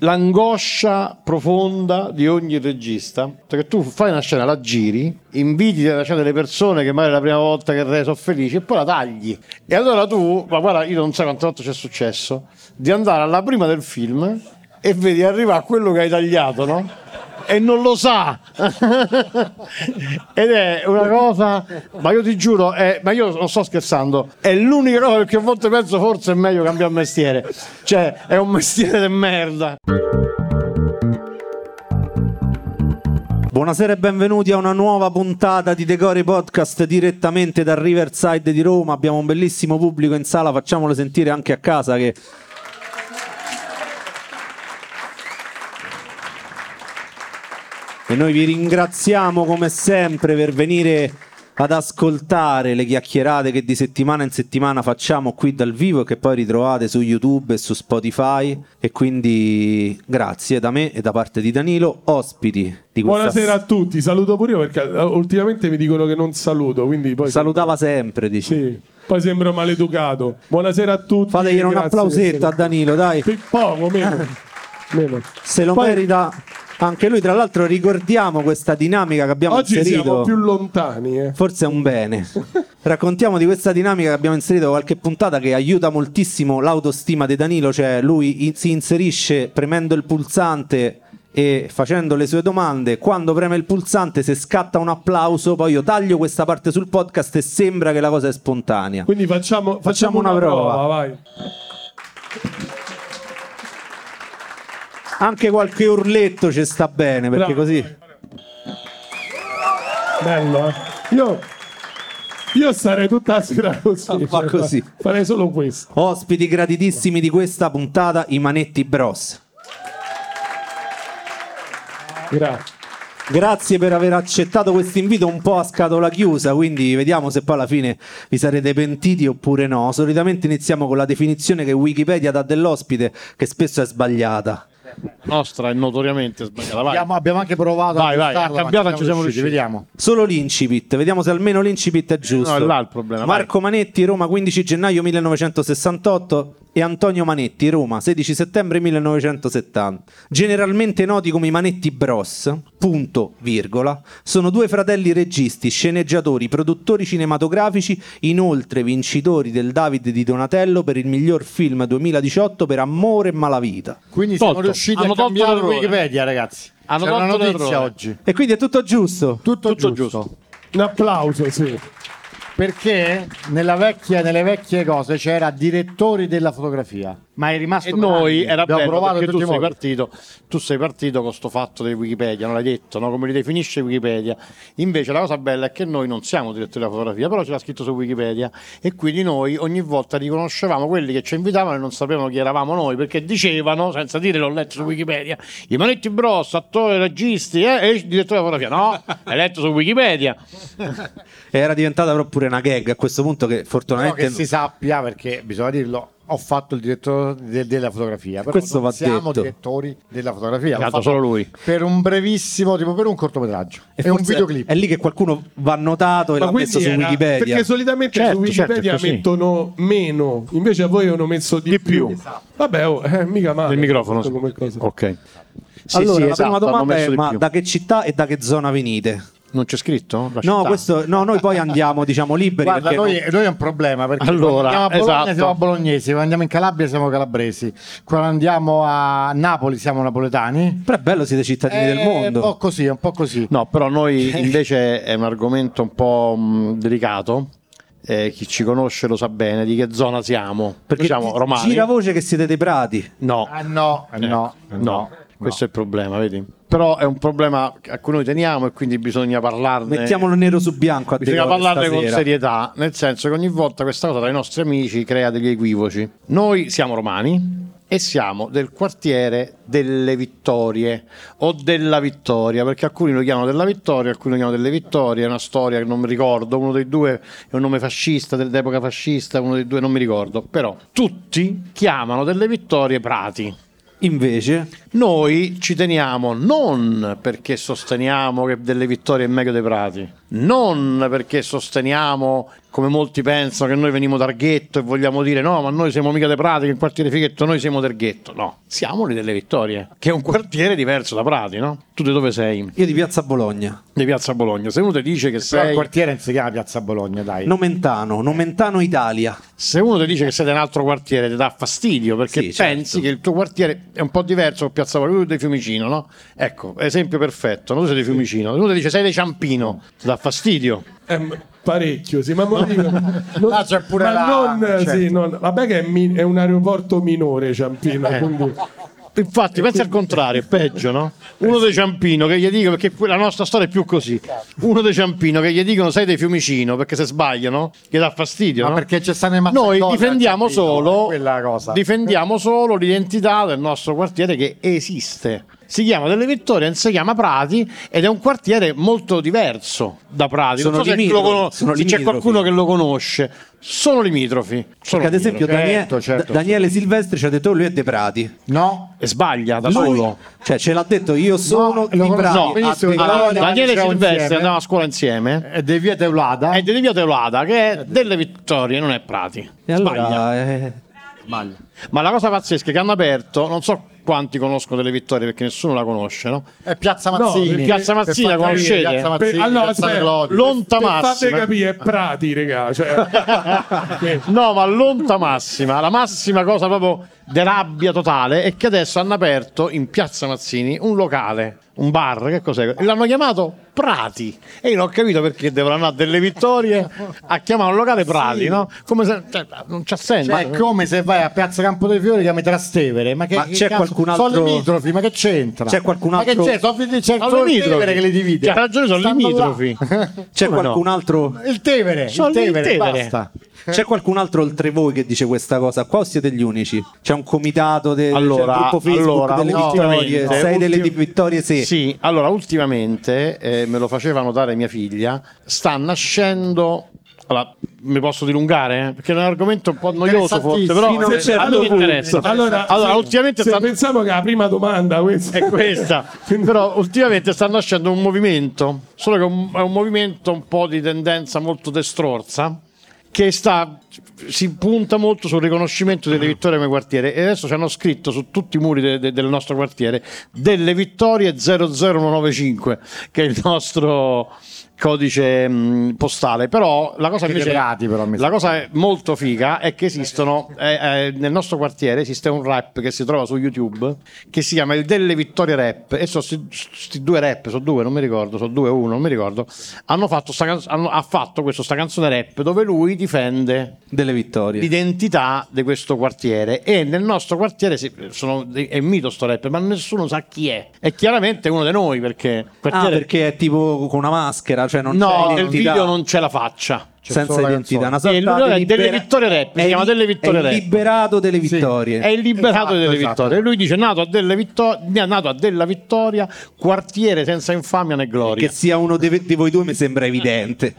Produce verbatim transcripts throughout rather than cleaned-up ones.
l'angoscia profonda di ogni regista, perché tu fai una scena, la giri, inviti la scena delle persone che magari è la prima volta che re sono felici e poi la tagli. E allora tu, ma guarda, io non so quante volte c'è successo, di andare alla prima del film e vedi arrivare quello che hai tagliato, no? E non lo sa. Ed è una cosa, ma io ti giuro, è, ma io non sto scherzando, è l'unica cosa perché a volte penso forse è meglio cambiare mestiere, cioè è un mestiere di merda. Buonasera e benvenuti a una nuova puntata di Decori Podcast direttamente dal Riverside di Roma. Abbiamo un bellissimo pubblico in sala, facciamolo sentire anche a casa che... E noi vi ringraziamo come sempre per venire ad ascoltare le chiacchierate che di settimana in settimana facciamo qui dal vivo e che poi ritrovate su YouTube e su Spotify. E quindi grazie da me e da parte di Danilo, ospiti di questa... Buonasera a tutti, saluto pure io perché ultimamente mi dicono che non saluto, quindi poi... Salutava sempre, dici. Sì, poi sembro maleducato. Buonasera a tutti. Fategli un applausetto a Danilo, dai. Poco, meno. meno. Se lo poi... merita... Anche lui, tra l'altro, ricordiamo questa dinamica che abbiamo Oggi inserito. Oggi siamo più lontani. Eh. Forse è un bene. Raccontiamo di questa dinamica che abbiamo inserito qualche puntata che aiuta moltissimo l'autostima di Danilo. Cioè lui in- si inserisce premendo il pulsante e facendo le sue domande. Quando preme il pulsante, se scatta un applauso, poi io taglio questa parte sul podcast e sembra che la cosa è spontanea. Quindi facciamo, facciamo, facciamo una, una prova. prova vai. Anche qualche urletto ci sta bene, perché Bravo. Così bello, eh? Io Io sarei tutta la sera così, ah, cioè, così. Farei solo questo. Ospiti graditissimi di questa puntata, i Manetti Bros. Grazie. Grazie per aver accettato questo invito un po' a scatola chiusa, quindi vediamo se poi alla fine vi sarete pentiti oppure no. Solitamente iniziamo con la definizione che Wikipedia dà dell'ospite, che spesso è sbagliata. Nostra è notoriamente sbagliata. Vai. Abbiamo, abbiamo anche provato vai, a vai, a cambiare, non ci siamo riusciti, vediamo. Solo l'incipit, vediamo se almeno l'incipit è giusto. No, è là il problema. Marco vai. Manetti, Roma, quindici gennaio millenovecentosessantotto, e Antonio Manetti, Roma, sedici settembre millenovecentosettanta. Generalmente noti come i Manetti Bros, punto, virgola, sono due fratelli registi, sceneggiatori, produttori cinematografici, inoltre vincitori del David di Donatello per il miglior film duemiladiciotto per Amore e Malavita. Quindi siamo Tolto. riusciti Hanno a cambiare Wikipedia, ragazzi. Hanno C'è una notizia l'errore. oggi. E quindi è tutto giusto? Tutto, tutto giusto. giusto. Un applauso, sì. Perché nella vecchia, nelle vecchie cose c'era direttori della fotografia, ma è rimasto e noi anni. era Abbiamo bello provato perché tu tutti sei i modi. partito tu sei partito con sto fatto di Wikipedia, non l'hai detto, no? Come li definisce Wikipedia. Invece la cosa bella è che noi non siamo direttori della fotografia, però ce l'ha scritto su Wikipedia e quindi noi ogni volta riconoscevamo quelli che ci invitavano e non sapevano chi eravamo noi, perché dicevano, senza dire l'ho letto su Wikipedia, i Manetti Bros, attori, registi eh, e il direttore della fotografia. No, hai letto su Wikipedia. Era diventata però pure una gag a questo punto, che fortunatamente no, che si sappia, perché bisogna dirlo, ho fatto il direttore de- della fotografia, però questo non va siamo detto. direttori della fotografia, l'ho fatto solo lui per un brevissimo, tipo per un cortometraggio e, e un videoclip. È lì che qualcuno va notato e Ma l'ha messo su era, Wikipedia, perché solitamente certo, su Wikipedia certo, mettono meno, invece a voi hanno messo di, di più, più. Esatto. Vabbè, oh, eh, mica male il microfono come cosa. ok. Sì, allora sì, la esatto, prima domanda è: ma più. da che città e da che zona venite? Non c'è scritto? La No, città. questo, no, noi poi andiamo, diciamo, liberi. Guarda, perché noi, non... noi è un problema, perché allora, quando andiamo a Bologna esatto. siamo bolognesi, quando andiamo in Calabria siamo calabresi, quando andiamo a Napoli siamo napoletani. Però è bello, siete cittadini è del mondo. un po' così, è un po' così. No, però noi invece è un argomento un po' mh, delicato. Eh, chi ci conosce lo sa bene di che zona siamo, perché siamo romani. Gira voce che siete dei prati. No, ah, no, eh, no, no, no, questo no. È il problema, vedi? Però è un problema a cui noi teniamo e quindi bisogna parlarne. Mettiamolo nero su bianco a bisogna parlarne stasera. con serietà, nel senso che ogni volta questa cosa tra i nostri amici crea degli equivoci. Noi siamo romani e siamo del quartiere delle Vittorie o della Vittoria, perché alcuni lo chiamano della Vittoria, alcuni lo chiamano delle Vittorie, è una storia che non mi ricordo, uno dei due è un nome fascista, dell'epoca fascista, uno dei due non mi ricordo, però tutti chiamano delle Vittorie Prati. Invece noi ci teniamo non perché sosteniamo che delle Vittorie è meglio dei Prati, non perché sosteniamo come molti pensano che noi veniamo dal ghetto e vogliamo dire no, ma noi siamo mica dei Prati, che il quartiere Fighetto, noi siamo del ghetto. No, siamo lì delle Vittorie, che è un quartiere diverso da Prati, no? Tu di dove sei? Io di Piazza Bologna. Di Piazza Bologna. Se uno ti dice che Però il sei... quartiere non si chiama Piazza Bologna, dai. Nomentano, Nomentano Italia. Se uno ti dice che sei di un altro quartiere ti dà fastidio perché Sì, pensi certo. che il tuo quartiere è un po' diverso da Piazza Bologna, tu sei di Fiumicino, no? Ecco, esempio perfetto, no? Tu sei di Fiumicino, uno ti dice sei di Ciampino, ti dà fastidio. Eh, parecchio, sì, ma mo dico, non, Ah, c'è pure ma la- non, certo. sì, non- vabbè che è, mi- è un aeroporto minore Ciampino, Eh. quindi Infatti, pensi al contrario, è peggio, no? Uno dei Ciampino che gli dicono, perché la nostra storia è più così. Uno dei Ciampino che gli dicono sei dei Fiumicino perché se sbagliano gli dà fastidio. Ma no? perché c'è stanno i Noi mazzaconi difendiamo al Ciampino, solo, quella cosa. difendiamo solo l'identità del nostro quartiere che esiste. Si chiama Delle Vittorie, non si chiama Prati ed è un quartiere molto diverso da Prati. Sono non so se, limitrofi, lo cono- sono se c'è limitrofi. qualcuno che lo conosce. Sono limitrofi. Sono Perché ad esempio limitrofi. Danie- Certo, certo. Da- Daniele Silvestri ci ha detto lui è De Prati. No? E sbaglia da Lui- solo. Cioè ce l'ha detto io sono lo di conosco. Prati. No, benissimo, Ah, allora, Vittoria. Daniele diciamo Silvestri insieme. andava a scuola insieme È di Via Teulada. è di Via Teulada che è Delle Vittorie, non è Prati. E Sbaglia. allora eh, Ma la cosa pazzesca è che hanno aperto, non so quanti conoscono Delle Vittorie perché nessuno la conosce, no? È Piazza No, Mazzini. perché- Piazza Mazzini Per la far capire, conoscete? Piazza Mazzini, Per- allora, Piazza aspetta, Glodi. Lonta per fate massima. capire è Prati, regà, cioè, No, ma l'onta massima, la massima cosa proprio di rabbia totale è che adesso hanno aperto in Piazza Mazzini un locale, un bar, che cos'è? E l'hanno chiamato Prati e io non ho capito perché devono andare a Delle Vittorie a chiamare un locale Prati, no? Come se cioè, non c'ha senso. Cioè, è come se vai a Piazza Campo dei Fiori chiami Trastevere. Ma, che, Ma che c'è cazzo- qualcun altro- Sono limitrofi, ma che c'entra? C'è qualcun Ma che altro- c'è? Sono, c'è Sono solo il limitrofi. Tevere che li divide. C'ha ragione, sono Stanno limitrofi. là. c'è Come qualcun no? altro Il Tevere, Sono il Tevere, il Tevere. basta. c'è qualcun altro oltre voi che dice questa cosa qua o siete gli unici? C'è un comitato del Allora, gruppo Facebook allora, delle no, vittorie, ultimamente, sei delle ultim- di vittorie sì. Sì, allora ultimamente eh, me lo faceva notare mia figlia, sta nascendo. Allora, mi posso dilungare? Perché è un argomento un po' noioso forse, però Fino a un eh, certo a me punto. interessa. allora, Allora, se- ultimamente se sta- pensavo che la prima domanda questa è questa, però ultimamente sta nascendo un movimento, solo che è un, è un movimento un po' di tendenza molto destrorsa, che sta, si punta molto sul riconoscimento delle vittorie come quartiere e adesso ci hanno scritto su tutti i muri de- de- del nostro quartiere Delle Vittorie zero zero uno nove cinque, che è il nostro codice mh, postale. Però la cosa invece Federati, però, mi la cosa è molto figa è che esistono eh, eh, nel nostro quartiere esiste un rap che si trova su YouTube che si chiama il Delle Vittorie Rap e sono questi due rap, sono due, non mi ricordo, sono due o uno, non mi ricordo. Hanno fatto sta canz- hanno, ha fatto questo sta canzone rap dove lui difende Delle vittorie. l'identità di questo quartiere e nel nostro quartiere si- sono, è mito sto rap ma nessuno sa chi è, è chiaramente uno di noi perché il Ah, quartiere perché è tipo con una maschera, cioè non no, c'è nel identità. video non c'è la faccia. C'è senza solo la identità, una canzone. sorta E lui è di Delle libera- Vittorie Rap, si è chiama il- Delle Vittorie è il Rap. liberato delle vittorie. È il liberato Esatto, delle esatto. vittorie. E lui dice: nato a, delle vittorie, nato a Della Vittoria, quartiere senza infamia né gloria. Che sia uno di, di voi due mi sembra evidente.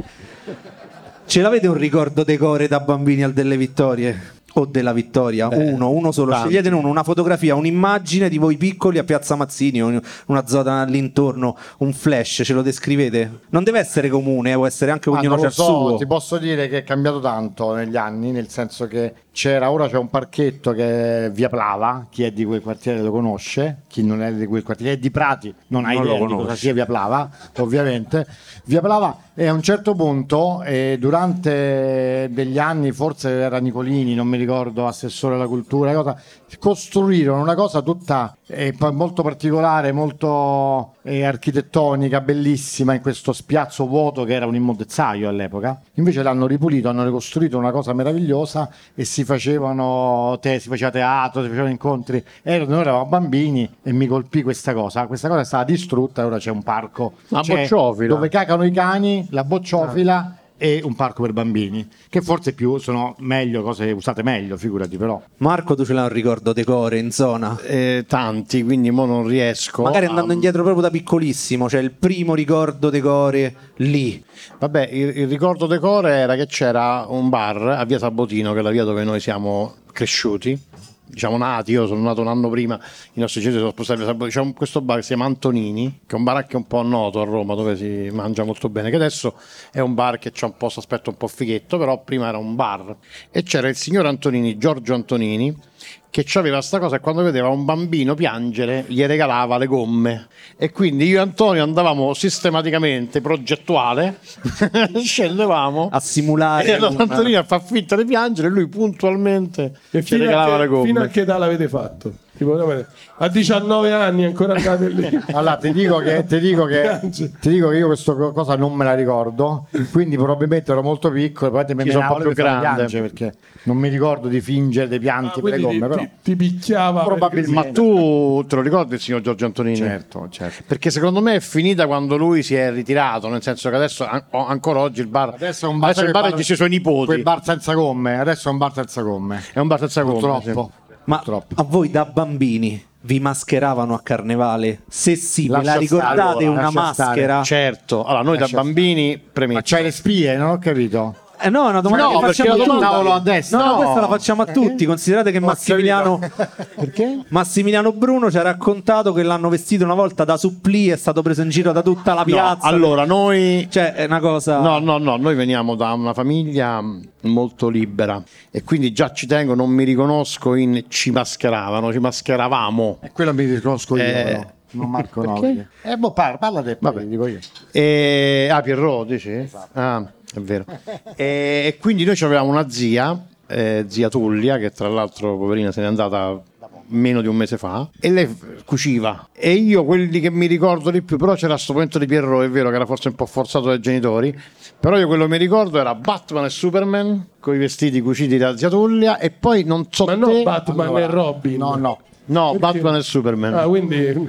Ce l'avete un ricordo decore da bambini al delle vittorie? O della vittoria? uno, uno solo. tanti. Sceglietene uno, una fotografia, un'immagine di voi piccoli a Piazza Mazzini, un- una zona all'intorno, un flash, ce lo descrivete? Non deve essere comune, eh, può essere anche Ah, ognuno non c'ha lo il so, suo. ti posso dire che è cambiato tanto negli anni, nel senso che c'era, ora c'è un parchetto che è via Plava, chi è di quel quartiere lo conosce, chi non è di quel quartiere, chi è di Prati non ha Non lo idea di conosce. cosa sia via Plava, ovviamente. Via Plava e a un certo punto, eh, durante degli anni, forse era Nicolini, non mi ricordo, assessore alla cultura, cosa, costruirono una cosa tutta eh, poi molto particolare, molto eh, architettonica, bellissima in questo spiazzo vuoto che era un immondezzaio all'epoca. Invece l'hanno ripulito, hanno ricostruito una cosa meravigliosa e si facevano te, si faceva teatro, si facevano incontri. Ero, noi eravamo bambini e mi colpì questa cosa. Questa cosa è stata distrutta e ora c'è un parco La c'è bocciofila. dove cacano i cani, la bocciofila. E un parco per bambini, che forse più sono meglio, cose usate meglio, figurati però. Marco, tu ce l'hai un ricordo decore in zona? Eh, tanti, quindi mo non riesco. Magari a- andando indietro proprio da piccolissimo, cioè il primo ricordo decore lì. Vabbè, il, il ricordo decore era che c'era un bar a via Sabotino, che è la via dove noi siamo cresciuti, diciamo nati, io sono nato un anno prima, i nostri genitori sono spostati a Sabaudia. C'è un- questo bar che si chiama Antonini, che è un bar anche un po' noto a Roma, dove si mangia molto bene, che adesso è un bar che c'ha un po' questo aspetto un po' fighetto, però prima era un bar. E c'era il signor Antonini, Giorgio Antonini, che aveva sta cosa, e quando vedeva un bambino piangere gli regalava le gomme, e quindi io e Antonio andavamo sistematicamente, progettuale, scendevamo A simulare e allora un- Antonino a far finta di piangere e lui puntualmente E ci fino regalava a, le che, gomme. fino a che età l'avete fatto? Tipo, a diciannove anni ancora andate lì. Allora ti dico che, ti dico che, ti dico che io questa cosa non me la ricordo, quindi probabilmente ero molto piccolo, poi me Sì, sono un po' più più grande. grande perché non mi ricordo di fingere dei pianti Ah, per le quindi gomme, ti, però ti, ti picchiava Probabilmente. Ma tu te lo ricordi il signor Giorgio Antonini? certo, certo. Perché secondo me è finita quando lui si è ritirato, nel senso che adesso an- o- ancora oggi il bar, Adesso è un bar, adesso il bar gestisce i suoi nipoti. quel bar senza gomme, adesso è un bar senza gomme. È un bar senza gomme, Purtroppo. Ma Purtroppo. a voi da bambini vi mascheravano a carnevale? Se sì, ve Lascia la ricordate stare, una lascia stare. maschera? Certo, allora noi da Lascia- bambini Ma premetto. c'hai le spie, non ho capito. Eh no, è una domanda No, che perché facciamo la a tutti. domanda- Tavolo a destra. No, no, No. questa la facciamo a tutti. Considerate che Ho Massimiliano, Perché? Massimiliano Bruno ci ha raccontato che l'hanno vestito una volta da supplì, è stato preso in giro da tutta la No, piazza. allora noi Cioè, è una cosa. No, no, no, noi veniamo da una famiglia mh, molto libera e quindi già ci tengo, non mi riconosco in ci mascheravano, ci mascheravamo. E quello mi riconosco io, Eh, però. Non Marco Novi. Eh, boh, parla, parla te, poi dico io. E... Ah, Pierrot, dici? Ah, è vero. E, e quindi noi avevamo una zia, eh, zia Tullia, che tra l'altro, poverina, se n'è andata meno di un mese fa, e lei f- cuciva. E io quelli che mi ricordo di più, però c'era sto momento di Pierrot, è vero che era forse un po' forzato dai genitori, però io quello che mi ricordo era Batman e Superman con i vestiti cuciti da zia Tullia, e poi non so Ma te... no, Batman Allora, e Robin. No, no. No, Perché? Batman e Superman. Ah, quindi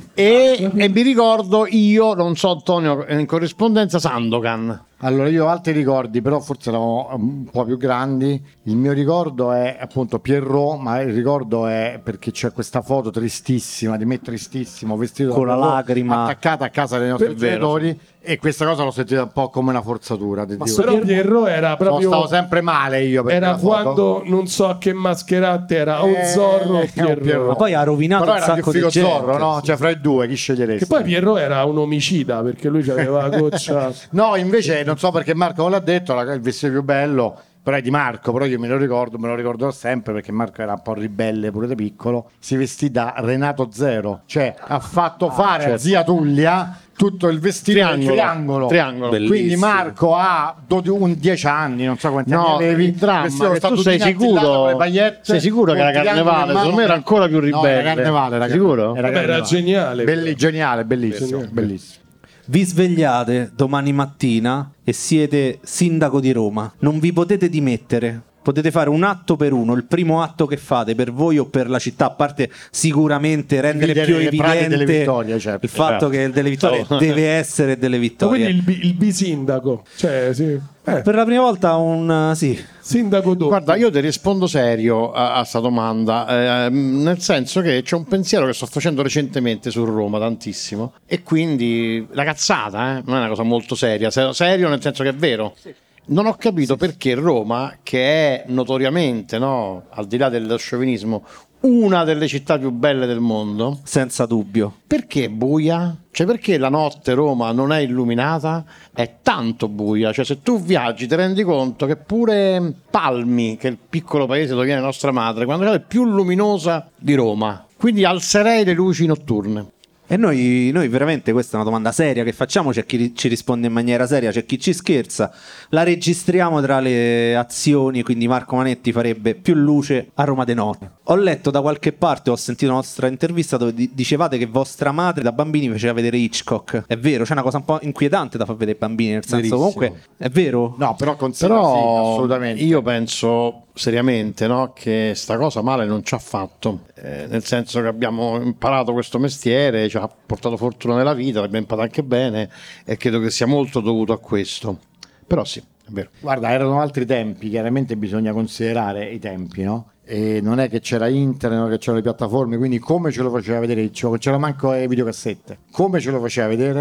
E, e mi ricordo io, non so Antonio, in corrispondenza Sandokan. Allora io ho altri ricordi, però forse erano un po' più grandi. Il mio ricordo è appunto Pierrot, ma il ricordo è perché c'è questa foto tristissima di me tristissimo, vestito da Con la Pierrot, lacrima. attaccata a casa dei nostri Per- vero, genitori, e questa cosa l'ho sentita un po' come una forzatura. ti dico. però Pierrot era No, proprio stavo sempre male io perché era la foto- quando non so a che mascherate era o Eh, Zorro o o Pierrot. Pierrot. Ma poi ha rovinato però un era più sacco di figo gente. Zorro, no? Cioè fra i due chi sceglieresti? Che poi Pierrot era un omicida perché lui aveva la goccia. No, invece non so perché Marco non l'ha detto, la- il vestito più bello però è di Marco, però io me lo ricordo, me lo ricordo sempre perché Marco era un po' ribelle pure da piccolo, si vestì da Renato Zero, cioè ha fatto fare a zia Tullia tutto il vestito del Triangolo. triangolo. Triangolo. Quindi Bellissimo. Marco ha dodi- un dieci anni, non so quanti No, anni avevi, il dramma vestito che tu statutino sei attillato sicuro- con le paillette, sei sicuro che con era un triangolo Carnevale? in mano. Secondo me era ancora più No, ribelle. era Carnevale, era Sicuro? Era Vabbè, era Carnevale. geniale. Belli- geniale, bellissimo, Geniale. bellissimo. Vi svegliate domani mattina e siete sindaco di Roma. Non vi potete dimettere. Potete fare un atto per uno, il primo atto che fate per voi o per la città, a parte sicuramente rendere Dividere più le prate evidente delle vittorie, certo. il fatto Certo. che il delle vittorie Oh. deve essere delle Ma vittorie. quindi il, bi- il bisindaco, cioè sì. Eh, Per la prima volta un sì. sindaco dopo. Guarda, io ti rispondo serio a, a sta domanda, eh, nel senso che c'è un pensiero che sto facendo recentemente su Roma, tantissimo, e quindi la cazzata, eh, non è una cosa molto seria, se- serio nel senso che è vero. Non ho capito perché Roma, che è notoriamente, no, al di là dello sciovinismo, una delle città più belle del mondo, Senza dubbio. perché è buia? Cioè perché la notte Roma non è illuminata? È tanto buia, cioè se tu viaggi ti rendi conto che pure Palmi, che è il piccolo paese dove viene nostra madre, quando è più luminosa di Roma, quindi alzerei le luci notturne. E noi, noi veramente, questa è una domanda seria che facciamo, c'è chi ci risponde in maniera seria, c'è chi ci scherza, la registriamo tra le azioni, quindi Marco Manetti farebbe più luce a Roma de notte. Ho letto da qualche parte, ho sentito una vostra intervista dove di- dicevate che vostra madre da bambini faceva vedere Hitchcock, è vero, c'è una cosa un po' inquietante da far vedere ai bambini, nel senso Verissimo. comunque è vero? No, però considera Però sì, assolutamente. io penso seriamente, no, che sta cosa male non ci ha fatto, eh, nel senso che abbiamo imparato questo mestiere, ci ha portato fortuna nella vita, l'abbiamo imparato anche bene e credo che sia molto dovuto a questo. Però sì, è vero. Guarda, erano altri tempi, chiaramente bisogna considerare i tempi, no? E non è che c'era internet, non è che c'erano le piattaforme, quindi come ce lo faceva vedere Hitchcock? Non c'era manco le videocassette. Come ce lo faceva vedere?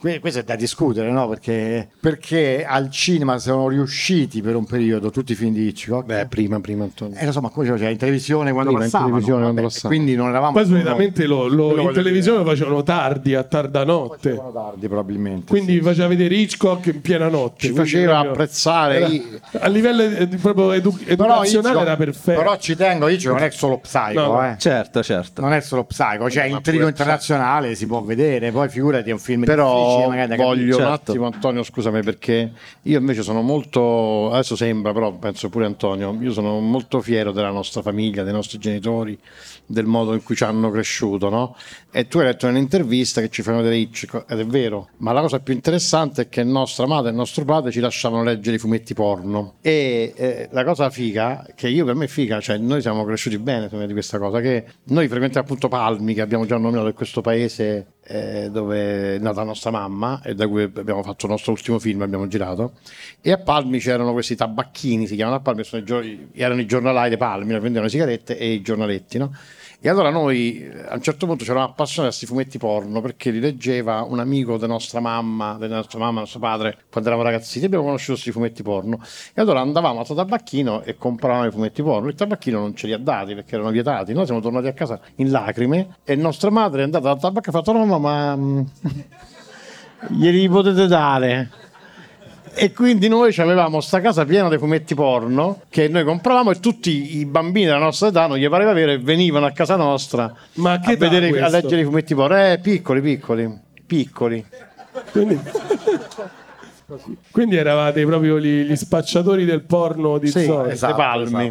Que- questo è da discutere, no? Perché, perché al cinema sono riusciti per un periodo tutti i film di Hitchcock. Beh, prima, prima Antonio. Eh, lo so, ma come c'era in televisione quando Prima in passavano. televisione quando Vabbè, passavano. quindi non eravamo. Poi solitamente lo, lo- Quello in voglio televisione lo facevano tardi, a tarda notte. Facevano tardi probabilmente. Quindi faceva vedere Hitchcock in piena notte. Ci quindi faceva proprio- apprezzare era- i- a livello ed- proprio edu- Però, educazionale Hitchcock- era perfetto. però ci tengo, Hitchcock non è solo Psycho, No, no. eh. Certo, certo. Non è solo Psycho, cioè Ma il trigo pure internazionale si può vedere, poi figurati è un film Però difficile magari da capire. voglio un Certo. attimo, Antonio, scusami, perché io invece sono molto, adesso sembra, però penso pure Antonio, io sono molto fiero della nostra famiglia, dei nostri genitori, del modo in cui ci hanno cresciuto, no? E tu hai detto nell'intervista che ci fanno vedere Hitchcock, ed è vero, ma la cosa più interessante è che nostra madre e nostro padre ci lasciavano leggere i fumetti porno. E eh, la cosa figa, che io per me è figa, cioè noi siamo cresciuti bene secondo me, di questa cosa, che noi frequentiamo appunto Palmi, che abbiamo già nominato, è questo paese eh, dove è nata la nostra mamma e da cui abbiamo fatto il nostro ultimo film, abbiamo girato, e a Palmi c'erano questi tabacchini, si chiamano a Palmi, sono i gio- erano i giornalai dei Palmi, vendevano le sigarette e i giornaletti, no? E allora noi a un certo punto c'eravamo appassionati a questi fumetti porno perché li leggeva un amico della nostra mamma, della nostra mamma, nostro padre, quando eravamo ragazzini, abbiamo conosciuto questi fumetti porno. E allora andavamo al tabacchino e compravamo i fumetti porno. Il tabacchino non ce li ha dati perché erano vietati. Noi siamo tornati a casa in lacrime e nostra madre è andata al tabacco e ha fatto: no, no, ma mm, glieli potete dare? E quindi noi avevamo sta casa piena di fumetti porno che noi compravamo e tutti i bambini della nostra età non gli pareva vero e venivano a casa nostra Ma a che a, età vedere, a questo? leggere i fumetti porno. Eh, piccoli, piccoli, piccoli. Quindi... Quindi eravate proprio gli, gli spacciatori del porno di Sì, zona. esatto, Palmi.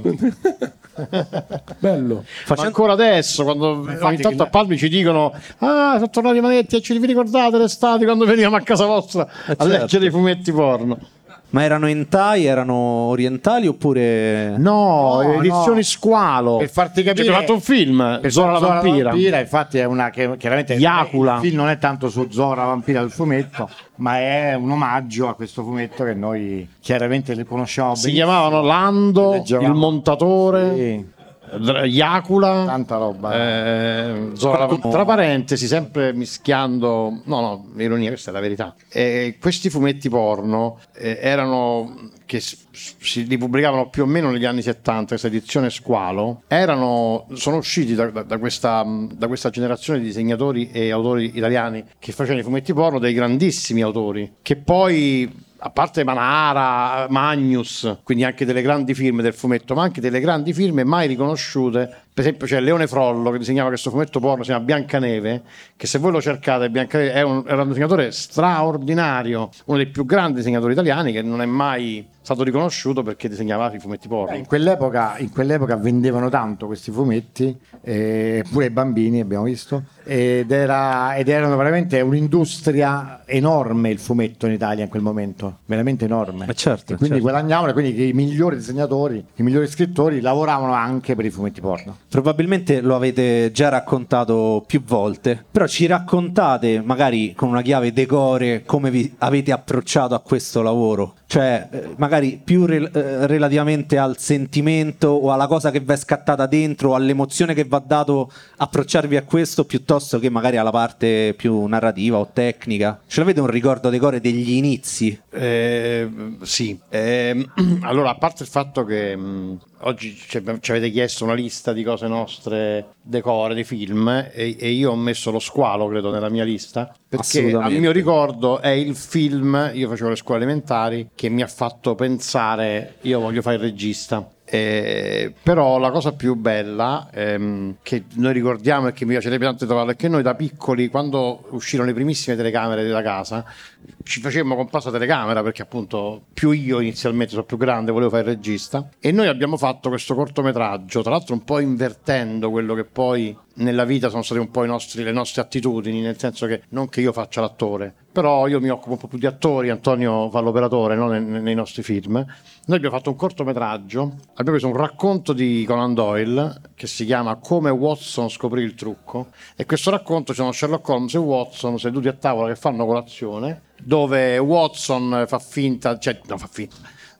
Bello. Ma ancora adesso, quando ogni Infatti tanto che- a Palmi ci dicono: ah, sono tornati i Manetti e ci vi ricordate l'estate quando venivamo a casa vostra a certo. leggere i fumetti porno? Ma erano hentai, erano orientali oppure... No, No, edizioni no. squalo. Per farti capire- Ci abbiamo fatto un film, Per Zora la vampira. infatti è una che chiaramente Iacula. il film non è tanto su Zora la vampira del fumetto, ma è un omaggio a questo fumetto che noi chiaramente le conosciamo Si benissimo. chiamavano Lando, Leggevamo. il montatore, Sì, Dr- Iacula, tanta roba. eh, Zora la- tra parentesi, sempre mischiando, no, no, ironia, questa è la verità. Eh, questi fumetti porno eh, erano che s- si li pubblicavano più o meno negli anni settanta, questa edizione Squalo, erano, sono usciti da, da- da questa, da questa generazione di disegnatori e autori italiani che facevano i fumetti porno, dei grandissimi autori, che poi, a parte Manara, Magnus, quindi anche delle grandi firme del fumetto, ma anche delle grandi firme mai riconosciute. Per esempio c'è Leone Frollo che disegnava questo fumetto porno, si chiama Biancaneve, che se voi lo cercate, Biancaneve è un, era un disegnatore straordinario, uno dei più grandi disegnatori italiani che non è mai stato riconosciuto perché disegnava i fumetti porno. In quell'epoca, in quell'epoca vendevano tanto questi fumetti, eh, pure i bambini abbiamo visto, ed, era, ed erano veramente un'industria enorme il fumetto in Italia in quel momento, veramente enorme. Eh certo, E quindi certo. guadagnavano, e quindi i migliori disegnatori, i migliori scrittori lavoravano anche per i fumetti porno. Probabilmente lo avete già raccontato più volte, però ci raccontate magari con una chiave decore come vi avete approcciato a questo lavoro, cioè eh, magari più rel- eh, relativamente al sentimento o alla cosa che vi è scattata dentro o all'emozione che va dato approcciarvi a questo piuttosto che magari alla parte più narrativa o tecnica. Ce l'avete un ricordo decore degli inizi? Eh, sì, Ehm, allora a parte il fatto che mh, oggi ci, ci avete chiesto una lista di cose nostre, decore di film, e, e io ho messo Lo Squalo, credo, nella mia lista, perché al Assolutamente. mio ricordo è il film, io facevo le scuole elementari, che mi ha fatto pensare: io voglio fare il regista. Eh, però la cosa più bella ehm, che noi ricordiamo e che mi piacerebbe tanto trovarlo è che noi da piccoli, quando uscirono le primissime telecamere della casa, ci facemmo con questa telecamera, perché appunto più io inizialmente sono più grande, volevo fare il regista, e noi abbiamo fatto questo cortometraggio, tra l'altro un po' invertendo quello che poi nella vita sono state un po' i nostri, le nostre attitudini, nel senso che non che io faccia l'attore, però io mi occupo un po' più di attori, Antonio fa l'operatore, no? nei, nei nostri film. Noi abbiamo fatto un cortometraggio, abbiamo preso un racconto di Conan Doyle che si chiama Come Watson scoprì il trucco, e questo racconto c'è Sherlock Holmes e Watson seduti a tavola che fanno colazione, dove Watson fa finta, cioè non fa finta,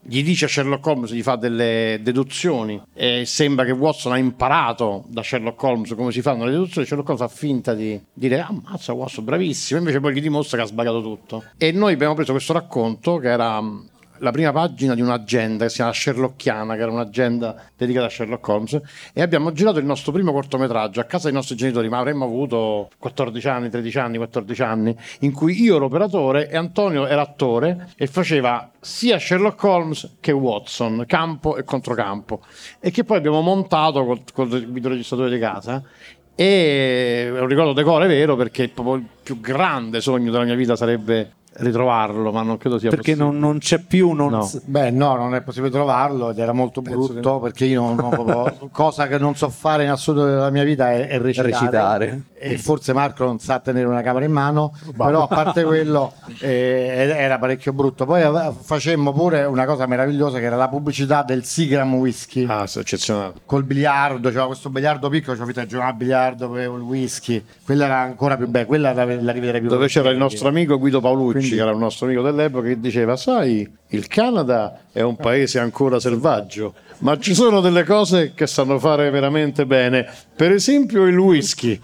gli dice a Sherlock Holmes, gli fa delle deduzioni e sembra che Watson ha imparato da Sherlock Holmes come si fanno le deduzioni. Sherlock Holmes fa finta di dire ammazza Watson, bravissimo, invece poi gli dimostra che ha sbagliato tutto. E noi abbiamo preso questo racconto che era la prima pagina di un'agenda che si chiama Sherlockiana, che era un'agenda dedicata a Sherlock Holmes, e abbiamo girato il nostro primo cortometraggio a casa dei nostri genitori, ma avremmo avuto quattordici anni, tredici anni, quattordici anni, in cui io ero operatore e Antonio era attore e faceva sia Sherlock Holmes che Watson, campo e controcampo, e che poi abbiamo montato col, col videoregistratore di casa. E è un ricordo decore vero, perché proprio il più grande sogno della mia vita sarebbe ritrovarlo, ma non credo sia Perché possibile. non, non c'è più, non No. s- Beh, no, non è possibile trovarlo ed era molto brutto perché io non, non proprio, cosa che non so fare in assoluto nella mia vita è, è recitare. Recitare. E forse Marco non sa tenere una camera in mano, però a parte quello eh, era parecchio brutto. Poi ave- facemmo pure una cosa meravigliosa che era la pubblicità del Seagram Whisky. Ah, sì, eccezionale. Col biliardo, c'era questo biliardo piccolo, c'era a giocare a biliardo con il whisky. Quella era ancora più bella, quella la, la rivedrei più Dove c'era il nostro amico Guido Paolucci, Quindi- che era un nostro amico dell'epoca, che diceva: sai, il Canada è un paese ancora selvaggio, ma ci sono delle cose che sanno fare veramente bene, per esempio il whisky.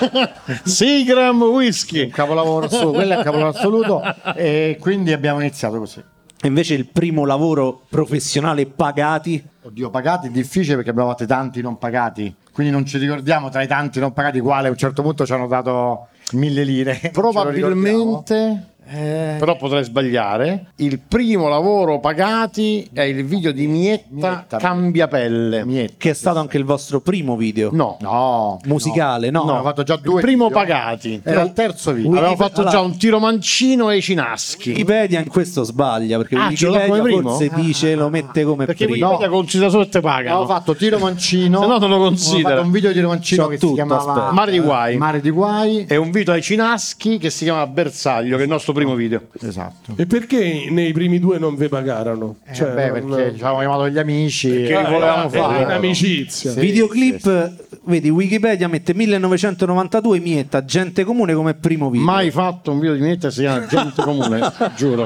Seagram Whisky. un capolavoro assoluto, quello è un capolavoro assoluto e quindi abbiamo iniziato così. E invece il primo lavoro professionale pagati, Oddio, pagati è difficile perché abbiamo fatto tanti non pagati, quindi non ci ricordiamo tra i tanti non pagati quale a un certo punto ci hanno dato mille lire. Ce lo ricordiamo? Probabilmente, eh, però potrei sbagliare, il primo lavoro pagati è il video di Mietta, Mietta. Cambiapelle. Mietta. che è stato anche il vostro primo video No, No, musicale, no? Abbiamo fatto già il due primo video. pagati. Era il terzo video. Abbiamo Wikipedia- fatto già allora- un tiro mancino e i Cinaschi. Wikipedia in questo sbaglia perché Ah, ce l'ho Wikipedia come primo? forse dice lo mette come Perché primo. Wikipedia considera solo che te pagano. Abbiamo fatto Tiro Mancino. Se no non lo Abbiamo considera. fatto un video di Tiro Mancino C'ho che tutto, si chiamava aspetta. Mare di Guai. Mare di Guai. E un video ai Cinaschi che si chiama Bersaglio, che è il nostro primo video. Esatto. E perché nei primi due non vi pagarono? Eh, Cioè, beh, non- perché ci avevamo chiamato gli amici. Perché Eh, li volevamo eh, fare. in amicizia. Sì. Videoclip, vedi, Wikipedia mette millenovecentonovantadue, Mietta, Gente Comune come primo video. Mai fatto un video di Mietta che si chiama Gente Comune, giuro.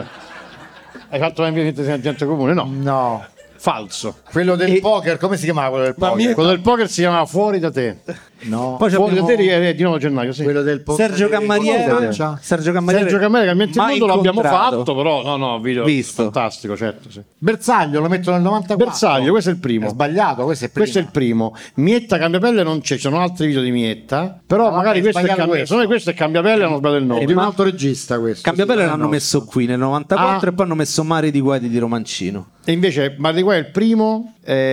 Hai fatto un video di Mietta che si chiama Gente Comune? No, No. falso. Quello del E- poker, come si chiamava quello del Ma poker? mi- Quello del poker si chiamava Fuori da te. No. Poi Fuori abbiamo da te è di nuovo gennaio, sì. Quello del poker. Sergio Cammariere, Sergio. Sergio Cammariere, Sergio Camere, Cambiante il mai mondo l'abbiamo incontrato. fatto, però no, no, video Visto. fantastico, certo, sì. Bersaglio lo metto nel novantaquattro. Bersaglio, questo è il È primo. sbagliato, questo è il primo. Questo è il primo. Mietta Cambiapelle non c'è, ci sono altri video di Mietta, però Ah, magari vabbè, questo è, sbagliato cambia... questo. secondo me questo è Cambiapelle, hanno sbagliato il È nome. di un altro regista questo. Cambiapelle sì, l'hanno no. messo qui nel novantaquattro Ah. e poi hanno messo Mare di Guai di Romancino. E invece Mardi è il primo,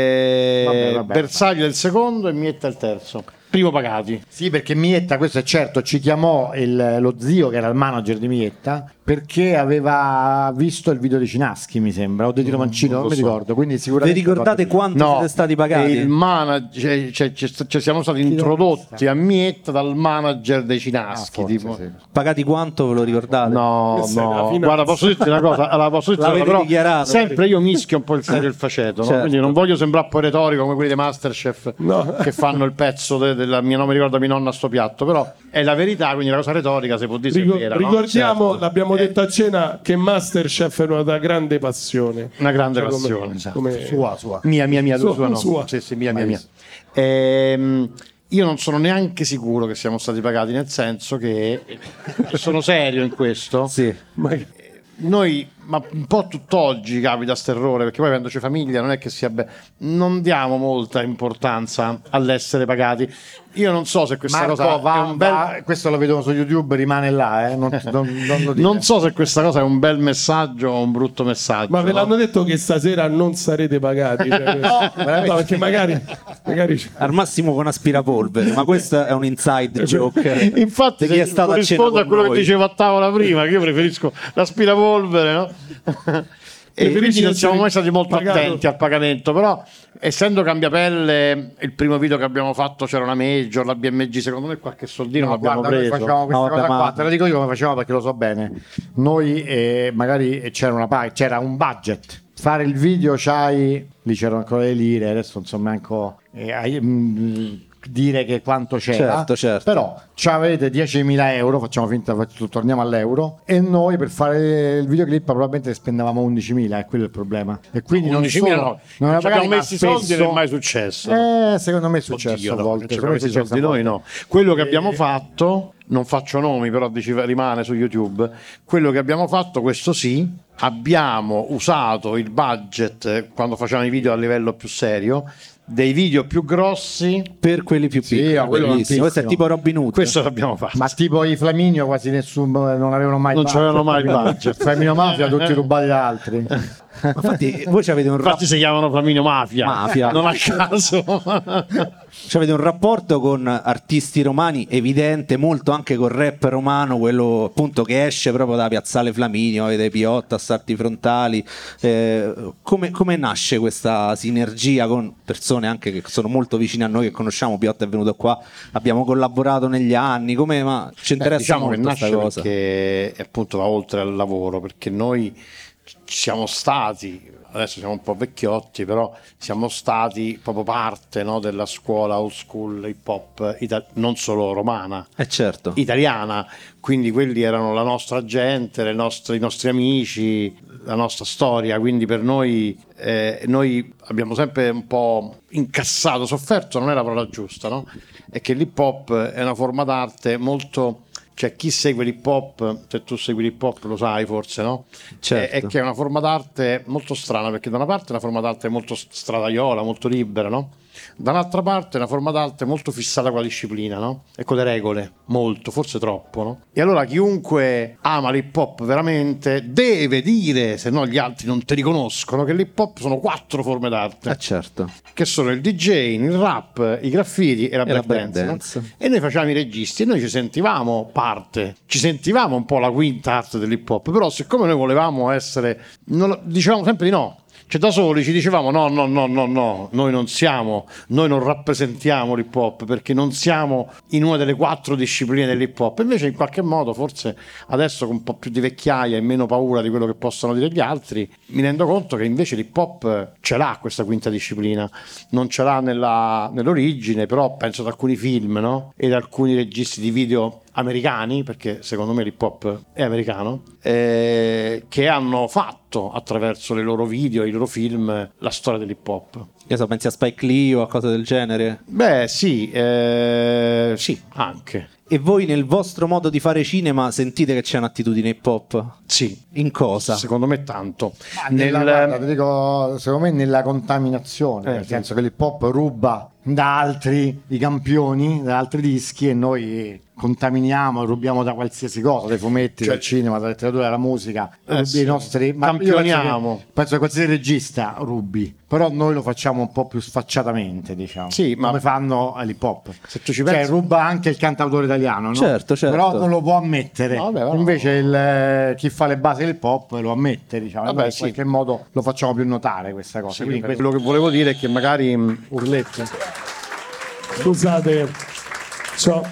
eh, Vabbè, vabbè. Bersaglio è il secondo e Mietta è il terzo. Primo pagati. Sì, perché Mietta, questo è certo, ci chiamò il- lo zio che era il manager di Mietta perché aveva visto il video di Cinaschi, mi sembra, o di Tiro Mancino, non, lo mi so. ricordo. Quindi Vi sicuramente ricordate quanto siete stati pagati? Il manager, cioè, ci ci siamo stati introdotti a Mietta dal manager dei Ah, Cinaschi. forse tipo. sì. Pagati quanto, ve lo ricordate? No, Questa è la no, finanza. guarda, posso dirti una cosa, allora, posso dirti una L'avete cosa, però dichiarato. sempre io mischio un po' il serio e il faceto, no? Certo. Quindi non voglio sembrare poi retorico come quelli di Masterchef No. che fanno il pezzo de- della mia non mi ricorda mia nonna sto piatto, però è la verità, quindi la cosa retorica si può dire se è Rico- vera, no? ricordiamo, Certo. l'abbiamo detto a cena, che Masterchef è una grande passione. Una grande Cioè, come- passione, esatto. come- Sua, sua. Mia, mia, mia, Sua- sua, no. sua. Sì, sì, mia, mia, mia. Ehm, io non sono neanche sicuro che siamo stati pagati, nel senso che e sono serio in questo. Sì. Ma- Noi, ma un po' tutt'oggi capita sto errore, perché poi avendoci famiglia non è che sia be- non diamo molta importanza all'essere pagati. Io non so se questa Marco, cosa va, è un bel va- questo lo vedo su YouTube, rimane là, eh, non, non- non lo dire. non so se questa cosa è un bel messaggio o un brutto messaggio. Ma ve no? l'hanno detto che stasera non sarete pagati? Cioè, no, perché magari, magari Al massimo con aspirapolvere, ma questo è un inside joke. Infatti, Di chi è se stato a cena corrisponde a con quello noi. che dicevo a tavola prima, che io preferisco l'aspirapolvere, no? E quindi non siamo mai stati molto pagato. attenti al pagamento, però essendo Cambiapelle il primo video che abbiamo fatto c'era una major, la B M G, secondo me qualche soldino No, l'abbiamo guarda, noi preso. facevamo questa No, vabbè, cosa qua, ma- te la dico io come facevamo perché lo so bene. Noi eh, magari c'era una pa- c'era un budget. Fare il video c'hai, lì c'erano ancora le lire, adesso insomma anche eh, hai- mm, dire che quanto c'era, Certo, certo. però ci avete diecimila euro, facciamo finta, fac- torniamo all'euro, e noi per fare il videoclip probabilmente spendevamo undicimila, e quello è il problema. E quindi non undicimila solo, no, non ci abbiamo magari, ma messo i soldi e spesso- non è mai successo. Eh, secondo me è successo Oddio, a no, volte. ci secondo me abbiamo è messo i successo soldi a noi volte. no. Quello che abbiamo fatto, non faccio nomi, però dici- rimane su YouTube, quello che abbiamo fatto, questo sì, abbiamo usato il budget eh, quando facevamo i video a livello più serio, dei video più grossi, Per quelli più Sì, piccoli, ma quello è bellissimo. Questo è ampissimo. tipo Robin Hood. questo l'abbiamo fatto. Ma tipo i Flaminio quasi nessuno, non avevano mai Non budget, c'avevano mai il quindi budget. Flaminio Mafia tutti rubati da altri. Ma infatti voi avete un, rap- Infatti si chiamano Flaminio Mafia, Mafia. non a caso. avete un rapporto con artisti romani evidente, molto anche col rap romano, quello appunto che esce proprio da Piazzale Flaminio, avete Piotta, Sarti Frontali. Eh, come, come nasce questa sinergia con persone anche che sono molto vicine a noi, che conosciamo? Piotta è venuto qua, abbiamo collaborato negli anni, come, ma ci interessa Diciamo che molto questa nasce cosa. perché appunto va oltre al lavoro, perché noi siamo stati, adesso siamo un po' vecchiotti, però siamo stati proprio parte, no, della scuola old school hip hop, ita- non solo romana, Eh certo. italiana, quindi quelli erano la nostra gente, le nostre- i nostri amici, la nostra storia, quindi per noi, eh, noi abbiamo sempre un po' incassato, sofferto non è la parola giusta, no? È che l'hip hop è una forma d'arte molto... Cioè chi segue l'hip hop, se tu segui l'hip hop lo sai forse, no? Certo. È, è che è una forma d'arte molto strana, perché da una parte è una forma d'arte molto stradaiola, molto libera, no? Da un'altra parte è una forma d'arte molto fissata con la disciplina, no? E con le regole, molto, forse troppo, no? E allora chiunque ama l'hip hop veramente deve dire, se no gli altri non ti riconoscono, che l'hip hop sono quattro forme d'arte, Eh certo. che sono il D J, il rap, i graffiti e la E la breakdance, no? breakdance. E noi facevamo i registi e noi ci sentivamo parte, ci sentivamo un po' la quinta arte dell'hip hop, però siccome noi volevamo essere, non lo- dicevamo sempre di no. Cioè da soli ci dicevamo no, no, no, no, no, noi non siamo, noi non rappresentiamo l'hip hop perché non siamo in una delle quattro discipline dell'hip hop. Invece in qualche modo, forse adesso con un po' più di vecchiaia e meno paura di quello che possono dire gli altri, mi rendo conto che invece l'hip hop ce l'ha questa quinta disciplina, non ce l'ha nella, nell'origine, però penso ad alcuni film, no? E ad alcuni registi di video americani, perché secondo me l'hip hop è americano, eh, che hanno fatto attraverso le loro video, i loro film, la storia dell'hip hop. Che so, pensi a Spike Lee o a cose del genere? Beh sì, eh, sì, anche. E voi nel vostro modo di fare cinema sentite che c'è un'attitudine hip hop? Sì, In cosa? secondo me tanto. Nella, Nel- guarda, ti dico, secondo me nella contaminazione, Eh, nel sì. senso che l'hip hop ruba da altri i campioni, da altri dischi, e noi contaminiamo, rubiamo da qualsiasi cosa, dai fumetti, Cioè- dal cinema, dalla letteratura, dalla musica, Eh, rubi sì. i nostri, ma io Campioniamo. penso che, penso che qualsiasi regista rubi, però noi lo facciamo un po' più sfacciatamente, diciamo, Sì, ma- come fanno l'hip hop. Se tu ci Cioè pensi- ruba anche il cantautore italiano, no? Certo, certo. Però non lo può ammettere. No, vabbè, però- Invece il, eh, chi fa le basi del pop lo ammette, diciamo. Vabbè, Noi in sì. qualche modo lo facciamo più notare questa cosa. Sì, Quindi quello che volevo dire è che magari mh, urlette. Scusate, so,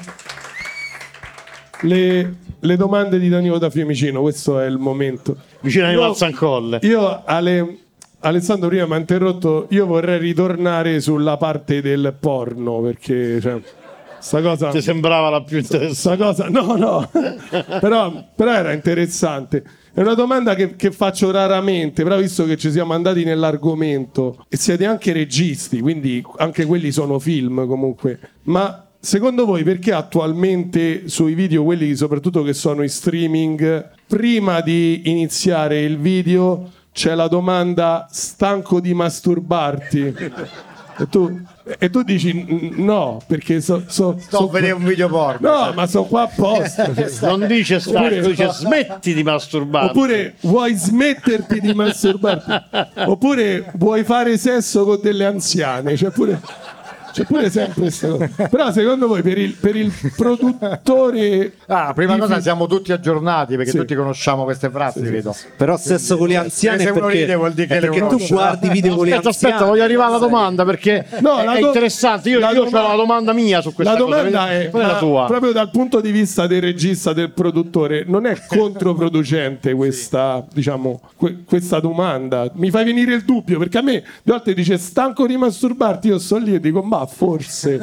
le, le domande di Danilo da Fiumicino, questo è il momento. vicino a Io- Mazzancolle. Io, Ale- Alessandro prima mi ha interrotto, io vorrei ritornare sulla parte del porno, perché cioè, sta cosa... Ti sembrava la più interessante? Sta cosa, no, no, però, però era interessante. È una domanda che, che faccio raramente, però visto che ci siamo andati nell'argomento e siete anche registi, quindi anche quelli sono film comunque, ma secondo voi perché attualmente sui video, quelli soprattutto che sono in streaming, prima di iniziare il video c'è la domanda stanco di masturbarti? E tu, e tu dici "N- no, perché so, so, Sto so- a vedere un video porno. No, ma sono qua apposta. Non dice stanco, Oppure- dice smetti di masturbarti. Oppure vuoi smetterti di masturbarti? Oppure vuoi fare sesso con delle anziane? C'è pure, c'è pure sempre questa cosa. Però secondo voi per il, per il produttore... Ah, prima di cosa fi- siamo tutti aggiornati perché Sì. tutti conosciamo queste frasi, vedo. Però sesso con le anziane se è uno perché, ride vuol dire che è le perché tu conosce. guardi video con le Aspetta, anziane. aspetta, voglio arrivare alla domanda perché No, è, la è do- interessante. Io, la io doma- ho una domanda mia su questa La cosa. domanda vedi? è, Qual è la ma tua? proprio dal punto di vista del regista, del produttore, non è controproducente questa, diciamo, que- questa domanda? Mi fai venire il dubbio, perché a me due volte dice stanco di masturbarti, io sto lì e dico ma fa, forse.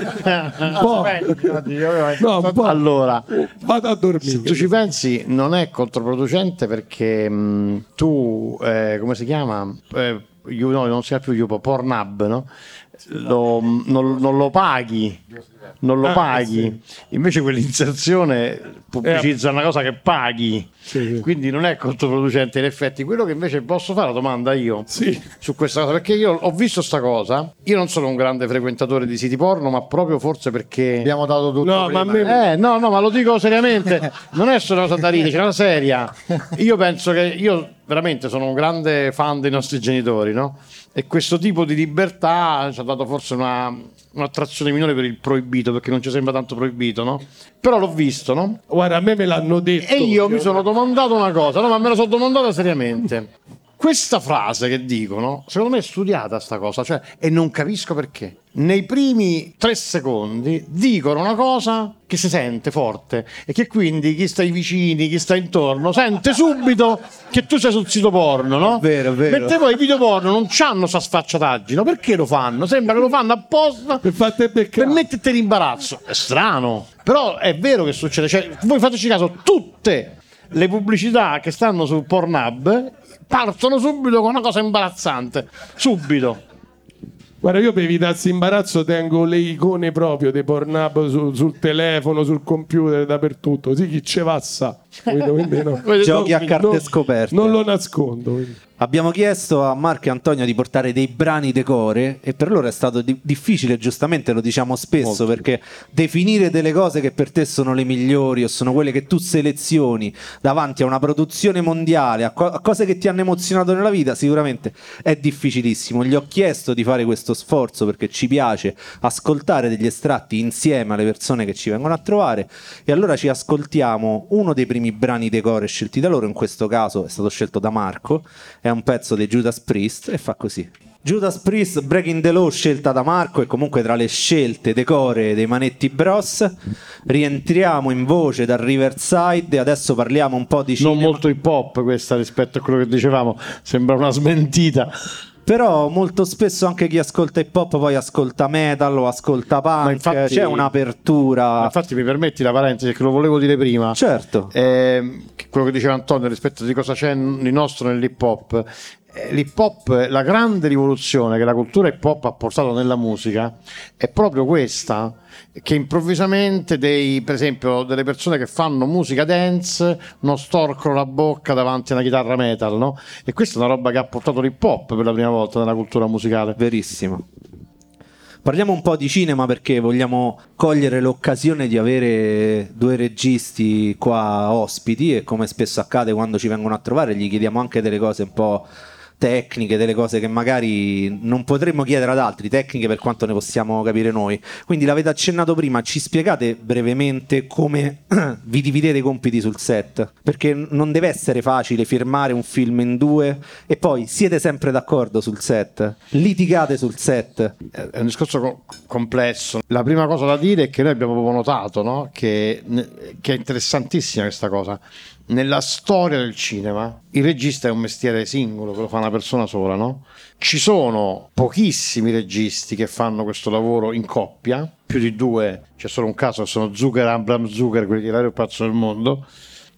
Un po'. No, un po'. Allora, vado a dormire. se tu ci pensi, non è controproducente perché mh, tu, eh, come si chiama? Eh, you, no, non si chiama più YouPorn, Pornhub, no? Lo, non, non lo paghi, non lo Ah, paghi. sì. Invece quell'inserzione pubblicizza Eh, una cosa che paghi, Sì, sì. quindi non è controproducente in effetti. Quello che invece posso fare la domanda io Sì. su questa cosa, perché io ho visto sta cosa, io non sono un grande frequentatore di siti porno, ma proprio forse perché Abbiamo dato tutto No, prima. ma a me- eh, no, no, ma lo dico seriamente, non è solo una cosa da ridere, c'è una seria. Io penso che io veramente sono un grande fan dei nostri genitori, no? E questo tipo di libertà ci ha dato forse una, un'attrazione minore per il proibito, perché non ci sembra tanto proibito, no? Però l'ho visto, no? Guarda, a me me l'hanno detto. E io mi sono domandato una cosa, no, ma me la sono domandata seriamente. Questa frase che dicono, secondo me è studiata sta cosa, cioè, e non capisco perché. Nei primi tre secondi dicono una cosa che si sente forte e che quindi chi sta vicini, chi sta intorno, sente subito che tu sei sul sito porno, no? Vero, vero. Mentre poi i video porno non c'hanno sta sfacciataggine, perché lo fanno? Sembra che lo fanno apposta Per farti per beccare. metterti in imbarazzo. È strano, però è vero che succede. Cioè, voi fateci caso, tutte le pubblicità che stanno su Pornhub partono subito con una cosa imbarazzante, subito. Guarda, io per evitarsi imbarazzo tengo le icone proprio dei Pornhub su- sul telefono, sul computer, dappertutto, così chi ce va sa. Quindi- quindi no. Giochi a carte Non- scoperte. Non lo nascondo. quindi. Abbiamo chiesto a Marco e Antonio di portare dei brani decore e per loro è stato di- difficile, giustamente lo diciamo spesso, Molto. perché definire delle cose che per te sono le migliori o sono quelle che tu selezioni davanti a una produzione mondiale, a, co- a cose che ti hanno emozionato nella vita, sicuramente è difficilissimo. Gli ho chiesto di fare questo sforzo perché ci piace ascoltare degli estratti insieme alle persone che ci vengono a trovare e allora ci ascoltiamo uno dei primi brani decore scelti da loro, in questo caso è stato scelto da Marco. È un pezzo dei Judas Priest e fa così. Judas Priest, Breaking the Law, scelta da Marco e comunque tra le scelte decore dei Manetti Bros. Rientriamo in voce dal Riverside e adesso parliamo un po' di cinema. Non molto hip hop questa rispetto a quello che dicevamo, sembra una smentita. Però molto spesso anche chi ascolta hip hop poi ascolta metal o ascolta punk, Ma infatti- c'è un'apertura. Ma infatti mi permetti la parentesi che lo volevo dire prima. Certo. Eh, quello che diceva Antonio rispetto di cosa c'è di nostro nell'hip hop. Eh, L'hip hop, la grande rivoluzione che la cultura hip hop ha portato nella musica è proprio questa, che improvvisamente dei, per esempio delle persone che fanno musica dance non storcono la bocca davanti a una chitarra metal, no? E questa è una roba che ha portato l'hip hop per la prima volta nella cultura musicale. Verissimo. Parliamo un po' di cinema perché vogliamo cogliere l'occasione di avere due registi qua ospiti e come spesso accade quando ci vengono a trovare gli chiediamo anche delle cose un po' tecniche, delle cose che magari non potremmo chiedere ad altri, tecniche per quanto ne possiamo capire noi. Quindi l'avete accennato prima, ci spiegate brevemente come vi dividete i compiti sul set? Perché non deve essere facile firmare un film in due e poi siete sempre d'accordo sul set? Litigate sul set? È un discorso co- complesso. La prima cosa da dire è che noi abbiamo proprio notato, no? che, che è interessantissima questa cosa. Nella storia del cinema il regista è un mestiere singolo che lo fa una persona sola, no? Ci sono pochissimi registi che fanno questo lavoro in coppia, più di due, c'è solo un caso, sono Zucker e Abraham Zucker, quelli di L'aereo pazzo del mondo,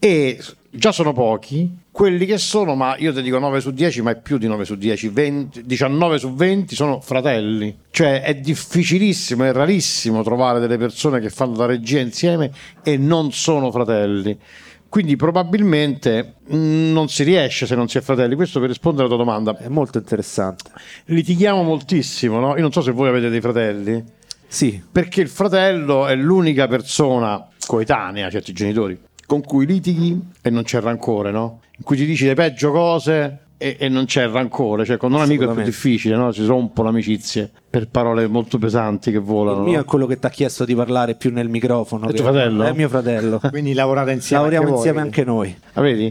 e già sono pochi quelli che sono, ma io ti dico nove su dieci, ma è più di nove su dieci, venti, diciannove su venti sono fratelli. Cioè è difficilissimo, è rarissimo trovare delle persone che fanno la regia insieme e non sono fratelli. Quindi probabilmente mh, non si riesce se non si è fratelli. Questo per rispondere alla tua domanda. È molto interessante. Litighiamo moltissimo, no? Io non so se voi avete dei fratelli, Sì, perché il fratello è l'unica persona coetanea a certi genitori con cui litighi e non c'è rancore, no? In cui ti dici le peggio cose e, e non c'è rancore, cioè con un amico è più Assolutamente. difficile, no? Si rompono amicizie per parole molto pesanti che volano. il mio no? è quello che ti ha chiesto di parlare più nel microfono. È che- tuo fratello? È mio fratello. Quindi lavorate insieme. Lavoriamo anche voi. insieme anche noi. Ah, vedi?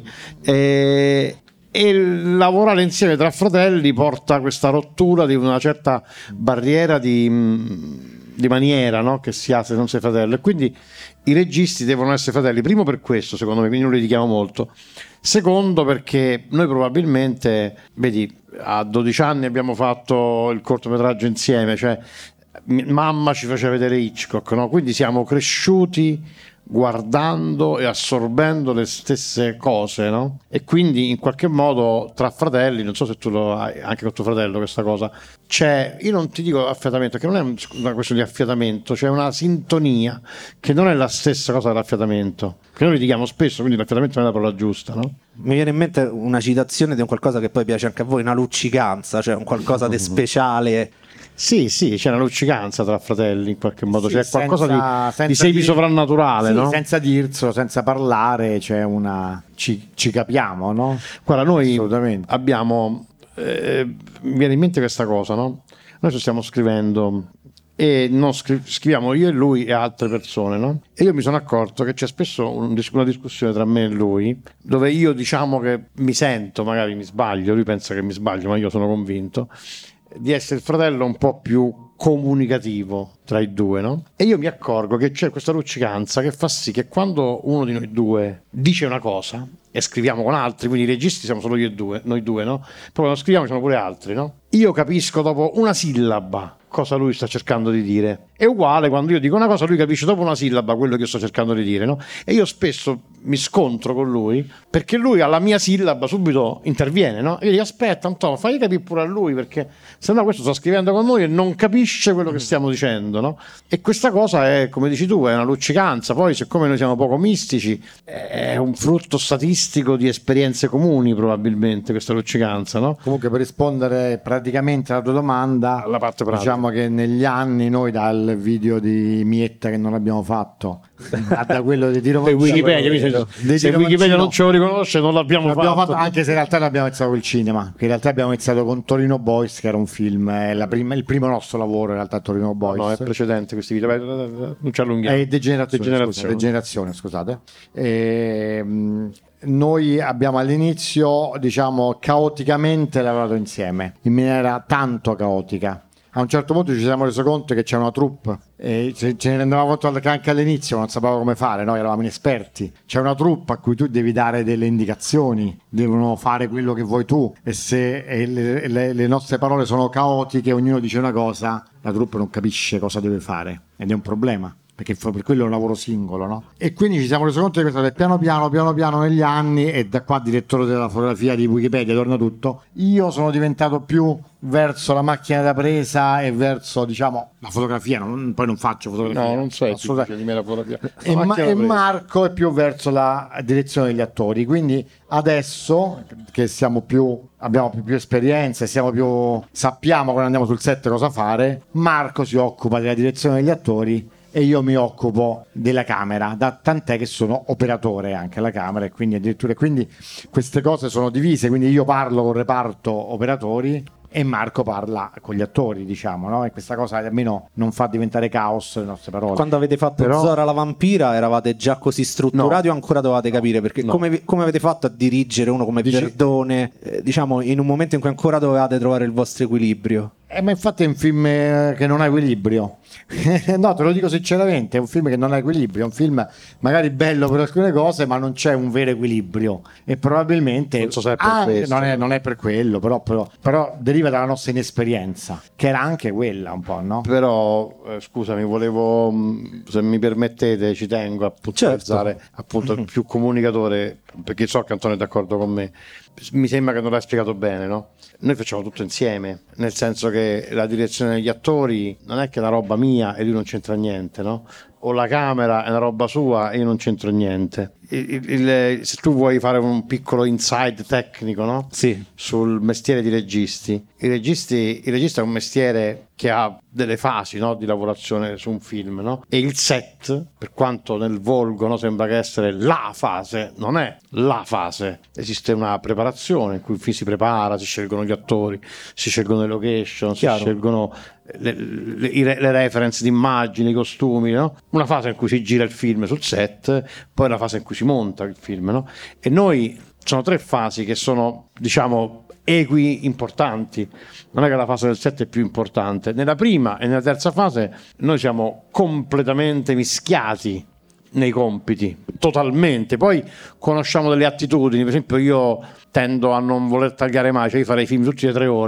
E, e lavorare insieme tra fratelli porta a questa rottura di una certa barriera di, mh, di maniera, no? Che si ha se non sei fratello. E quindi i registi devono essere fratelli, primo per questo secondo me, quindi non li richiamo molto. Secondo perché noi probabilmente, vedi, a dodici anni abbiamo fatto il cortometraggio insieme, cioè m- mamma ci faceva vedere Hitchcock, no? Quindi siamo cresciuti guardando e assorbendo le stesse cose, no? E quindi in qualche modo tra fratelli, non so se tu lo hai anche con tuo fratello questa cosa, c'è, io non ti dico affiatamento, che non è una questione di affiatamento, c'è una sintonia che non è la stessa cosa dell'affiatamento, che noi litighiamo spesso, quindi l'affiatamento non è la parola giusta, no? Mi viene in mente una citazione di un qualcosa che poi piace anche a voi, una luccicanza, cioè un qualcosa di speciale. Sì, sì, c'è una luccicanza tra fratelli in qualche modo, Sì, c'è qualcosa senza- di, senza di semi dir- sovrannaturale, sì, no? senza dirselo, senza parlare, c'è una ci, ci capiamo, no? Guarda, noi Assolutamente. abbiamo, eh, mi viene in mente questa cosa, no? Noi ci stiamo scrivendo e non scri- scriviamo io e lui e altre persone, no? E io mi sono accorto che c'è spesso un dis- una discussione tra me e lui, dove io diciamo che mi sento, magari mi sbaglio, lui pensa che mi sbaglio, ma io sono convinto di essere il fratello un po' più comunicativo tra i due, no? E io mi accorgo che c'è questa luccicanza che fa sì che quando uno di noi due dice una cosa e scriviamo con altri, quindi i registi siamo solo io e due, noi due, no? Poi quando scriviamo ci sono pure altri, no? Io capisco dopo una sillaba cosa lui sta cercando di dire. È uguale quando io dico una cosa, lui capisce dopo una sillaba quello che io sto cercando di dire, no? E io spesso mi scontro con lui perché lui alla mia sillaba subito interviene, no? Io dico aspetta Antonio, fai capire pure a lui perché sennò questo sta scrivendo con noi e non capisce quello che stiamo dicendo, no? E questa cosa è, come dici tu, è una luccicanza. Poi siccome noi siamo poco mistici è un frutto statistico di esperienze comuni probabilmente questa luccicanza, no? Comunque per rispondere praticamente alla tua domanda, Alla parte pratica. diciamo che negli anni noi dal video di Mietta che non abbiamo fatto, da, da quello di Tiro Se Wikipedia, Mancino- se di Tiro Wikipedia Mancino- non ce lo riconosce non l'abbiamo l'abbiamo fatto. fatto, anche se in realtà noi abbiamo iniziato col cinema, che in realtà abbiamo iniziato con Torino Boys, che era un film, è la prima- il primo nostro lavoro in realtà Torino Boys. No, è precedente questi video. Vai, non ci allunghiamo. È degenerazione, Degenerazione. scusa, degenerazione, scusate. Ehm, noi abbiamo all'inizio, diciamo, caoticamente lavorato insieme, in maniera tanto caotica. A un certo punto ci siamo resi conto che c'è una troupe e ce ce ne rendevamo conto che anche all'inizio non sapevamo come fare, noi eravamo inesperti. C'è una troupe a cui tu devi dare delle indicazioni, devono fare quello che vuoi tu e se e le, le- le nostre parole sono caotiche, ognuno dice una cosa, la troupe non capisce cosa deve fare ed è un problema. Perché fa- per quello è un lavoro singolo, no? E quindi ci siamo resi conto di questo, e piano piano, piano piano negli anni, e da qua direttore della fotografia di Wikipedia, torna tutto, io sono diventato più verso la macchina da presa e verso, diciamo, la fotografia, non- poi non faccio fotografia. No, non sei tu assolutamente. che di me la fotografia. E, La Ma- macchina e da presa. Marco è più verso la direzione degli attori, quindi adesso che siamo più abbiamo più, più esperienza e siamo più sappiamo quando andiamo sul set cosa fare, Marco si occupa della direzione degli attori e io mi occupo della camera, da, tant'è che sono operatore anche alla camera e quindi addirittura quindi queste cose sono divise, quindi io parlo con il reparto operatori e Marco parla con gli attori, diciamo, no? E questa cosa almeno non fa diventare caos le nostre parole. Quando avete fatto Però- Zora la vampira eravate già così strutturati o ancora dovevate capire? Perché No. come, vi- come avete fatto a dirigere uno come Dici- Verdone, eh, diciamo, in un momento in cui ancora dovevate trovare il vostro equilibrio? Eh, ma infatti è un film eh, che non ha equilibrio. No, te lo dico sinceramente, è un film che non ha equilibrio, è un film magari bello per alcune cose, ma non c'è un vero equilibrio. E probabilmente Non so se è per Ah, questo. non, è, non è per quello, però, però, però deriva dalla nostra inesperienza, che era anche quella un po', no? Però eh, scusami, volevo, mh, se mi permettete, ci tengo a puntualizzare Certo. appunto il più comunicatore, perché so che Antonio è d'accordo con me. Mi sembra che non l'hai spiegato bene, no? Noi facciamo tutto insieme, nel senso che la direzione degli attori non è che è una roba mia e lui non c'entra niente, no? O la camera è una roba sua e io non c'entro niente. Il- il- il- se tu vuoi fare un piccolo inside tecnico, no? Sì. Sul mestiere di registi. I registi, il regista è un mestiere che ha delle fasi, no, di lavorazione su un film, no? E il set, per quanto nel volgo, no, sembra che essere la fase, non è la fase. Esiste una preparazione in cui il film si prepara, si scelgono gli attori, si scelgono le location, Chiaro. si scelgono le, le- i re- le reference di immagini, i costumi, no? Una fase in cui si gira il film sul set, poi una fase in cui si monta il film, no? E noi sono tre fasi che sono, diciamo, equi importanti. Non è che la fase del set è più importante. Nella prima e nella terza fase noi siamo completamente mischiati nei compiti, totalmente. Poi conosciamo delle attitudini, per esempio io tendo a non voler tagliare mai, cioè io farei film tutti le tre ore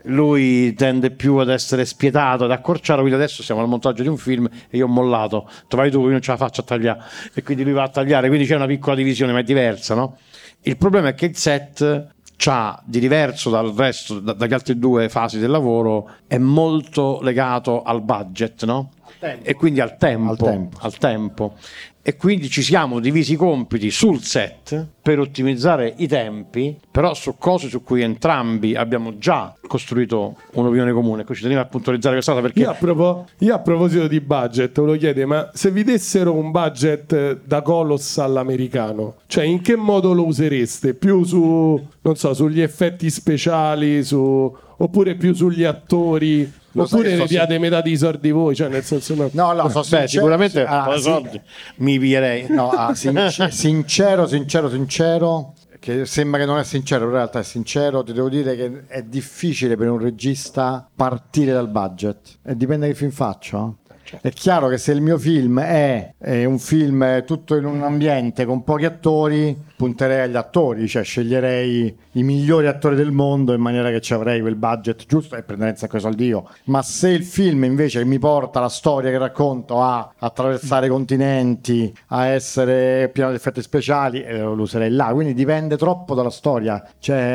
lui tende più ad essere spietato, ad accorciare, quindi adesso siamo al montaggio di un film e io ho mollato, tu vai tu, io non ce la faccio a tagliare, e quindi lui va a tagliare, quindi c'è una piccola divisione, ma è diversa, no? Il problema è che il set c'ha di diverso dal resto, da, dagli altri due fasi del lavoro, è molto legato al budget, no? E quindi al tempo, Al tempo. al tempo. E quindi ci siamo divisi i compiti sul set per ottimizzare i tempi, però su cose su cui entrambi abbiamo già costruito un'opinione comune. Ecco, ci tenevo a puntualizzare questa cosa perché Io a, propo- io a proposito di budget, volevo chiedere, ma se vi dessero un budget da colossal americano, cioè in che modo lo usereste? Più su, non so, sugli effetti speciali, su, oppure più sugli attori? Lo sai Oppure che ne sto piate metà dei soldi voi? Cioè nel senso no. No, no, so beh, sincero- sicuramente ah, con i sì. soldi mi pierei. No, ah, sinc- sincero, sincero, sincero, che sembra che non è sincero, però in realtà è sincero, ti devo dire che è difficile per un regista partire dal budget. E dipende che film faccio. È chiaro che se il mio film è, è un film tutto in un ambiente con pochi attori, punterei agli attori, cioè sceglierei i migliori attori del mondo in maniera che ci avrei quel budget giusto e prenderei un sacco di soldi io. Ma se il film invece mi porta la storia che racconto a attraversare continenti, a essere pieno di effetti speciali, eh, lo userei là. Quindi dipende troppo dalla storia,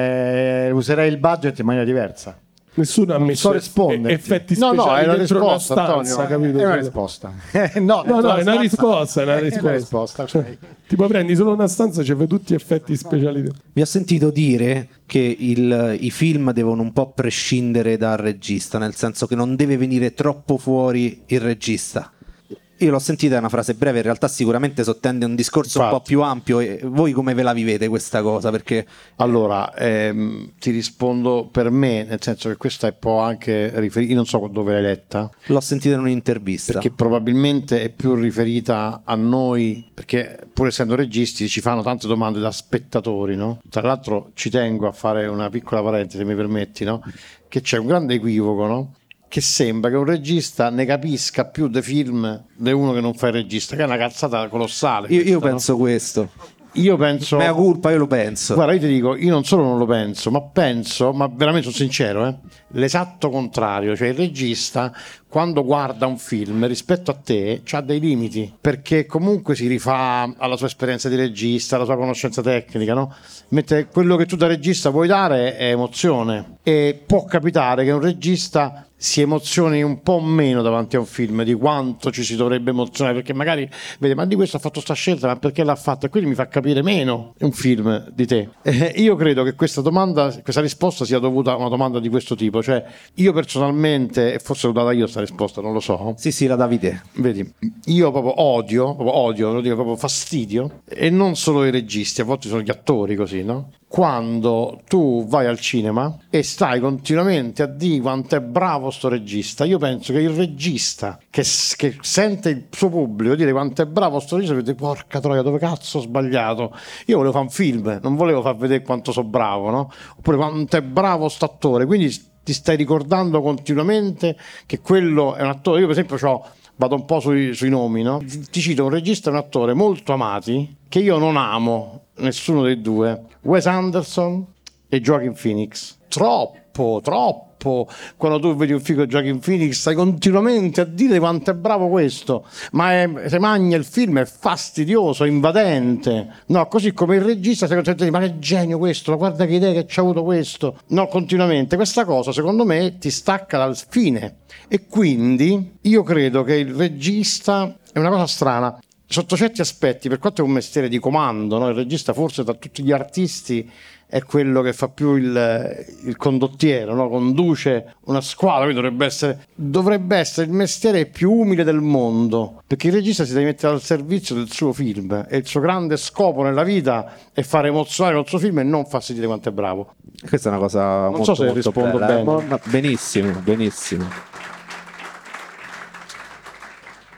cioè userei il budget in maniera diversa. Nessuno ha Non messo so risponderti. effetti No, speciali no, è una dentro risposta, una stanza, Antonio. capito? È una risposta. no, No, no, è una stanza- risposta, è una È una risposta. risposta, ok. Cioè, tipo prendi solo una stanza e ci fai tutti effetti speciali. Vi ho sentito dire che il- i film devono un po' prescindere dal regista, nel senso che non deve venire troppo fuori il regista. Io l'ho sentita, è una frase breve, in realtà sicuramente sottende un discorso un po' Infatti. più ampio. E voi come ve la vivete questa cosa? Perché Allora, ehm, ti rispondo per me, nel senso che questa è poi anche riferita, io non so dove l'hai letta, l'ho sentita in un'intervista. perché probabilmente è più riferita a noi, perché pur essendo registi ci fanno tante domande da spettatori, no? Tra l'altro ci tengo a fare una piccola parentesi, se mi permetti, no? Che c'è un grande equivoco, no? Che sembra che un regista ne capisca più dei film di uno che non fa il regista, che è una cazzata colossale. Io, io questa, no? penso questo. Io penso... Mea culpa, io lo penso. Guarda, io ti dico, io non solo non lo penso, ma penso, ma veramente sono sincero, eh, l'esatto contrario, cioè il regista quando guarda un film rispetto a te ha dei limiti, perché comunque si rifà alla sua esperienza di regista, alla sua conoscenza tecnica, no? Mentre quello che tu da regista puoi dare è emozione, e può capitare che un regista si emozioni un po' meno davanti a un film di quanto ci si dovrebbe emozionare, perché magari vede, ma di questo ha fatto sta scelta, ma perché l'ha fatta? E quindi mi fa capire meno un film di te. Eh, io credo che questa domanda, questa risposta sia dovuta a una domanda di questo tipo, cioè io personalmente, e forse l'ho data io questa risposta, non lo so, Sì, sì, la Davide. vedi, io proprio odio, proprio odio, lo dico proprio fastidio, e non solo i registi, a volte sono gli attori così, no? Quando tu vai al cinema e stai continuamente a dire quanto è bravo sto regista, io penso che il regista che, s- che sente il suo pubblico dire quanto è bravo sto regista, vede, porca troia, dove cazzo ho sbagliato? Io volevo fare un film, non volevo far vedere quanto so bravo, no? Oppure quanto è bravo sto attore, quindi ti stai ricordando continuamente che quello è un attore. Io per esempio c'ho, vado un po' sui, sui nomi, no? Ti cito un regista e un attore molto amati che io non amo, nessuno dei due, Wes Anderson e Joaquin Phoenix. Troppo, troppo. Quando tu vedi un figo di Joaquin Phoenix stai continuamente a dire quanto è bravo questo, ma è, se magna il film è fastidioso, invadente, no? Così come il regista stai continuamente a dire, ma che genio questo, ma guarda che idea che c'ha avuto questo, no? Continuamente. Questa cosa secondo me ti stacca dal fine, e quindi io credo che il regista è una cosa strana sotto certi aspetti, per quanto è un mestiere di comando, no? Il regista forse tra tutti gli artisti è quello che fa più il, il condottiero, no? Conduce una squadra, quindi dovrebbe essere, dovrebbe essere il mestiere più umile del mondo, perché il regista si deve mettere al servizio del suo film, e il suo grande scopo nella vita è fare emozionare il suo film e non farsi dire quanto è bravo. Questa è una cosa Non molto, so se molto rispondo bella, eh. bene. Ma- Benissimo, benissimo.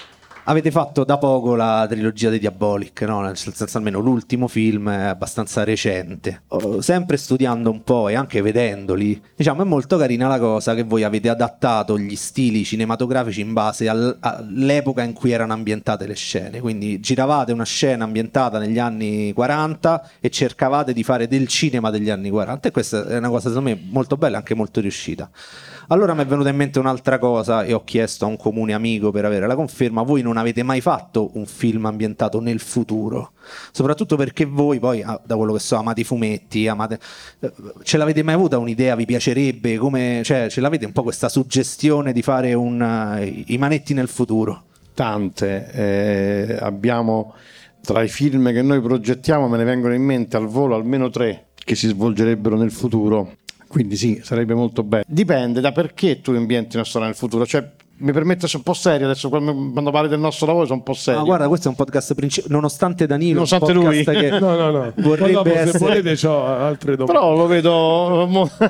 Avete fatto da poco la trilogia di Diabolic, no? Nel senso, almeno l'ultimo film è abbastanza recente. Oh, sempre studiando un po' e anche vedendoli, diciamo, è molto carina la cosa che voi avete adattato gli stili cinematografici in base al, all'epoca in cui erano ambientate le scene. Quindi giravate una scena ambientata negli anni quaranta e cercavate di fare del cinema degli anni quaranta, e questa è una cosa secondo me molto bella e anche molto riuscita. Allora mi è venuta in mente un'altra cosa e ho chiesto a un comune amico per avere la conferma: voi non avete mai fatto un film ambientato nel futuro? Soprattutto perché voi poi, da quello che so, amate i fumetti, amate... ce l'avete mai avuta un'idea? Vi piacerebbe? Come... cioè, ce l'avete un po' questa suggestione di fare un... i manetti nel futuro? Tante. Eh, abbiamo, tra i film che noi progettiamo, me ne vengono in mente al volo almeno tre che si svolgerebbero nel futuro. Quindi sì, sarebbe molto bello. Dipende da perché tu ambienti una storia nel futuro. Cioè, mi permette di essere un po' serio adesso, quando parli del nostro lavoro sono un po' serio. Ma guarda, questo è un podcast principale, nonostante Danilo, nonostante un lui. Che no, no, no. vorrebbe dopo, essere... se volete c'ho altre domande. Però lo vedo...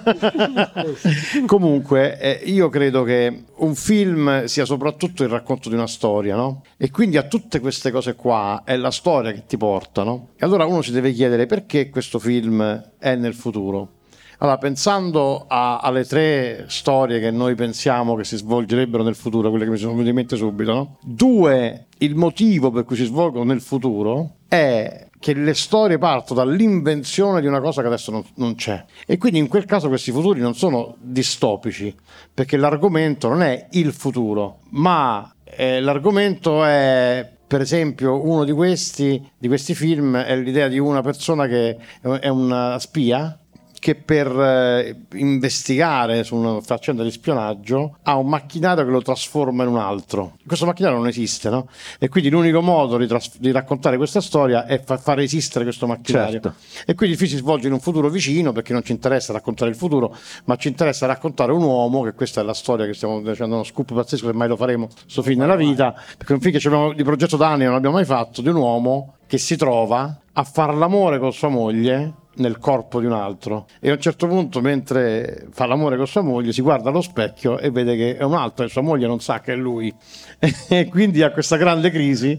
Comunque, eh, io credo che un film sia soprattutto il racconto di una storia, no? E quindi a tutte queste cose qua è la storia che ti porta, no? E allora uno si deve chiedere perché questo film è nel futuro. Allora, pensando a, alle tre storie che noi pensiamo che si svolgerebbero nel futuro, quelle che mi sono venute in mente subito, no? Due, il motivo per cui si svolgono nel futuro è che le storie partono dall'invenzione di una cosa che adesso non, non c'è. E quindi in quel caso questi futuri non sono distopici, perché l'argomento non è il futuro, ma eh, l'argomento è... Per esempio, uno di questi, di questi film è l'idea di una persona che è una spia, che per eh, investigare su una faccenda di spionaggio ha un macchinario che lo trasforma in un altro. Questo macchinario non esiste, no? E quindi l'unico modo di, tras- di raccontare questa storia è fa- far esistere questo macchinario. Certo. E quindi il film si svolge in un futuro vicino, perché non ci interessa raccontare il futuro, ma ci interessa raccontare un uomo, che questa è la storia che stiamo dicendo, uno scoop pazzesco, se mai lo faremo sto film nella vita, perché è un film che abbiamo di progetto da anni non abbiamo mai fatto, di un uomo che si trova a far l'amore con sua moglie nel corpo di un altro, e a un certo punto, mentre fa l'amore con sua moglie, si guarda allo specchio e vede che è un altro e sua moglie non sa che è lui e quindi ha questa grande crisi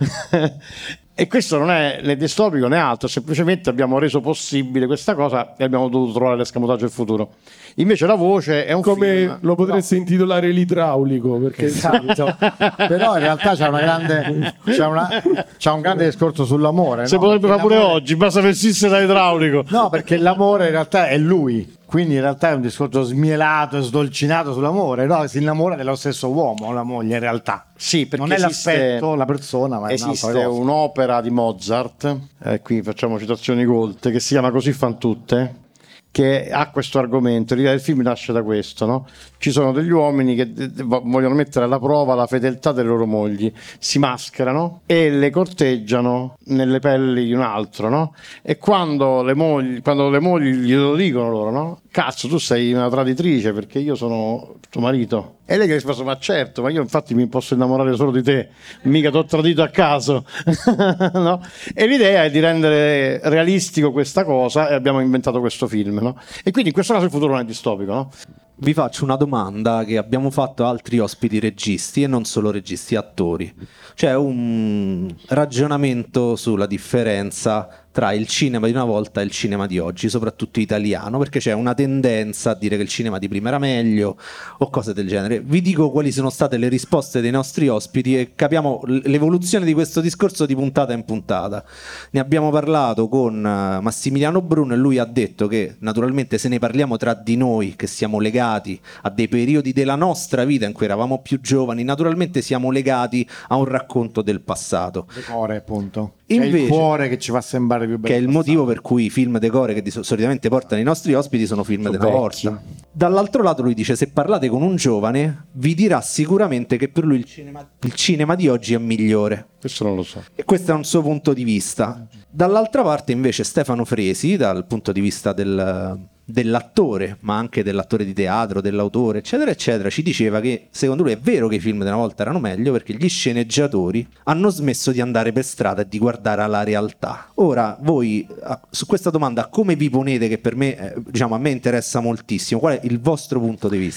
e questo non è né distopico né altro, semplicemente abbiamo reso possibile questa cosa e abbiamo dovuto trovare l'escamotaggio del futuro. Invece La Voce è un come film... lo potresti no. intitolare l'idraulico, perché esatto. Però in realtà c'è una grande c'è, una, c'è un grande discorso sull'amore, se no? potrebbe fare pure l'amore... oggi, basta persistere da idraulico. No, perché l'amore in realtà è lui, quindi in realtà è un discorso smielato e sdolcinato sull'amore, no? Si innamora dello stesso uomo, la moglie in realtà. Sì, perché non è esiste, l'aspetto, la persona, ma è esiste un'opera di Mozart, eh, qui facciamo citazioni colte, che si chiama Così fan tutte, che ha questo argomento. L'idea del film nasce da questo, no? Ci sono degli uomini che d- d- vogliono mettere alla prova la fedeltà delle loro mogli, si mascherano e le corteggiano nelle pelli di un altro, no? E quando le mogli, quando le mogli glielo dicono loro, no? Cazzo, tu sei una traditrice perché io sono tuo marito. E lei che risposto: ma certo, ma io infatti mi posso innamorare solo di te, mica t'ho tradito a caso. No? E l'idea è di rendere realistico questa cosa e abbiamo inventato questo film, no? E quindi in questo caso il futuro non è distopico, no? Vi faccio una domanda che abbiamo fatto a altri ospiti registi, e non solo registi, attori. C'è un ragionamento sulla differenza tra il cinema di una volta e il cinema di oggi, soprattutto italiano, perché c'è una tendenza a dire che il cinema di prima era meglio o cose del genere. Vi dico quali sono state le risposte dei nostri ospiti e capiamo l'evoluzione di questo discorso di puntata in puntata. Ne abbiamo parlato con Massimiliano Bruno e lui ha detto che naturalmente se ne parliamo tra di noi, che siamo legati a dei periodi della nostra vita in cui eravamo più giovani, naturalmente siamo legati a un racconto del passato. Decore, appunto. Invece, è il cuore che ci fa sembrare più bello. Che è il motivo per cui i film decore che di, solitamente portano i nostri ospiti sono film sono della vecchi. Porta. Dall'altro lato lui dice: se parlate con un giovane vi dirà sicuramente che per lui il cinema, il cinema di oggi è migliore. Questo non lo so. E questo è un suo punto di vista. Dall'altra parte invece Stefano Fresi, dal punto di vista del... dell'attore, ma anche dell'attore di teatro, dell'autore, eccetera eccetera, ci diceva che secondo lui è vero che i film di una volta erano meglio perché gli sceneggiatori hanno smesso di andare per strada e di guardare alla realtà. Ora voi su questa domanda come vi ponete, che per me eh, diciamo a me interessa moltissimo, qual è il vostro punto di vista?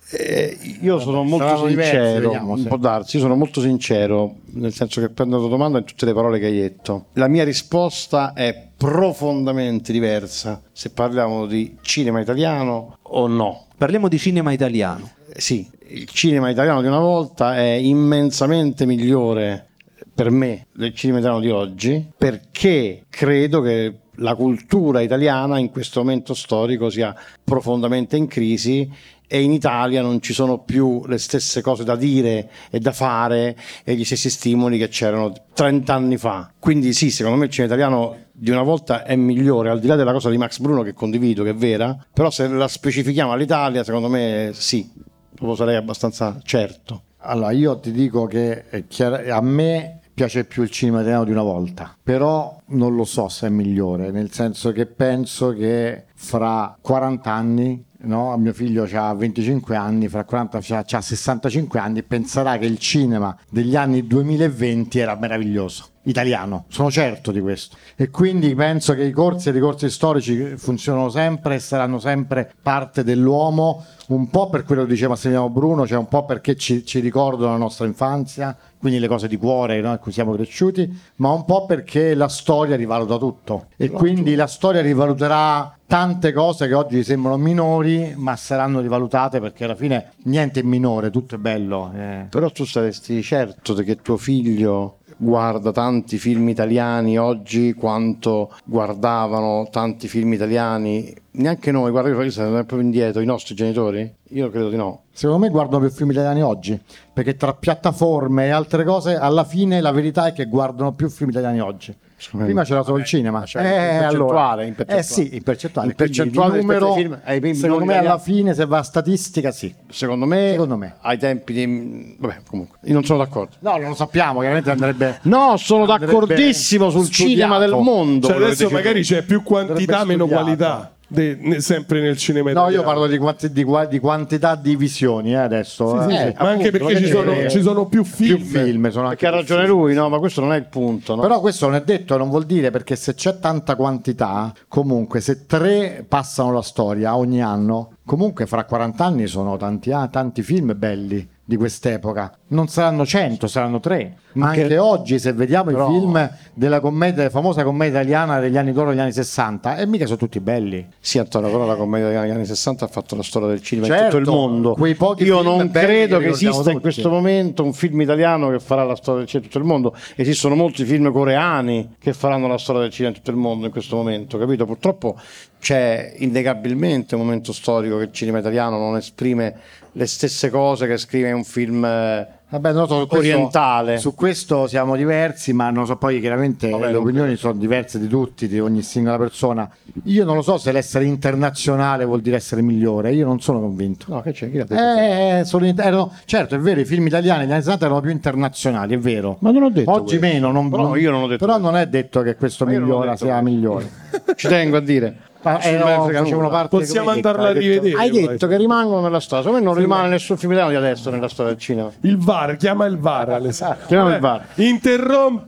Eh, io sono molto Saranno diversi, sincero, vediamo, un sì. po' darsi, io sono molto sincero, nel senso che prendo la tua domanda in tutte le parole che hai detto. La mia risposta è profondamente diversa se parliamo di cinema italiano o no. Parliamo di cinema italiano. Eh, Sì, il cinema italiano di una volta è immensamente migliore per me del cinema italiano di oggi, perché credo che la cultura italiana in questo momento storico sia profondamente in crisi e in Italia non ci sono più le stesse cose da dire e da fare e gli stessi stimoli che c'erano trenta anni fa. Quindi sì, secondo me il cinema italiano di una volta è migliore, al di là della cosa di Max Bruno che condivido, che è vera, però se la specifichiamo all'Italia, secondo me sì, proprio sarei abbastanza certo. Allora, io ti dico che è chiaro- a me piace più il cinema italiano di una volta, però non lo so se è migliore, nel senso che penso che fra quaranta anni, no? Mio figlio ha venticinque anni, fra quaranta ha sessantacinque anni, penserà che il cinema degli anni duemilaventi era meraviglioso, italiano, sono certo di questo, e quindi penso che i corsi e i ricorsi storici funzionano sempre e saranno sempre parte dell'uomo, un po' per quello che diceva Massimiliano Bruno, cioè un po' perché ci, ci ricordano la nostra infanzia, quindi le cose di cuore, no? A cui siamo cresciuti, ma un po' perché la storia rivaluta tutto e quindi la storia rivaluterà tante cose che oggi sembrano minori, ma saranno rivalutate, perché alla fine niente è minore, tutto è bello. eh. Però tu saresti certo che tuo figlio guarda tanti film italiani oggi quanto guardavano tanti film italiani, neanche noi, guarda, io sarei proprio indietro, i nostri genitori? Io credo di no. Secondo me guardano più film italiani oggi, perché tra piattaforme e altre cose, alla fine la verità è che guardano più film italiani oggi. Prima c'era solo il cinema, cioè, eh, in percentuale, allora, in percentuale. eh sì, in percentuale, In percentuale quindi di rispetto numero, ai film- ai film secondo non me alla italiani. fine, se va a statistica, sì. Secondo me, Secondo me. ai tempi di... Vabbè, comunque, io non sono d'accordo. No, non lo sappiamo, chiaramente andrebbe... No, sono Andrebbe d'accordissimo sul studiato. cinema del mondo. Cioè quello che adesso dici magari tu. c'è più quantità, Andrebbe meno studiato. qualità, de- ne- sempre nel cinema No, italiano. io parlo di, quanti- di qua- di quantità di visioni eh, adesso. Sì, sì, eh. sì. Eh, Ma anche appunto, perché ci sono, eh, ci sono più film. più film, sono anche Perché ha più ragione film. lui, no? Ma questo non è il punto, no? Però questo non è detto, non vuol dire, perché se c'è tanta quantità, comunque se tre passano la storia ogni anno, comunque fra quaranta anni sono tanti, ah, tanti film belli di quest'epoca. Non saranno cento, saranno tre. Ma Anche- anche oggi, se vediamo Però- i film della commedia, della famosa commedia italiana degli anni d'oro, degli anni sessanta, e mica sono tutti belli. Sì, Antonio, però la commedia degli anni sessanta ha fatto la storia del cinema in Certo, tutto il mondo. quei pochi Io film non belli credo che che ricordiamo esista in tutti. questo momento un film italiano che farà la storia del cinema in tutto il mondo. Esistono molti film coreani che faranno la storia del cinema in tutto il mondo in questo momento, capito? Purtroppo c'è innegabilmente un momento storico che il cinema italiano non esprime le stesse cose che scrive un film eh, Vabbè, non lo so, su questo- orientale. Su questo siamo diversi, ma non so, poi chiaramente Vabbè, le non opinioni sono diverse di tutti, di ogni singola persona. Io non lo so se l'essere internazionale vuol dire essere migliore, io non sono convinto. No, che c'è? Chi l'ha detto? Eh, sono in- erano- certo, è vero, i film italiani negli anni sessanta erano più internazionali, è vero. Ma non ho detto Oggi questo. meno, non, Però io non ho detto però questo. non è detto che questo Ma io non ho migliora detto sia questo. migliore. Ci tengo a dire. Ma Non eh, me ne no, frega facevano nulla. parte Possiamo come andarla a hai detto- rivedere. Hai poi. detto che rimangono nella storia, secondo me non rimane nessun film italiano di adesso nella storia del cinema. Il V A R, chiama il V A R, Alessandro. Chiama il V A R. Interrompo.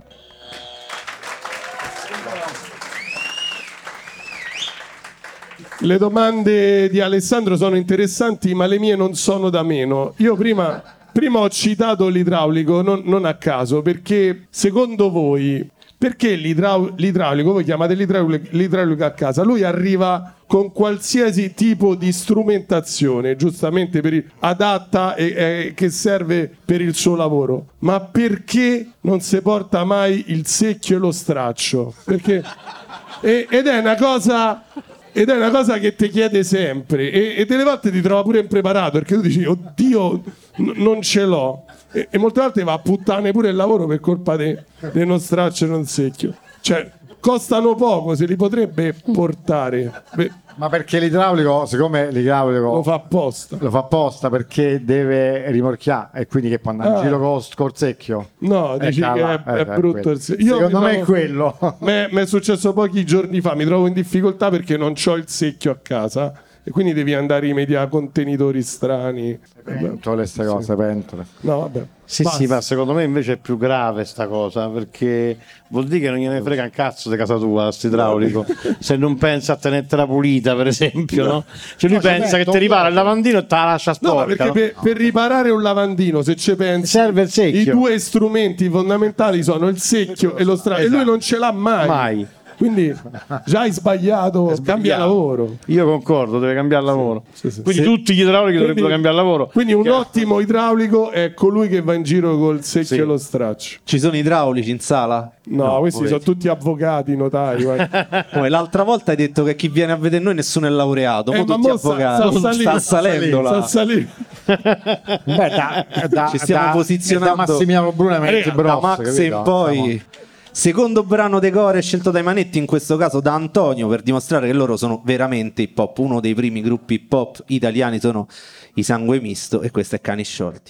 Le domande di Alessandro sono interessanti, ma le mie non sono da meno. Io prima, prima ho citato l'idraulico, non, non a caso, perché secondo voi, perché l'idrau- l'idraulico, voi chiamate l'idraulico, l'idraulico a casa, lui arriva con qualsiasi tipo di strumentazione, giustamente per il- adatta e, e che serve per il suo lavoro, ma perché non si porta mai il secchio e lo straccio? Perché, e- ed è una cosa... Ed è una cosa che ti chiede sempre e, e delle volte ti trova pure impreparato perché tu dici oddio n- non ce l'ho e, e molte volte va a puttane pure il lavoro per colpa de- del non straccio e non secchio, cioè costano poco, se li potrebbe portare. Beh, Ma perché l'idraulico, siccome l'idraulico lo fa apposta. lo fa apposta perché deve rimorchiare e quindi che può andare Ah. in giro col, col secchio. No, dici Ecco, che là, è, è ecco, brutto quello. il secchio. Io Secondo mi me è trovo- quello. Mi è successo pochi giorni fa, mi trovo in difficoltà perché non ho il secchio a casa e quindi devi andare a rimediare a contenitori strani. Pentole, queste cose, pentole. No, vabbè. Sì, Basta. sì, ma secondo me invece è più grave sta cosa, perché vuol dire che non gliene frega un cazzo di casa tua, sto idraulico, se non pensa a tenertela pulita, per esempio, no? Cioè lui No, ci pensa metto che ti un ripara il po'. lavandino e te la lascia No, ma sporca, perché no? per, per riparare un lavandino, se ci pensi, Serve il secchio. i due strumenti fondamentali sono il secchio e lo strano. E lui non ce l'ha mai. Mai. Quindi già hai sbagliato, cambia lavoro. Io concordo, deve cambiare lavoro. sì, sì. Quindi Sì. tutti gli idraulici Quindi- dovrebbero cambiare lavoro. Quindi un Che- ottimo idraulico è colui che va in giro col secchio Sì. e lo straccio. Ci sono idraulici in sala? No, questi poveretti. sono tutti avvocati, notai. guarda. Come l'altra volta hai detto che chi viene a vedere noi nessuno è laureato, Eh, mo ma tutti mo sta- avvocati. sta salendo, Sta salendo là. Sta salendo. Beh, da, da, Ci stiamo da- posizionando da Massimiliano Bruna e Menetti Eh, da Bros, Max capito? in poi. Secondo brano decore scelto dai Manetti, in questo caso da Antonio, per dimostrare che loro sono veramente hip hop. Uno dei primi gruppi hip hop italiani sono i Sangue Misto, e questo è Cani Sciolti.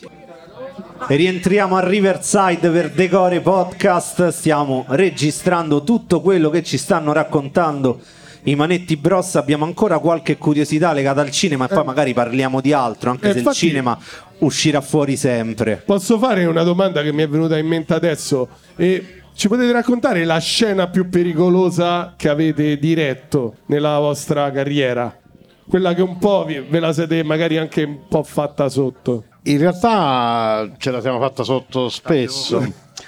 E rientriamo a Riverside per Decore Podcast. Stiamo registrando tutto quello che ci stanno raccontando i Manetti Bros. Abbiamo ancora qualche curiosità legata al cinema e poi magari parliamo di altro, anche Eh, se infatti- il cinema uscirà fuori sempre. Posso fare una domanda che mi è venuta in mente adesso? E ci potete raccontare la scena più pericolosa che avete diretto nella vostra carriera? Quella che un po' vi- ve la siete magari anche un po' fatta sotto. In realtà ce la siamo fatta sotto spesso,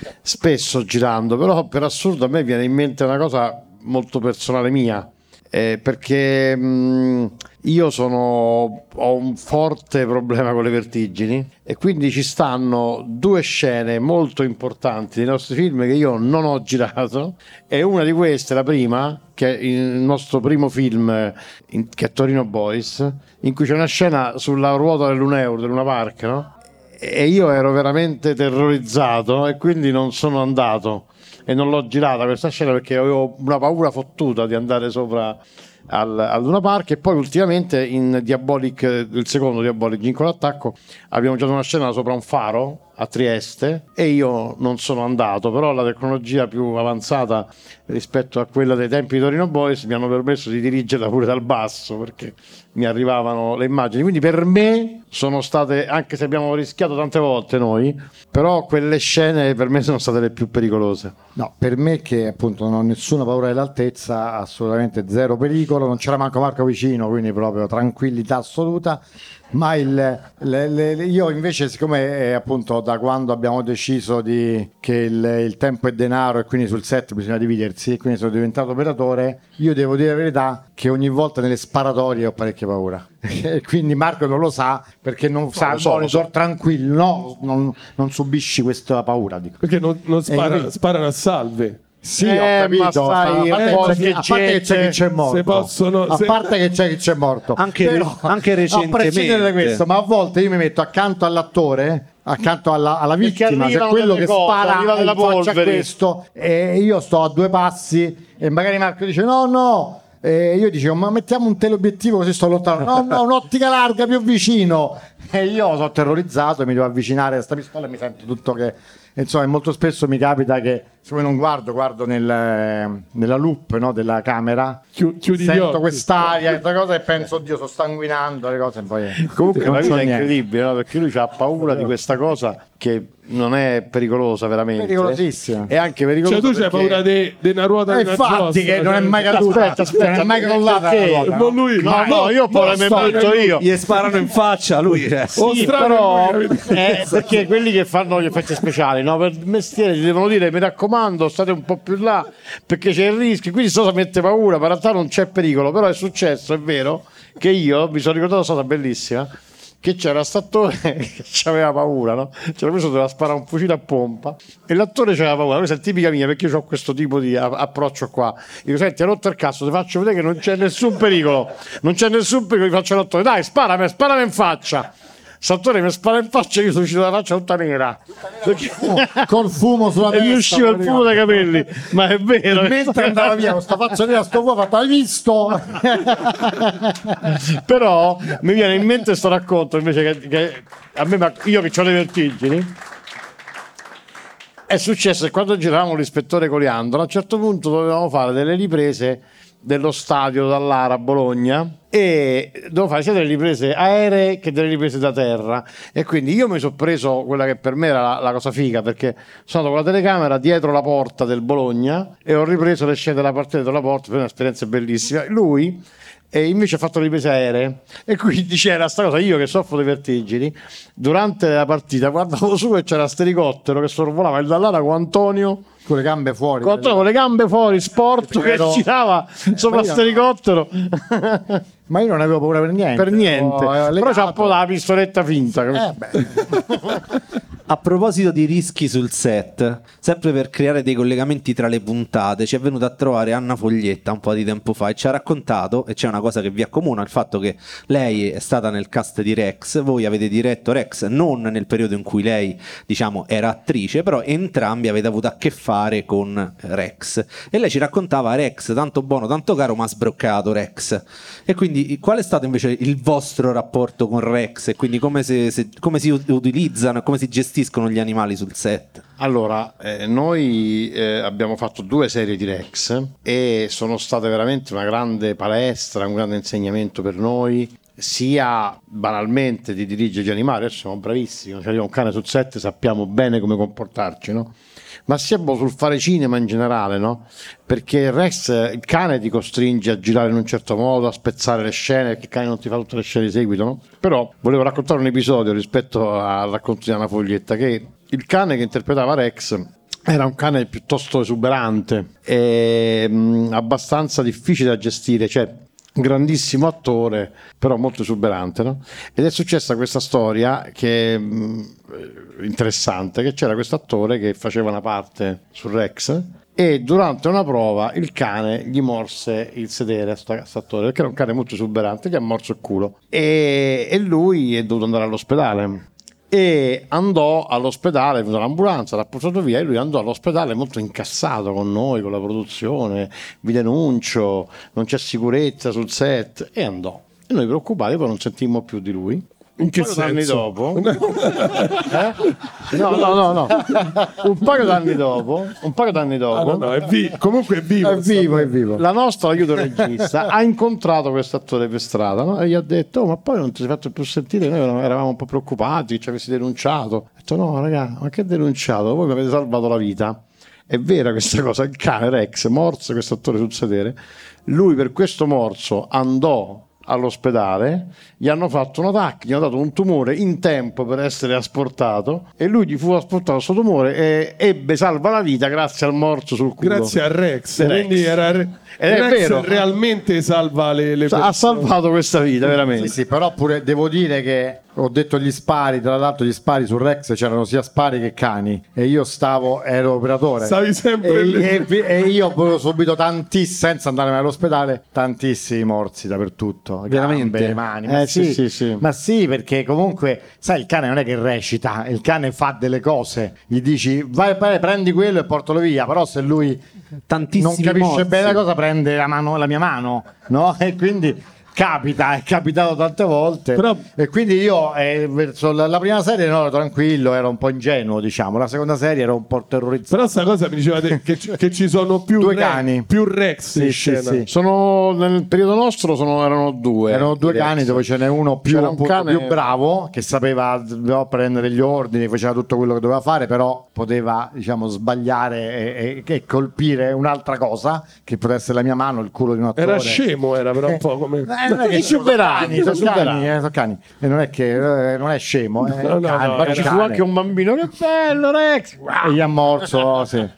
spesso girando, però per assurdo a me viene in mente una cosa molto personale mia, eh, perché mh, io sono, ho un forte problema con le vertigini e quindi ci stanno due scene molto importanti nei nostri film che io non ho girato, e una di queste, la prima, che è il nostro primo film, in- che è Torino Boys, in cui c'è una scena sulla ruota del Luna Euro, del Luna Park, no? E io ero veramente terrorizzato e quindi non sono andato e non l'ho girata questa scena perché avevo una paura fottuta di andare sopra al, al Luna Park. E poi ultimamente in Diabolic, il secondo Diabolic Ginkgo l'attacco, abbiamo girato una scena sopra un faro a Trieste e io non sono andato, però la tecnologia più avanzata rispetto a quella dei tempi di Torino Boys mi hanno permesso di dirigerla pure dal basso, perché mi arrivavano le immagini. Quindi per me sono state, anche se abbiamo rischiato tante volte noi, però quelle scene per me sono state le più pericolose. No, per me che appunto non ho nessuna paura dell'altezza, assolutamente zero pericolo, non c'era manco Marco vicino, quindi proprio tranquillità assoluta. Ma il, le- le- le- io invece, siccome eh, appunto da quando abbiamo deciso di, che il, il tempo è denaro e quindi sul set bisogna dividersi, e quindi sono diventato operatore, io devo dire la verità che ogni volta nelle sparatorie ho parecchia paura. E quindi Marco non lo sa, perché non sa, lo so, lo monitor so. tranquillo, no, non, non subisci questa paura. Dico. Perché non, non spara- capito? sparano a salve. Sì, Eh, ho capito. ma sai, a, parte un po' che c'è, che a parte che c'è chi c'è morto. se possono- a se- parte che c'è chi c'è morto. Anche re- anche a prescindere da recentemente. questo, ma a volte io mi metto accanto all'attore, accanto alla, alla Perché vittima, se arrivano quello delle che cose, spara arriva della in faccia a polvere. questo, e io sto a due passi e magari Marco dice no no, e io dicevo ma mettiamo un teleobiettivo così sto lontano, no no, un'ottica larga più vicino, e io sono terrorizzato e mi devo avvicinare a questa pistola e mi sento tutto che, insomma, molto spesso mi capita che siccome non guardo, guardo nel, nella loop, no, della camera, Chiu- chiudi gli sento occhi. quest'aria, questa cosa, e penso oddio sto sanguinando le cose, e poi Comunque non la c'ho vita è niente. incredibile, no? Perché lui ha paura di questa cosa che non è pericolosa veramente. Pericolosissima. È anche pericolosa. Cioè tu c'hai perché- paura di di una ruota E di una infatti giostra, che non è mai cioè- caduta, Aspetta, aspetta, non è mai crollata perché? la ruota, Non lui, No, no, io poi no, mi sto- metto io. Gli sparano in faccia lui. eh. Oh, Sì, strano però lui, capito? eh, perché quelli che fanno gli effetti speciali, no, per mestiere ti devono dire mi raccomando state un po' più là perché c'è il rischio, quindi sto mette paura, ma in realtà non c'è pericolo. Però è successo, è vero, che io mi sono ricordato una cosa bellissima, che c'era st'attore che aveva paura, no? C'era questo, doveva sparare un fucile a pompa e l'attore c'aveva paura. Questa è tipica mia, perché io ho questo tipo di a- approccio qua. Dico senti, hai rotto il cazzo, ti faccio vedere che non c'è nessun pericolo, non c'è nessun pericolo, gli faccio l'attore, dai sparami, sparami in faccia. L'attore mi spara in faccia e io sono uscito dalla faccia tutta nera. Perché... Col fumo sulla e testa, mi usciva il fumo dai capelli, ma è vero. mentre andava via con sta faccia nera, sto fuoco, ha fatto, hai visto? Però mi viene in mente sto racconto invece che, che a me, ma io che ho le vertigini, è successo che quando giravamo l'ispettore Coliandro a un certo punto dovevamo fare delle riprese dello stadio dall'Ara a Bologna e devo fare sia delle riprese aeree che delle riprese da terra, e quindi io mi sono preso quella che per me era la, la cosa figa, perché sono andato con la telecamera dietro la porta del Bologna e ho ripreso le scene della partita dietro la porta, per un'esperienza bellissima. Lui e invece ha fatto le riprese aeree, e quindi c'era sta cosa, io che soffro di vertigini durante la partita guardavo su e c'era l'elicottero che sorvolava il Dallara con Antonio con le gambe fuori, con, Antonio, con le gambe fuori, sporto, che Però... girava sopra questo elicottero. Ma io non avevo paura per niente, per niente. Oh, però c'ha un po' la pistoletta finta. Eh, beh. A proposito di rischi sul set, sempre per creare dei collegamenti tra le puntate, ci è venuta a trovare Anna Foglietta un po' di tempo fa e ci ha raccontato, e c'è una cosa che vi accomuna, il fatto che lei è stata nel cast di Rex, voi avete diretto Rex non nel periodo in cui lei, diciamo, era attrice, però entrambi avete avuto a che fare con Rex. E lei ci raccontava: Rex, tanto buono, tanto caro, ma ha sbroccato Rex. E quindi qual è stato invece il vostro rapporto con Rex, e quindi come, se, se, come si utilizzano, come si gestiscono gli animali sul set? Allora, eh, noi eh, abbiamo fatto due serie di Rex e sono state veramente una grande palestra, un grande insegnamento per noi, sia banalmente di dirigere gli animali, adesso siamo bravissimi, se arriva un cane sul set sappiamo bene come comportarci, no? Ma sia sul fare cinema in generale, no? Perché il Rex, il cane ti costringe a girare in un certo modo, a spezzare le scene, perché il cane non ti fa tutte le scene di seguito, no? Però volevo raccontare un episodio rispetto al racconto di Anna Foglietta, che il cane che interpretava Rex era un cane piuttosto esuberante e mh, abbastanza difficile da gestire, cioè grandissimo attore però molto esuberante, no? Ed è successa questa storia che è mh, interessante, che c'era questo attore che faceva una parte su Rex e durante una prova il cane gli morse il sedere a questo attore, perché era un cane molto esuberante, gli ha morso il culo e, e lui è dovuto andare all'ospedale. E andò all'ospedale, è venuta l'ambulanza, l'ha portato via e lui andò all'ospedale molto incassato con noi, con la produzione, vi denuncio, non c'è sicurezza sul set, e andò. E noi preoccupati poi non sentimmo più di lui. In che un paio d'anni senso? dopo, eh? no, no, no, no, un paio d'anni dopo, un paio d'anni dopo, Ah, no, no, è vi- comunque è vivo. È vivo, è vivo. la nostra aiuto regista ha incontrato questo attore per strada, no? E gli ha detto: oh, ma poi non ti sei fatto più sentire, noi eravamo un po' preoccupati che ci avessi denunciato. Ho detto: no raga, ma che denunciato, voi mi avete salvato la vita. È vera questa cosa, il cane Rex morse questo attore sul sedere, lui per questo morso andò all'ospedale, gli hanno fatto una T A C, gli hanno dato un tumore in tempo per essere asportato e lui gli fu asportato questo tumore e ebbe salva la vita grazie al morso sul culo. Grazie a Rex, Rex. quindi era Re- Ed è Rex vero. realmente salva le, le Ha persone. salvato questa vita veramente. Sì, sì, però pure devo dire che ho detto gli spari, tra l'altro gli spari su Rex c'erano sia spari che cani e io stavo, ero operatore. Stavi sempre e, lì. e, e io avevo subito tantissimi, senza andare all'ospedale, tantissimi morsi dappertutto. Veramente? Gambe, mani. Eh, Ma sì, sì, sì, sì. Ma sì, perché comunque, sai, il cane non è che recita, il cane fa delle cose, gli dici vai, vai prendi quello e portalo via, però se lui Tantissimi non capisce morsi. bene la cosa prende la, mano, la mia mano, no? E quindi capita, è capitato tante volte. Però- E quindi io eh, verso la, la prima serie no, ero tranquillo, ero un po' ingenuo, diciamo. La seconda serie ero un po' terrorizzato. Però sta cosa mi dicevate che, ci- che ci sono più, Due Re- cani. più Rex Sì, in sì, scena. sì. Sono nel periodo nostro sono, erano due. Erano due i Rex. cani dove ce n'è uno più, C'era un appunto, cane- più bravo che sapeva no, prendere gli ordini, faceva tutto quello che doveva fare, però poteva diciamo sbagliare e, e- e colpire un'altra cosa che potesse essere la mia mano, il culo di un attore. Era scemo, era però un po' come... Eh, non è che sono cani, sono cani, eh, sono cani. E non è che eh, non è scemo, è No, no, cane, no, è Ma era ci cane. fu anche un bambino, che bello Rex! E gli ha morso, sì.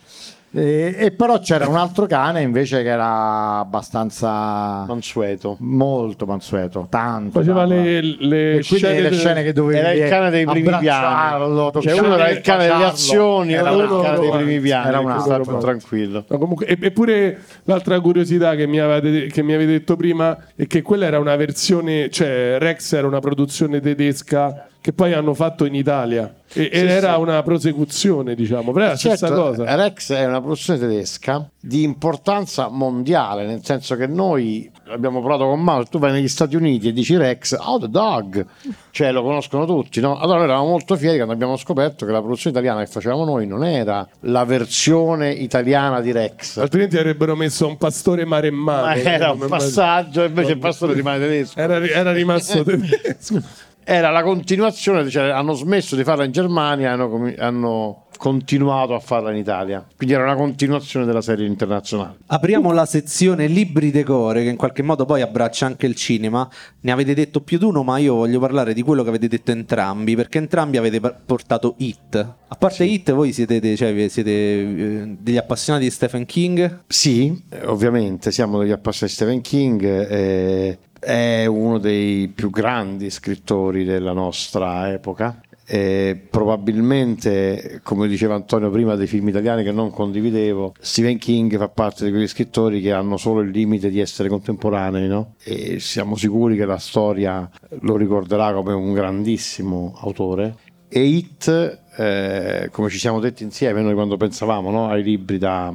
E, e però c'era un altro cane invece che era abbastanza Mansueto. molto mansueto, tanto. Faceva tanto. le, le E quindi scene, le de- scene che dovevi Era il cane dei primi abbracciarlo, piani. Cioè, toccare, uno era il cane delle baciarlo. azioni, Era uno era un il cane altro, dei primi piani. era un che altro. sta più tranquillo. No, comunque, e- eppure l'altra curiosità che mi, avete, che mi avete detto prima è che quella era una versione, cioè Rex era una produzione tedesca che poi hanno fatto in Italia. E, ed Sì, era sì. una prosecuzione, diciamo, però è la stessa Certo, cosa. Rex è una produzione tedesca di importanza mondiale, nel senso che noi abbiamo provato con Mauro, tu vai negli Stati Uniti e dici Rex, oh the dog, cioè lo conoscono tutti, no? Allora noi eravamo molto fieri quando abbiamo scoperto che la produzione italiana che facevamo noi non era la versione italiana di Rex, Altrimenti avrebbero messo un pastore maremmano. ma era un Come- passaggio, invece il pastore rimane tedesco. Era, era rimasto tedesco. Era la continuazione, cioè hanno smesso di farla in Germania e hanno, comi- hanno continuato a farla in Italia, quindi era una continuazione della serie internazionale. Apriamo la sezione libri decore che in qualche modo poi abbraccia anche il cinema. Ne avete detto più di uno, ma io voglio parlare di quello che avete detto entrambi, perché entrambi avete pa- portato It. A parte It, voi siete, de- cioè, siete eh, degli appassionati di Stephen King? Sì, eh, ovviamente siamo degli appassionati di Stephen King, eh, è uno dei più grandi scrittori della nostra epoca. E probabilmente, come diceva Antonio prima, dei film italiani che non condividevo, Stephen King fa parte di quegli scrittori che hanno solo il limite di essere contemporanei, no? E siamo sicuri che la storia lo ricorderà come un grandissimo autore. E It, eh, come ci siamo detti insieme noi quando pensavamo, no, ai libri da,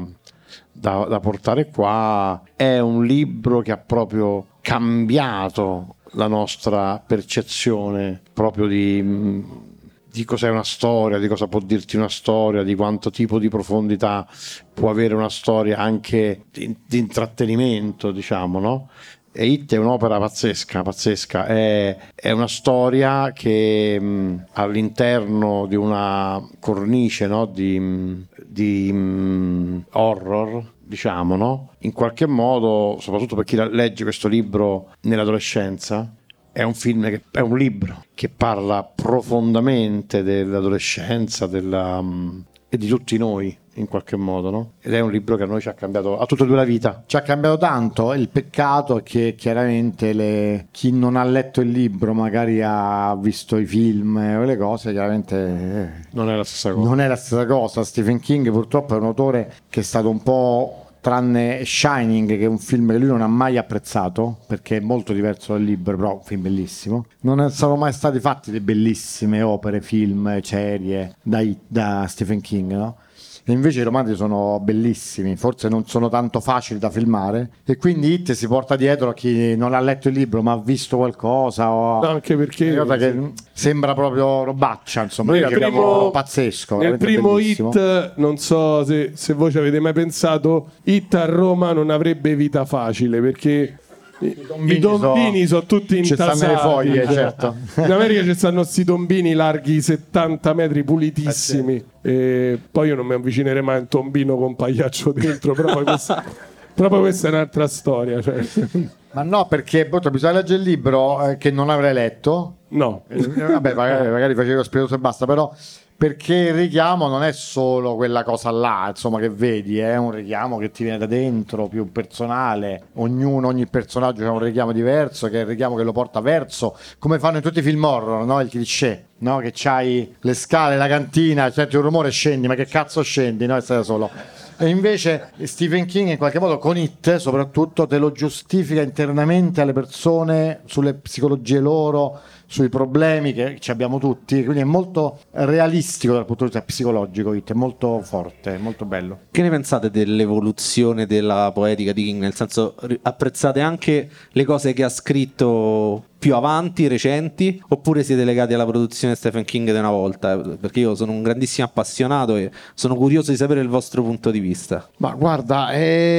da, da portare qua, è un libro che ha proprio cambiato la nostra percezione proprio di, di cos'è una storia, di cosa può dirti una storia, di quanto tipo di profondità può avere una storia anche di, di intrattenimento, diciamo, no? E It è un'opera pazzesca, pazzesca, è, è una storia che mh, all'interno di una cornice, no, di, mh, di mh, horror, diciamo, no? In qualche modo, soprattutto per chi legge questo libro nell'adolescenza, è un film che è un libro che parla profondamente dell'adolescenza, della, mh, e di tutti noi, in qualche modo, no? Ed è un libro che a noi ci ha cambiato, a tutte e due la vita. Ci ha cambiato tanto. Il peccato è che chiaramente le- chi non ha letto il libro magari ha visto i film o le cose, chiaramente eh, Non è la stessa cosa. non è la stessa cosa. Stephen King purtroppo è un autore che è stato un po', tranne Shining, che è un film che lui non ha mai apprezzato perché è molto diverso dal libro, però è un film bellissimo. Non è- sono mai stati fatti delle bellissime opere, film, serie da, da Stephen King, no? E invece i romanzi sono bellissimi, forse non sono tanto facili da filmare e quindi It si porta dietro a chi non ha letto il libro ma ha visto qualcosa o No, anche perché una cosa che sembra proprio robaccia, insomma. Noi Nel abbiamo primo- pazzesco, nel veramente primo bellissimo. Hit, non so se, se voi ci avete mai pensato, Hit a Roma non avrebbe vita facile perché i tombini i tombini sono tutti ci stanno intasati. le foglie, cioè. certo. In America ci stanno sti tombini larghi settanta metri pulitissimi. E poi io non mi avvicinerei mai a un tombino con pagliaccio dentro, però poi questa, proprio questa è un'altra storia. Cioè. Ma no, perché boh, bisogna leggere il libro eh, che non avrei letto. No. Eh, vabbè, magari, magari facevo spiritoso e basta, però perché il richiamo non è solo quella cosa là, insomma, che vedi, è un richiamo che ti viene da dentro, più personale. Ognuno, ogni personaggio ha un richiamo diverso, che è il richiamo che lo porta verso, come fanno in tutti i film horror, no? Il cliché, no? Che c'hai le scale, la cantina, senti un rumore e scendi, ma che cazzo scendi, no? E stai da solo. E invece Stephen King in qualche modo con It soprattutto te lo giustifica internamente alle persone, sulle psicologie loro, sui problemi che ci abbiamo tutti, quindi è molto realistico dal punto di vista psicologico It, è molto forte, è molto bello. Che ne pensate dell'evoluzione della poetica di King? Nel senso, ri- apprezzate anche le cose che ha scritto più avanti, recenti, oppure siete legati alla produzione di Stephen King di una volta? Perché io sono un grandissimo appassionato e sono curioso di sapere il vostro punto di vista. Ma guarda,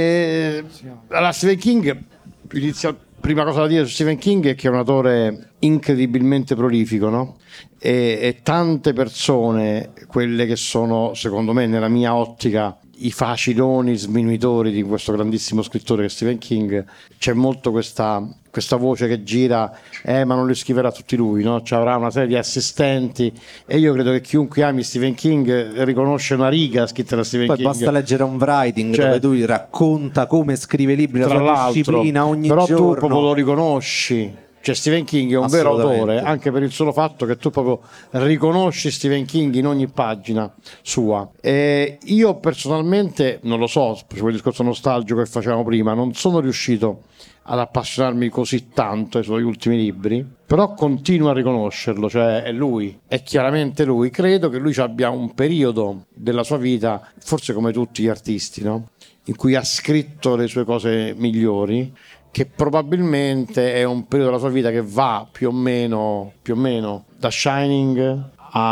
eh, allora Stephen King, inizia, prima cosa da dire su Stephen King è che è un autore incredibilmente prolifico, no? E, e tante persone, quelle che sono, secondo me, nella mia ottica, i faciloni sminuitori di questo grandissimo scrittore che è Stephen King, c'è molto questa, questa voce che gira, eh, ma non li scriverà tutti lui, no? Ci avrà una serie di assistenti e io credo che chiunque ami Stephen King riconosce una riga scritta da Stephen Poi King. basta leggere un writing Cioè, dove lui racconta come scrive libri, la tra sua l'altro, disciplina ogni però giorno. tu proprio lo riconosci, Cioè Stephen King è un vero Assolutamente. autore, anche per il solo fatto che tu proprio riconosci Stephen King in ogni pagina sua. E io personalmente, non lo so, per quel discorso nostalgico che facevamo prima, non sono riuscito ad appassionarmi così tanto ai suoi ultimi libri, però continuo a riconoscerlo, cioè è lui, è chiaramente lui. Credo che lui abbia un periodo della sua vita, forse come tutti gli artisti, no? In cui ha scritto le sue cose migliori, che probabilmente è un periodo della sua vita che va più o meno, più o meno da Shining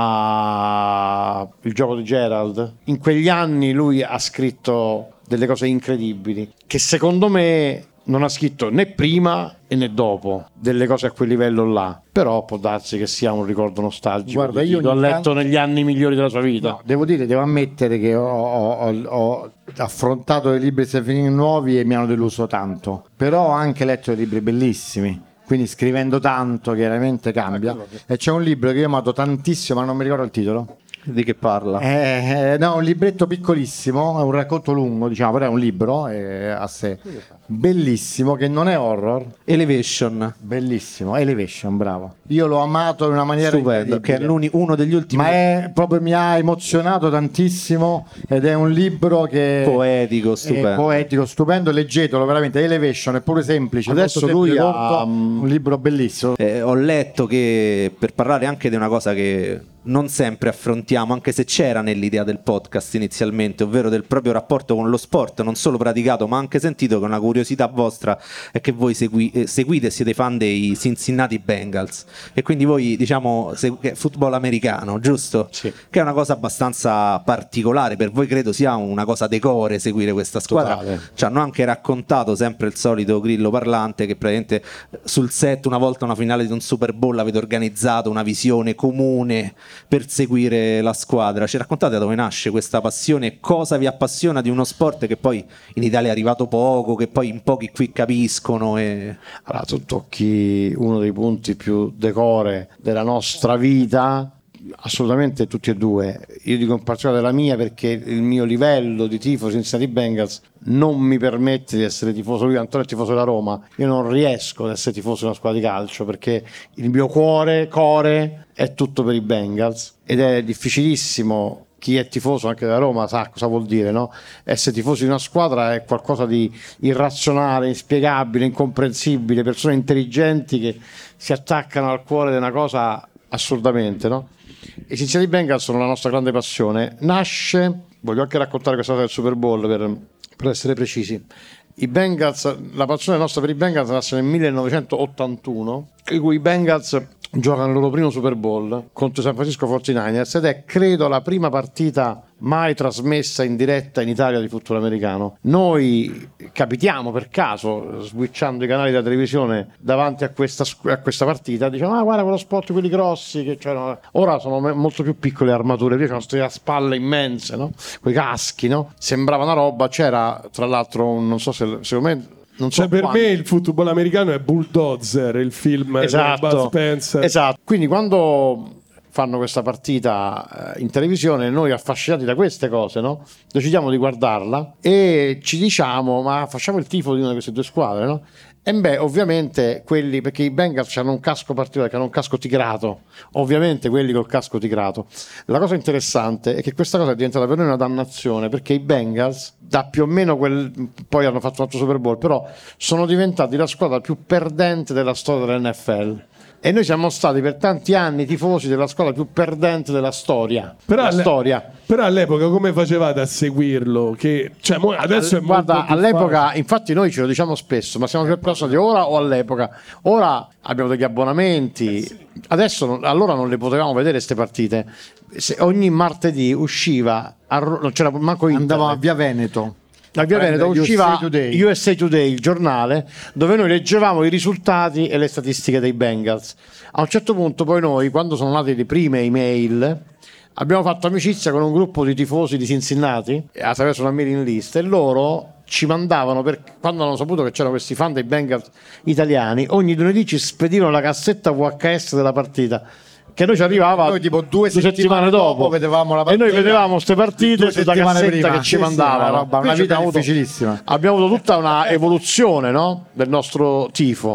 a Il gioco di Gerald. In quegli anni lui ha scritto delle cose incredibili che secondo me non ha scritto né prima e né dopo delle cose a quel livello là, però può darsi che sia un ricordo nostalgico. Guarda, io l'ho ogni letto tanto- negli anni migliori della sua vita. No, devo dire, devo ammettere che ho, ho- ho- ho affrontato i libri Stephen King nuovi e mi hanno deluso tanto, però ho anche letto dei libri bellissimi, quindi scrivendo tanto chiaramente cambia. E c'è un libro che io ho amato tantissimo, ma non mi ricordo il titolo. Di che parla? Eh, eh, no, un libretto piccolissimo, è un racconto lungo, diciamo, però è un libro eh, a sé, bellissimo, che non è horror, Elevation, bellissimo, Elevation, bravo. Io l'ho amato in una maniera stupendo, che è incredibile. l'uni- uno degli ultimi Ma è proprio, mi ha emozionato tantissimo ed è un libro che poetico, è stupendo. poetico, stupendo, leggetelo veramente. Elevation è pure semplice, Adesso molto lui semplice, ha, corto, mm, un libro bellissimo. Eh, ho letto che, per parlare anche di una cosa che non sempre affrontiamo, anche se c'era nell'idea del podcast inizialmente, ovvero del proprio rapporto con lo sport, non solo praticato ma anche sentito, che una curiosità vostra è che voi segui- eh, seguite e siete fan dei Cincinnati Bengals, e quindi voi diciamo segu- che è football americano, giusto? Sì. Che è una cosa abbastanza particolare, per voi credo sia una cosa decore seguire questa squadra. Totale. Ci hanno anche raccontato sempre il solito grillo parlante che praticamente sul set una volta una finale di un Super Bowl avete organizzato una visione comune per seguire la squadra. Ci raccontate da dove nasce questa passione e cosa vi appassiona di uno sport che poi in Italia è arrivato poco, che poi in pochi qui capiscono e... Allora, tu tocchi uno dei punti più decore della nostra vita, assolutamente tutti e due. Io dico in particolare della mia perché il mio livello di tifo Cincinnati Bengals non mi permette di essere tifoso. Lui Antonio è tifoso della Roma, io non riesco ad essere tifoso di una squadra di calcio perché il mio cuore, core è tutto per i Bengals ed è difficilissimo. Chi è tifoso anche della Roma sa cosa vuol dire, no? Essere tifoso di una squadra è qualcosa di irrazionale, inspiegabile, incomprensibile, persone intelligenti che si attaccano al cuore di una cosa assurdamente, no? I Cincinnati Bengals sono la nostra grande passione. Nasce, voglio anche raccontare questa cosa del Super Bowl per, per essere precisi. I Bengals, la passione nostra per i Bengals nasce nel millenovecentottantuno, in cui i Bengals giocano il loro primo Super Bowl contro i San Francisco quarantanovers ed è credo la prima partita mai trasmessa in diretta in Italia di football americano. Noi capitiamo per caso switchando i canali da televisione davanti a questa, a questa partita, diciamo ah guarda quello spot, quelli grossi che c'erano. Ora sono me- molto più piccole le armature, prima c'erano queste spalle immense, no? Quei caschi, no? Sembrava una roba. C'era tra l'altro un, non so se secondo me non so Cioè, per quanti- me il football americano è Bulldozer, il film di Bud esatto, Spencer. esatto. Quindi quando fanno questa partita eh, in televisione, noi affascinati da queste cose, no? Decidiamo di guardarla e ci diciamo ma facciamo il tifo di una di queste due squadre, no? E beh, ovviamente quelli, perché i Bengals hanno un casco particolare, che hanno un casco tigrato, ovviamente quelli col casco tigrato. La cosa interessante è che questa cosa è diventata per noi una dannazione, perché i Bengals, da più o meno quel, poi hanno fatto un altro Super Bowl, però sono diventati la squadra più perdente della storia dell'N F L. E noi siamo stati per tanti anni tifosi della squadra più perdente della storia. Però, la alle- storia. però all'epoca come facevate a seguirlo? Che, cioè, mo- adesso è Guarda, molto più all'epoca, facile. infatti noi ce lo diciamo spesso, ma siamo più appassionati ora o all'epoca? Ora abbiamo degli abbonamenti, adesso non- allora non le potevamo vedere queste partite. Se ogni martedì usciva, a Ro- non c'era manco internet. Andavo a Via Veneto. A Via Veneto U S A usciva Today. U S A Today, il giornale, dove noi leggevamo i risultati e le statistiche dei Bengals. A un certo punto poi noi, quando sono nate le prime email, abbiamo fatto amicizia con un gruppo di tifosi di Cincinnati attraverso una mailing list e loro ci mandavano, per, quando hanno saputo che c'erano questi fan dei Bengals italiani, ogni lunedì ci spedivano la cassetta V H S della partita, che noi ci arrivava Noi tipo due settimane dopo vedevamo la e partita. noi vedevamo queste partite Due sulla settimane cassetta prima. che ci Sì, sì, mandavano. una roba- una Invece vita abbiamo avuto- difficilissima. abbiamo avuto tutta una evoluzione, no? Del nostro tifo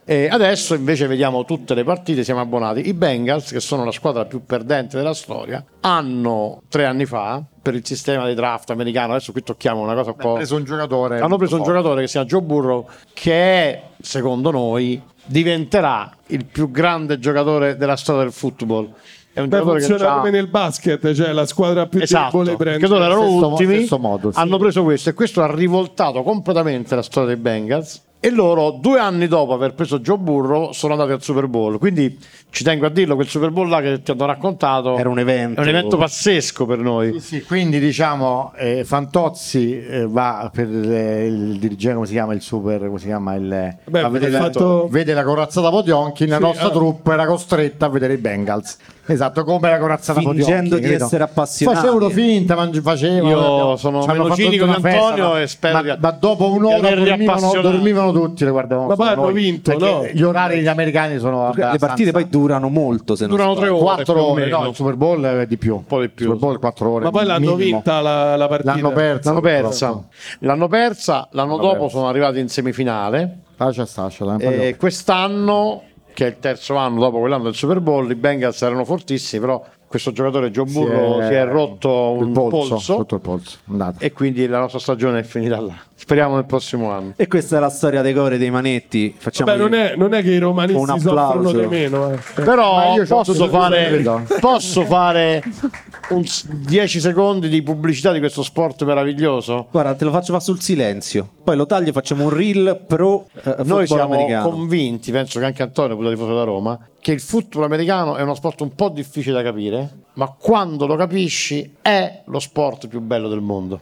E adesso invece vediamo tutte le partite, siamo abbonati. I Bengals, che sono la squadra più perdente della storia, hanno tre anni fa, per il sistema di draft americano, adesso qui tocchiamo una cosa un po'... Hanno preso un giocatore. Hanno preso un giocatore che si chiama Joe Burrow, che è, secondo noi, diventerà il più grande giocatore della storia del football. È un Beh, giocatore che funziona c'ha... come nel basket, cioè la squadra più Esatto, debole prende. perché loro erano Stesso mo- ultimi, stesso modo, sì. hanno preso questo e questo ha rivoltato completamente la storia dei Bengals. E loro, due anni dopo aver preso Joe Burrow, sono andati al Super Bowl. Quindi ci tengo a dirlo, quel Super Bowl là che ti hanno raccontato Era un evento. è un evento pazzesco per noi. Sì, sì, quindi diciamo eh, Fantozzi eh, va per eh, il dirigente, come si chiama il super, come si chiama il Beh, a vedere ha la- fatto- vede la corazzata Potionkin, la Sì, nostra ah. truppa era costretta a vedere i Bengals. Esatto, come la corazzata Fingendo Potionkin, di capito? essere appassionati. Facevano finta, mangi- facevano. Io sono ci hanno meno fatto cinico tutta di una festa, Antonio ma- e spero ma, di- ma dopo di un'ora averli dormivano, appassionati. dormivano tutti, le guardavamo. Ma poi solo hanno noi, vinto, perché no? Gli orari degli americani sono Le partite abbastanza- poi durano molto, se non Durano sbaglio. tre ore, quattro più o ore, meno. no, il Super Bowl è di più. Un po' di più. Super Bowl quattro ore. Ma poi l'hanno minimo. vinta la, la partita. L'hanno persa. L'hanno persa, l'hanno persa, l'anno L'hanno dopo persa. sono arrivati in semifinale. Lascia stascia, la E quest'anno, che è il terzo anno dopo quell'anno del Super Bowl, i Bengals erano fortissimi, però questo giocatore Joe Burrow si è, rotto il un polso, polso, sotto il polso. Andate. e quindi la nostra stagione è finita là. Speriamo nel prossimo anno. E questa è la storia dei core dei manetti. Facciamo Beh, non è, non è che i Un romanisti applauso. soffrono di meno. Eh. Ma Però io c'ho posso tutto fare, quello. posso fare un dieci secondi di pubblicità di questo sport meraviglioso? Guarda, te lo faccio fare sul silenzio. Poi lo taglio e facciamo un reel pro eh, Noi football siamo americano. convinti, penso che anche Antonio, pure tifoso da Roma, che il football americano è uno sport un po' difficile da capire, ma quando lo capisci è lo sport più bello del mondo.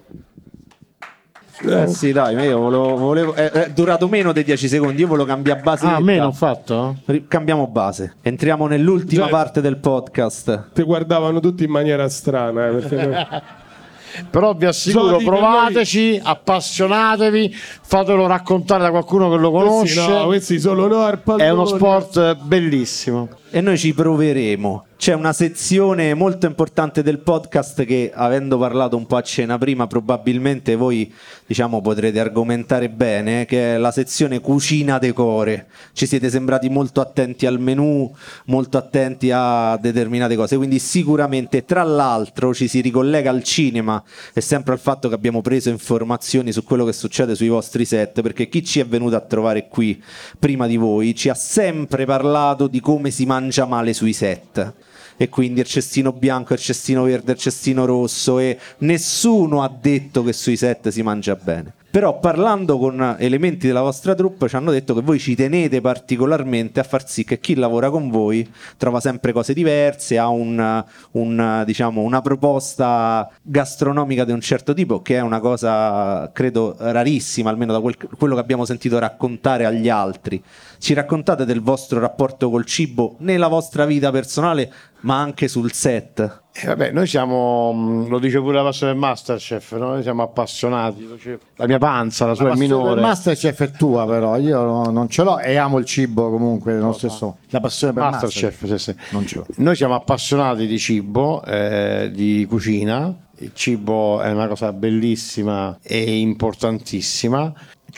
Eh sì, dai, ma io volevo, volevo- è, è durato meno dei dieci secondi. Io volevo cambiare base. Ah, a me non fatto? Ri- Cambiamo base. Entriamo nell'ultima Già- parte del podcast. Ti guardavano tutti in maniera strana. Eh, perché Però vi assicuro, Giochi per provateci, appassionatevi, fatelo raccontare da qualcuno che lo questi, conosce. no, questi sono no al pallone. È uno sport bellissimo. E noi ci proveremo. C'è una sezione molto importante del podcast che, avendo parlato un po' a cena prima, probabilmente voi, diciamo, potrete argomentare bene, che è la sezione cucina decore. Ci siete sembrati molto attenti al menù, molto attenti a determinate cose, quindi sicuramente, tra l'altro, ci si ricollega al cinema e sempre al fatto che abbiamo preso informazioni su quello che succede sui vostri set, perché chi ci è venuto a trovare qui prima di voi ci ha sempre parlato di come si mangia male sui set. E quindi il cestino bianco, il cestino verde, il cestino rosso, e nessuno ha detto che sui set si mangia bene. Però parlando con elementi della vostra troupe ci hanno detto che voi ci tenete particolarmente a far sì che chi lavora con voi trova sempre cose diverse, ha un, un, diciamo, una proposta gastronomica di un certo tipo, che è una cosa credo rarissima, almeno da quel- quello che abbiamo sentito raccontare agli altri. Ci raccontate del vostro rapporto col cibo nella vostra vita personale, ma anche sul set? E vabbè, noi siamo, mh, lo dice pure la passione del Masterchef, no? Noi siamo appassionati. lo dice- La mia panza, la sua è minore. Il Masterchef è tua, però io no- non ce l'ho e amo il cibo comunque. Nello stesso, la passione per Masterchef, Masterchef. sì, sì. Non ce l'ho. Noi siamo appassionati di cibo, eh, di cucina. Il cibo è una cosa bellissima e importantissima.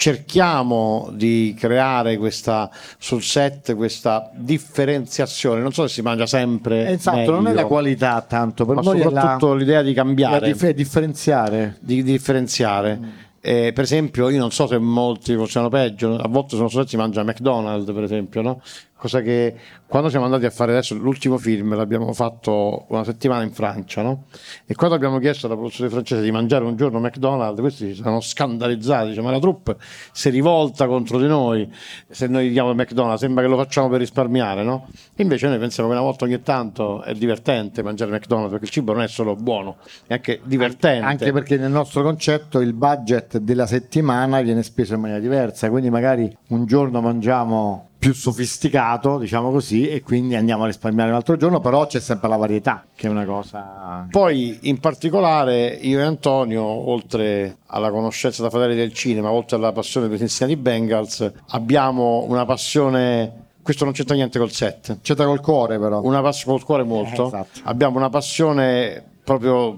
Cerchiamo di creare questa sul set, questa differenziazione. Non so se si mangia sempre. Esatto, non è meglio, la qualità tanto, per ma noi è la, soprattutto l'idea di la cambiare, dif- differenziare. di differenziare. Eh, per esempio, io non so se molti funzionano peggio, a volte sono stati si mangia McDonald's, per esempio, no? Cosa che quando siamo andati a fare adesso l'ultimo film l'abbiamo fatto una settimana in Francia, no? E quando abbiamo chiesto alla produzione francese di mangiare un giorno McDonald's, questi si sono scandalizzati, dice, ma la troupe si rivolta contro di noi se noi diamo il McDonald's, sembra che lo facciamo per risparmiare, no? Invece noi pensiamo che una volta ogni tanto è divertente mangiare McDonald's, perché il cibo non è solo buono, è anche divertente. Anche perché nel nostro concetto il budget della settimana viene speso in maniera diversa, quindi magari un giorno mangiamo più sofisticato, diciamo così, e quindi andiamo a risparmiare un altro giorno, però c'è sempre la varietà, che è una cosa... Poi in particolare io e Antonio, oltre alla conoscenza da fratelli del cinema, oltre alla passione per gli insegnanti Bengals, abbiamo una passione, questo non c'entra niente col set, C'è da col cuore però. una passione col cuore molto, Eh, esatto. abbiamo una passione proprio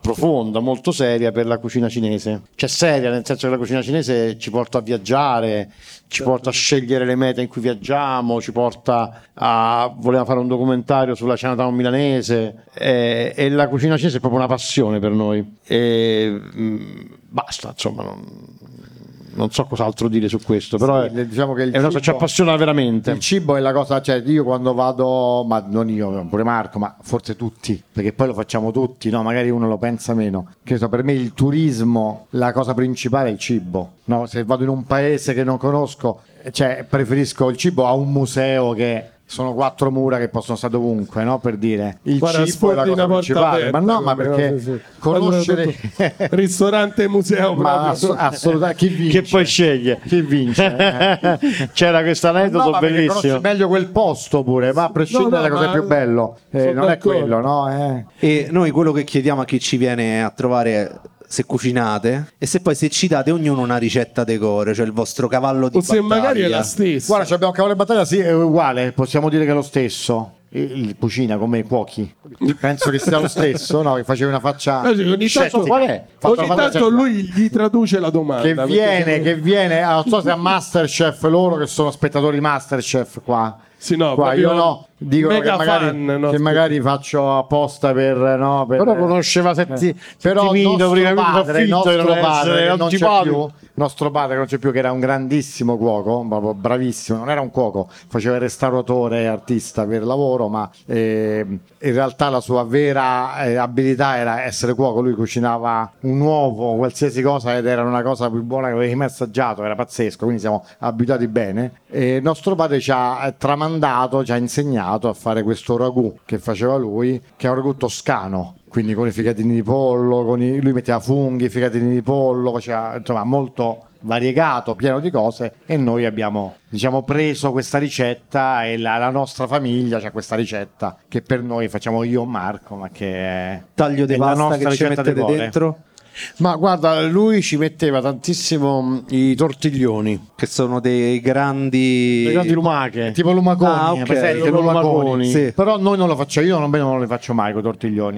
profonda, molto seria per la cucina cinese. Cioè seria nel senso che la cucina cinese ci porta a viaggiare, ci porta a scegliere le mete in cui viaggiamo, ci porta a... voleva fare un documentario sulla Chinatown milanese e, e la cucina cinese è proprio una passione per noi. E, mh, basta, insomma, non... non so cos'altro dire su questo, però Sì, diciamo che il è una cosa che ci cibo- appassiona veramente. Il cibo è la cosa, cioè io quando vado, ma non io, pure Marco, ma forse tutti, perché poi lo facciamo tutti, no? Magari uno lo pensa meno. Che so, per me il turismo, la cosa principale è il cibo, no? Se vado in un paese che non conosco, cioè preferisco il cibo a un museo che sono quattro mura che possono stare dovunque, no? Per dire il Guarda, cibo è la sfondi cosa una porta principale, aperta, ma no, ma come perché cose, sì. conoscere Allora, ristorante museo ma proprio. ass- assolutamente chi vince? Che poi sceglie. Chi vince? Eh. C'era questo aneddoto No, ma perché bellissimo. conosci meglio quel posto pure, ma a prescindere No, no, da cosa è ma più bello. Eh, sono non è d'accordo. quello, no? Eh. E noi quello che chiediamo a chi ci viene a trovare, se cucinate, e se poi se ci date ognuno una ricetta decore, cioè il vostro cavallo di O se battaglia. magari è la stessa. Guarda, ci abbiamo un cavallo di battaglia, sì, è uguale, possiamo dire che è lo stesso. Il, il cucina come i cuochi. Penso che sia lo stesso, no? Che facevi una faccia. Eh sì, ogni tanto, Qual è? Faccio ogni una faccia- tanto lui gli traduce la domanda. che perché viene, sono- che viene, ah, non so se a Masterchef loro che sono spettatori Masterchef qua. Sì, no, Qua proprio io no, dico che mega magari, fan, no, che magari faccio apposta per, no, per Però conosceva Setti, Eh, però Settimino nostro prima padre, di nostro non padre essere che non c'è antipatico. più, nostro padre che non c'è più, che era un grandissimo cuoco, proprio bravissimo, non era un cuoco, faceva il restauratore e artista per lavoro, ma eh, in realtà la sua vera eh, abilità era essere cuoco. Lui cucinava un uovo, qualsiasi cosa, ed era una cosa più buona che avevi mai assaggiato, era pazzesco, quindi siamo abituati bene. E nostro padre ci ha eh, tramandato, ci ha insegnato a fare questo ragù che faceva lui, che è un ragù toscano, quindi con i figatini di pollo, con i- lui metteva funghi, figatini di pollo, faceva insomma molto variegato, pieno di cose, e noi abbiamo diciamo preso questa ricetta e la, la nostra famiglia c'ha questa ricetta che per noi facciamo io e Marco, ma che è Taglio di è la pasta nostra che ci ricetta mettete di cuore. dentro, Ma guarda, lui ci metteva tantissimo mh, i tortiglioni, che sono dei grandi... le grandi lumache. Tipo lumaconi, Ah, ok. presente, Tipo lumaconi. lumaconi. Sì. Però noi non lo facciamo, io non, non li faccio mai con i tortiglioni.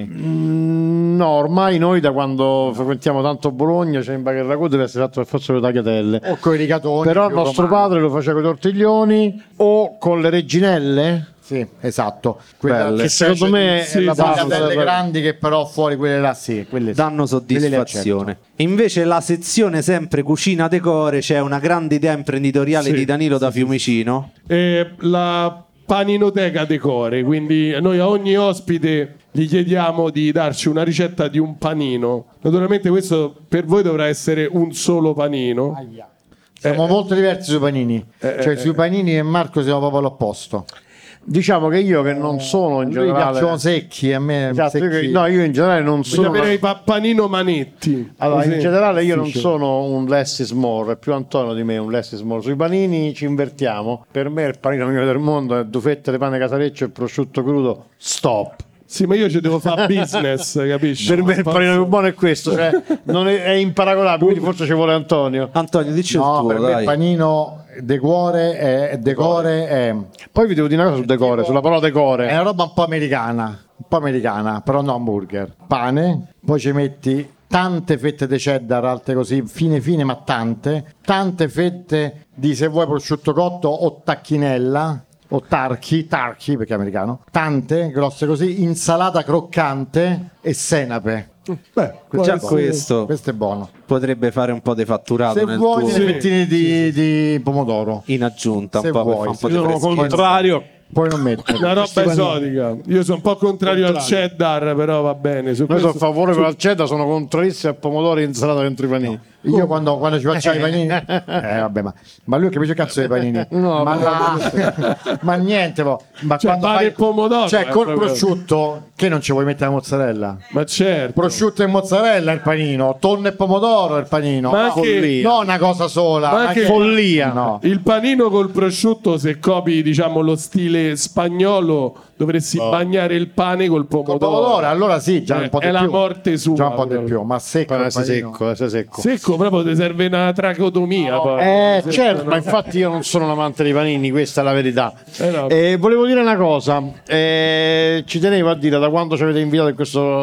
Mm, no, ormai noi da quando frequentiamo tanto Bologna ci sembra che il ragù deve essere fatto per forza con le tagliatelle. O con i rigatoni. Però più nostro romani. padre lo faceva con i tortiglioni o con le reginelle. Sì, esatto. Belle. Che specie secondo me di- è sì, la sì, base delle della- grandi che però fuori quelle là sì, quelle sì. danno Quelle le accetto. soddisfazione. Invece la sezione sempre cucina decore, c'è una grande idea imprenditoriale Sì, di Danilo da Fiumicino. Eh, la paninoteca decore, quindi noi a ogni ospite gli chiediamo di darci una ricetta di un panino. Naturalmente questo per voi dovrà essere un solo panino. Siamo molto diversi sui panini. Cioè sui panini e Marco siamo proprio all'opposto. Diciamo che io che non sono in Lui generale piacciono secchi, a me Esatto, io che- secchi. no, io in generale non sono Voglio avere pa- panino manetti. allora, Così. in generale io non Sì, sono un less is more, è più Antonio di me un less is more. Sui panini ci invertiamo. Per me il panino migliore del mondo è due fette di pane casareccio e prosciutto crudo. Stop. Sì, ma io ci devo fare business, capisci? Per me il Posso- panino più buono è questo, cioè non è, è imparagonabile, quindi forse ci vuole Antonio. Antonio, dici No, il tuo, per me dai. il panino decore è, decore è, Poi vi devo dire una cosa sul decore, sulla parola è decore. una roba un po' americana, un po' americana, però no hamburger. Pane, poi ci metti tante fette di cheddar, alte così, fine fine ma tante, tante fette di, se vuoi, prosciutto cotto o tacchinella, o tarchi, tarchi perché è americano, tante grosse così, insalata croccante e senape. Beh, può Già essere- questo Questo è buono. potrebbe fare un po' di fatturato Se nel vuoi tuo... delle fettine di, di pomodoro, in aggiunta, Se un po' per vuoi, fare un po' Io di sono freschezza. contrario. poi non mettere. Una roba esotica. Io sono un po' contrario al cheddar, però va bene. Su Noi sono a questo- favore per la cheddar, sono contrarissimo a pomodoro e insalata dentro i panini. Io quando, quando ci facciamo i panini, eh, vabbè, ma, ma lui capisce cazzo dei panini? No, ma, la- ma niente, po. Ma Cioè, quando pane fai- e pomodoro cioè è col proprio- prosciutto, che non ci vuoi mettere la mozzarella? Ma certo. Prosciutto e mozzarella è il panino, tonno e pomodoro è il panino. Ma No, anche- follia. No, una cosa sola. Ma ma anche- che- Follia. No. Il panino col prosciutto, se copi diciamo lo stile spagnolo, dovresti bagnare il pane col Col pomodoro. pomodoro, allora sì, già Eh, un po' di è più. la morte sua, Già un po' di proprio. più, ma secco. Deve il essere panino. secco, deve essere secco. Secco proprio ti serve una tracotomia. poi. Eh, Secco, certo, no? ma infatti io non sono un amante dei panini, questa è la verità. Eh, no. Eh, volevo dire una cosa, eh, ci tenevo a dire da quando ci avete invitato in questo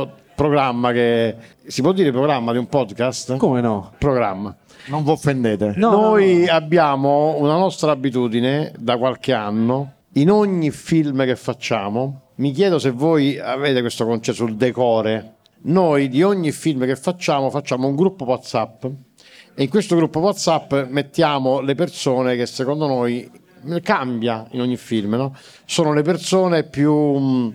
programma che si può dire programma di un podcast? Come no? Programma. Non vi offendete. No, Noi no, no. abbiamo una nostra abitudine da qualche anno, in ogni film che facciamo, mi chiedo se voi avete questo concetto sul decore, noi di ogni film che facciamo facciamo un gruppo WhatsApp e in questo gruppo WhatsApp mettiamo le persone che secondo noi cambia in ogni film, no? Sono le persone più mh,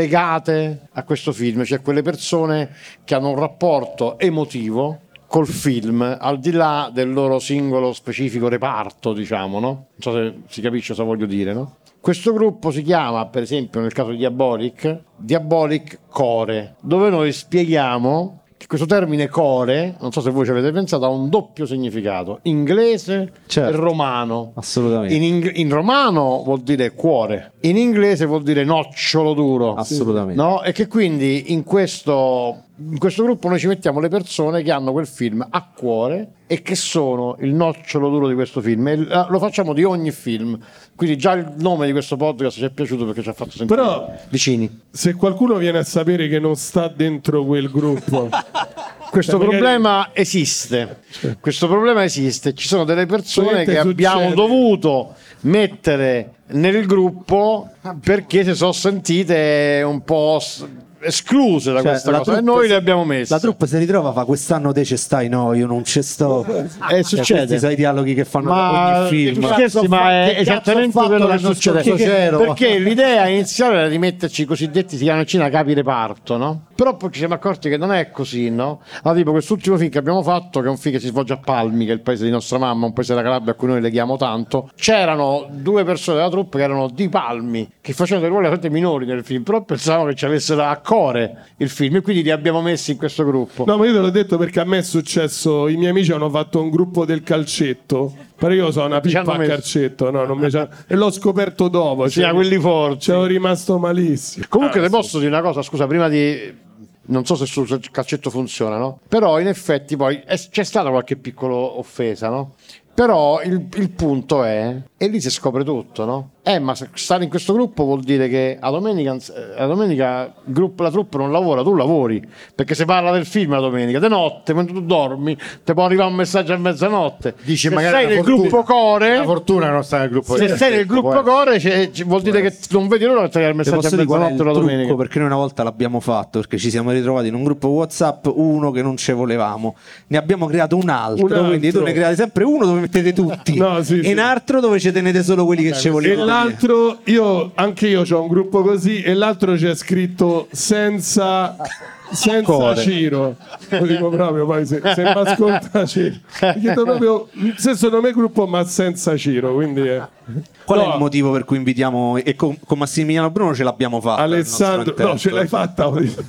legate a questo film, cioè quelle persone che hanno un rapporto emotivo col film, al di là del loro singolo specifico reparto, diciamo, no? Non so se si capisce cosa voglio dire, no? Questo gruppo si chiama, per esempio, nel caso di Diabolic, Diabolic Core, dove noi spieghiamo che questo termine core, non so se voi ci avete pensato, ha un doppio significato, inglese Certo. e romano. Assolutamente. In, ing- in romano vuol dire cuore, in inglese vuol dire nocciolo duro. Assolutamente. No? E che quindi in questo, in questo gruppo noi ci mettiamo le persone che hanno quel film a cuore e che sono il nocciolo duro di questo film. E l- lo facciamo di ogni film. Quindi già il nome di questo podcast ci è piaciuto perché ci ha fatto sentire Però vicini. se qualcuno viene a sapere che non sta dentro quel gruppo, Questo Cioè, magari- problema esiste, questo problema esiste, ci sono delle persone Solamente che abbiamo succede. dovuto mettere nel gruppo perché si sono sentite un po' s- escluse da Cioè, questa la cosa e troupe noi si- le abbiamo messe. La troupe si ritrova fa quest'anno te ci stai, no, io non ci sto. Eh, Cioè, succede. questi sono i dialoghi che fanno Ma ogni film. tu scherzi, ma è Che cazzo esattamente ho fatto quello che l'anno succede scorso, Cero? perché l'idea iniziale era di metterci i cosiddetti, si chiamano in Cina capi reparto, no? Però poi ci siamo accorti che non è così, no? Allora, tipo quest'ultimo film che abbiamo fatto, che è un film che si svolge a Palmi, che è il paese di nostra mamma, un paese della Calabria a cui noi leghiamo tanto, c'erano due persone della troupe che erano di Palmi, che facevano dei ruoli veramente minori nel film, però pensavamo che ci avessero a cuore il film e quindi li abbiamo messi in questo gruppo. no, ma io te l'ho detto perché a me è successo. I miei amici hanno fatto un gruppo del calcetto. Però io sono una Ci hanno pippa a messo- calcetto, no, non mi ci hanno- e l'ho scoperto dopo. Sì, cioè, a quelli forti. ci ero rimasto malissimo. Comunque Ah, ti sì. posso dire una cosa, scusa, prima di... Non so se sul calcetto funziona, no? Però in effetti poi è- c'è stata qualche piccola offesa, no? Però il, il punto è, e lì si scopre tutto, no? Eh, ma se stare in questo gruppo vuol dire che a domenica, eh, a domenica il gruppo, la troupe non lavora, tu lavori, perché si parla del film la domenica, di notte, mentre tu dormi, ti può arrivare un messaggio a mezzanotte. Dici se magari sei la nel fortuna- gruppo core, La fortuna non sta nel gruppo. se sei nel gruppo core c'è- c'è- vuol dire che non vedi l'ora di arrivare il Ti messaggio a posso dire qual è il mezzanotte la domenica. trucco? Perché noi una volta l'abbiamo fatto, perché ci siamo ritrovati in un gruppo WhatsApp, uno che non ci volevamo, ne abbiamo creato un altro, Un altro. quindi tu ne create sempre uno dove mettete tutti No, sì, e sì. un altro dove ci tenete solo quelli che ci E volevano. l'altro, io anche io ho un gruppo così, e l'altro c'è scritto senza, senza Core. Ciro. Lo dico proprio, poi se, se mi ascolta Ciro. Mi chiedo proprio, stesso nome gruppo, ma senza Ciro. Quindi è- Qual No, è il motivo per cui invitiamo e con, con Massimiliano Bruno ce l'abbiamo fatta? il Alessandro, nostro no, ce l'hai fatta.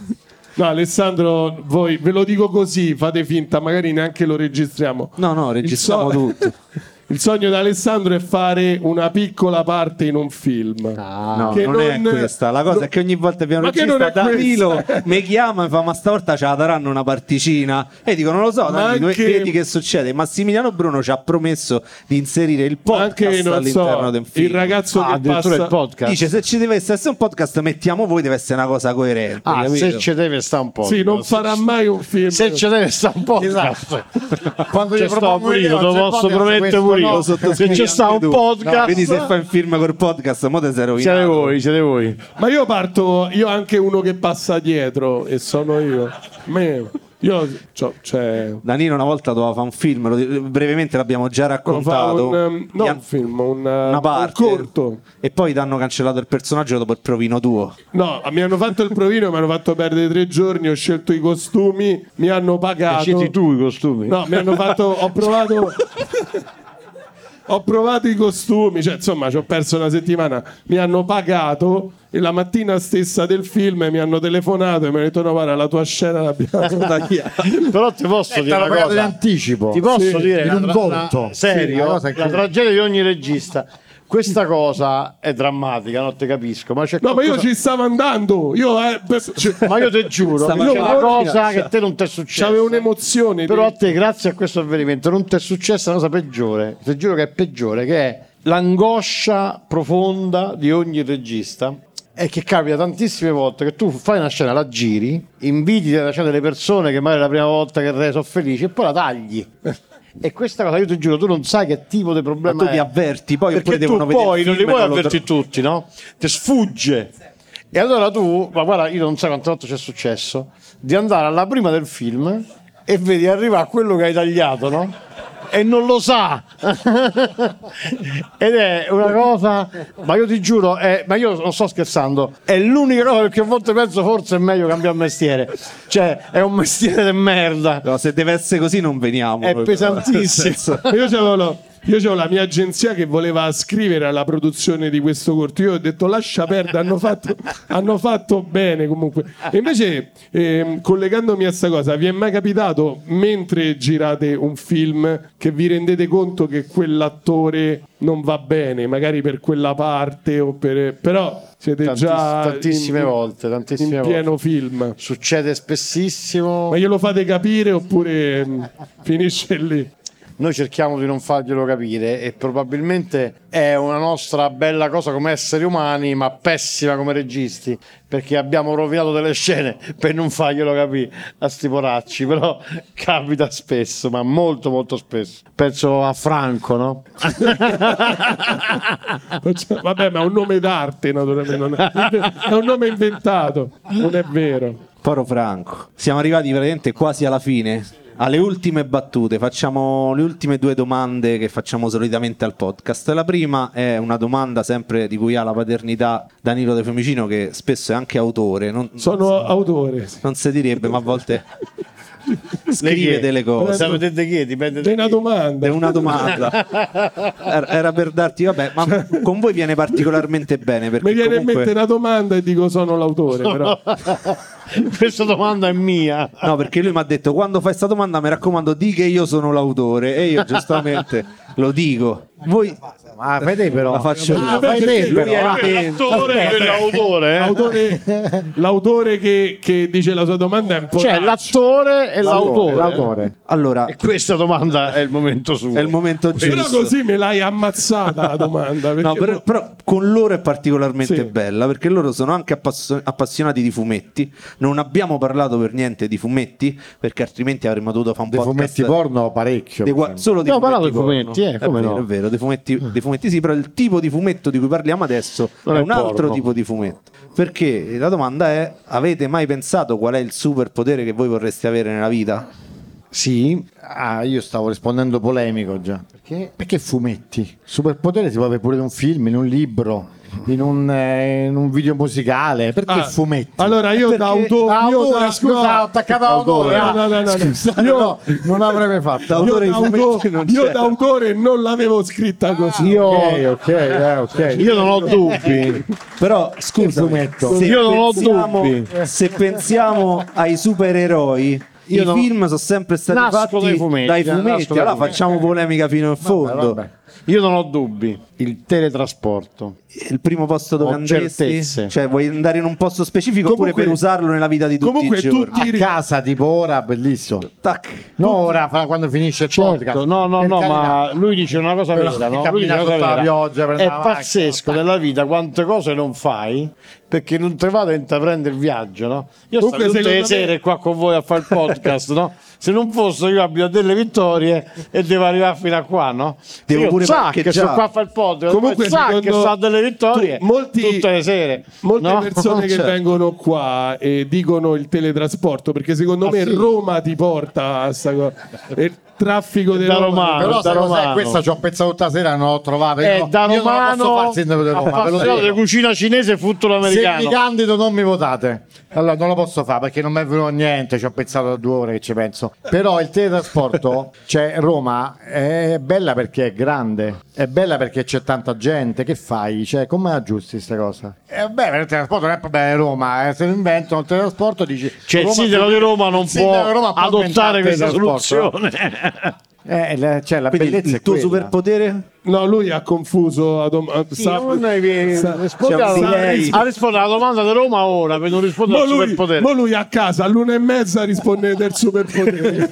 No, Alessandro, voi ve lo dico così, fate finta, magari neanche lo registriamo. No, no, registriamo Il so- tutto. Il sogno di Alessandro è fare una piccola parte in un film. No, Che non, è non- questa. La cosa no- è che ogni volta abbiamo Ma che non regista è Danilo questa? mi chiama e fa ma stavolta ce la daranno una particina e dico non lo so, Ma Danilo, anche- vedi che succede. Massimiliano Bruno ci ha promesso di inserire il podcast Anche non all'interno so, del film. il ragazzo Ah, che addirittura passa il podcast. Dice se ci deve essere un podcast mettiamo voi, deve essere una cosa coerente. Ah, capito? se ci deve stare un po'. Sì, non farà mai un film. Se ci deve stare un po'. Quando Ci gli sto propongo pure io, io, te lo c'è posso podcast, promettere questo pure no. io. Se ci sta un Tu. podcast, No, vedi se fai un film col podcast, mo te sei rovinato. siete voi, siete voi. Ma io parto, io ho anche uno che passa dietro e sono io. Me- io c'ho- cioè, Danilo una volta doveva fare un film, lo- brevemente l'abbiamo già fa raccontato. un, um, no, Gli un han- film, un, uh, una parte un corto. e poi ti hanno cancellato il personaggio dopo il provino tuo. No, mi hanno fatto il provino, mi hanno fatto perdere tre giorni, ho scelto i costumi, mi hanno pagato. Scegli tu i costumi. No, mi hanno fatto, ho provato. Ho provato i costumi, cioè insomma ci ho perso una settimana, mi hanno pagato e la mattina stessa del film mi hanno telefonato e mi hanno detto no guarda la tua scena l'abbiamo tagliata. Però ti posso dire T'hanno una pagato in cosa. anticipo. Ti posso Sì, dire in una un tra- volto. una- serio, Sì, una cosa la che- tragedia di ogni regista. Questa cosa è drammatica, non te capisco, ma c'è No, ma io qualcosa- ci stavo andando, io eh, per- cioè, ma io ti giuro, Stava c'è facendo- una cosa che a te non ti è successa. c'avevo un'emozione. Però a dentro. te, grazie a questo avvenimento, non ti è successa una cosa peggiore. Ti giuro che è peggiore, che è l'angoscia profonda di ogni regista è che capita tantissime volte che tu fai una scena, la giri, inviti la scena delle persone che magari è la prima volta che re sono felici e poi la tagli. E questa cosa, io ti giuro, tu non sai che tipo di problema Ma tu è. vi avverti, poi perché oppure tu devono vedere poi il non li film e puoi non lo avverti tro- tutti, no? Ti sfugge. E allora tu, ma guarda, io non so quante volte c'è successo di andare alla prima del film e vedi arrivare quello che hai tagliato, no? E non lo sa. Ed è una cosa, ma io ti giuro, è, ma io non sto scherzando, è l'unica cosa perché a volte penso forse è meglio cambiare mestiere, cioè è un mestiere di merda, No, se deve essere così non veniamo. è pesantissimo. Io c'avevo, lo- io c'avevo la mia agenzia che voleva scrivere alla produzione di questo corto. Io ho detto lascia perdere, hanno fatto, hanno fatto bene comunque. E invece, ehm, collegandomi a questa cosa, vi è mai capitato mentre girate un film che vi rendete conto che quell'attore non va bene, magari per quella parte o per... però siete Tantiss- già tantissime in, volte, tantissime in pieno volte. film. Succede spessissimo. Ma glielo fate capire oppure mh, finisce lì? Noi cerchiamo di non farglielo capire e probabilmente è una nostra bella cosa come esseri umani, ma pessima come registi, perché abbiamo rovinato delle scene per non farglielo capire a sti poracci, però capita spesso, ma molto molto spesso. Penso a Franco, no? Vabbè, ma è un nome d'arte, naturalmente, non è, è un nome inventato, non è vero. Poro Franco. Siamo arrivati praticamente quasi alla fine. Alle ultime battute, facciamo le ultime due domande che facciamo solitamente al podcast. La prima è una domanda sempre di cui ha la paternità Danilo De Fiumicino, che spesso è anche autore. Non, Sono autore. non si direbbe, ma a volte scrive delle cose. Sapete di chi? Dipende da È una chi. domanda. È una domanda. Era era per darti, vabbè, ma con voi viene particolarmente bene perché Mi viene comunque... in mente una domanda e dico sono l'autore, però. Questa domanda è mia. No, perché lui mi ha detto quando fai sta domanda mi raccomando di che io sono l'autore e io giustamente lo dico. Voi Ma fai te però. la faccio io. Ah, fai te perché però. lui è L'autore e l'autore, eh? L'autore, l'autore che, che dice la sua domanda è un po'. C'è l'attore e l'autore. L'autore. Allora, E questa domanda è il momento suo. è il momento Però giusto. così me l'hai ammazzata la domanda. No, perché- però, però con loro è particolarmente Sì. bella perché loro sono anche appassio- appassionati di fumetti. Non abbiamo parlato per niente di fumetti perché altrimenti avremmo dovuto fare un Dei podcast fumetti porno parecchio. dei gua- solo di Abbiamo parlato fumetti di porno. fumetti, eh, come è vero, no? è vero, dei fumetti, dei fumetti sì, però il tipo di fumetto di cui parliamo adesso Non è è un altro porno. tipo di fumetto. Perché la domanda è: avete mai pensato qual è il superpotere che voi vorreste avere nella vita? Sì, Ah, io stavo rispondendo polemico già. Perché? Perché fumetti? Superpotere si può avere pure in un film, in un libro, in un, eh, in un video musicale. Perché Ah, fumetti? Allora io da autore. Ah, io autore, da- scusa, no. ho attaccato all'autore. No, no, no, no, no. Scusa, Io- no, non l'avrei mai fatto. Io, Autore di da fumetti auto- non io c'è. da autore non l'avevo scritta così. io, Ok, ok, eh, ok. io non ho dubbi. Però scusa, fumetto? se Io non ho pensiamo- dubbi. se pensiamo ai supereroi, Io i non- film sono sempre stati Nascono fatti dai fumetti, dai eh, nascono fumetti. dai Allora fumetti. facciamo polemica fino in fondo. vabbè. Io non ho dubbi. Il teletrasporto. Il primo posto dove Ho andresti? certezze. Cioè, vuoi andare in un posto specifico Comunque- oppure per usarlo nella vita di tutti comunque i giorni? tutti- A casa, tipo ora, bellissimo. Tac. No, ora, fra- quando finisce il podcast. Certo, no, no, Per no, carità. ma lui dice una cosa Però vera, no? cammina Lui dice una cosa sotto la vera. pioggia, prende È la macchina, pazzesco nella vita quante cose non fai perché non te vado a intraprendere il viaggio, no? Io sto Comunque, tutte le secondo me- sere qua con voi a fare il podcast, no? Se non fosse io abito a delle vittorie e devo arrivare fino a qua, no? Devo io pure sa che parcheggiare. sono qua a fare il podcast, Comunque, sa che secondo- sto a delle vittorie tu- molti- tutte le sere. Molte no? persone che Certo. vengono qua e dicono il teletrasporto perché secondo Ah, me sì? Roma ti porta a sta cosa. E il traffico di Da Roma. romano. Però da sai cos'è? romano. Questa ci ho pensato tutta sera, non l'ho trovata. È Io, da io non la romano posso fare il sindaco di Roma, ve lo appassionato dico. di cucina cinese e football Se mi americano. candido non mi votate. Allora non lo posso fare perché non mi è venuto niente, ci ho pensato da due ore che ci penso. Però il teletrasporto, cioè Roma è bella perché è grande, è bella perché c'è tanta gente, che fai? Cioè come aggiusti questa cosa? Eh, beh, il teletrasporto non è problema di Roma, eh. Se lo inventano il teletrasporto dici... Cioè il Roma- sindaco di Roma non il sindaco può di Roma può adottare inventare questa il teletrasporto. soluzione. Eh, la- cioè la Quindi bellezza il è tuo quella. superpotere? No, lui ha confuso. a dom- a- sa- Non è- sa- rispondi c'è un alla- delay. a rispondere alla domanda di Roma ora per non rispondere Mo al lui, superpotere. mo lui a casa all'una e mezza risponde del superpotere.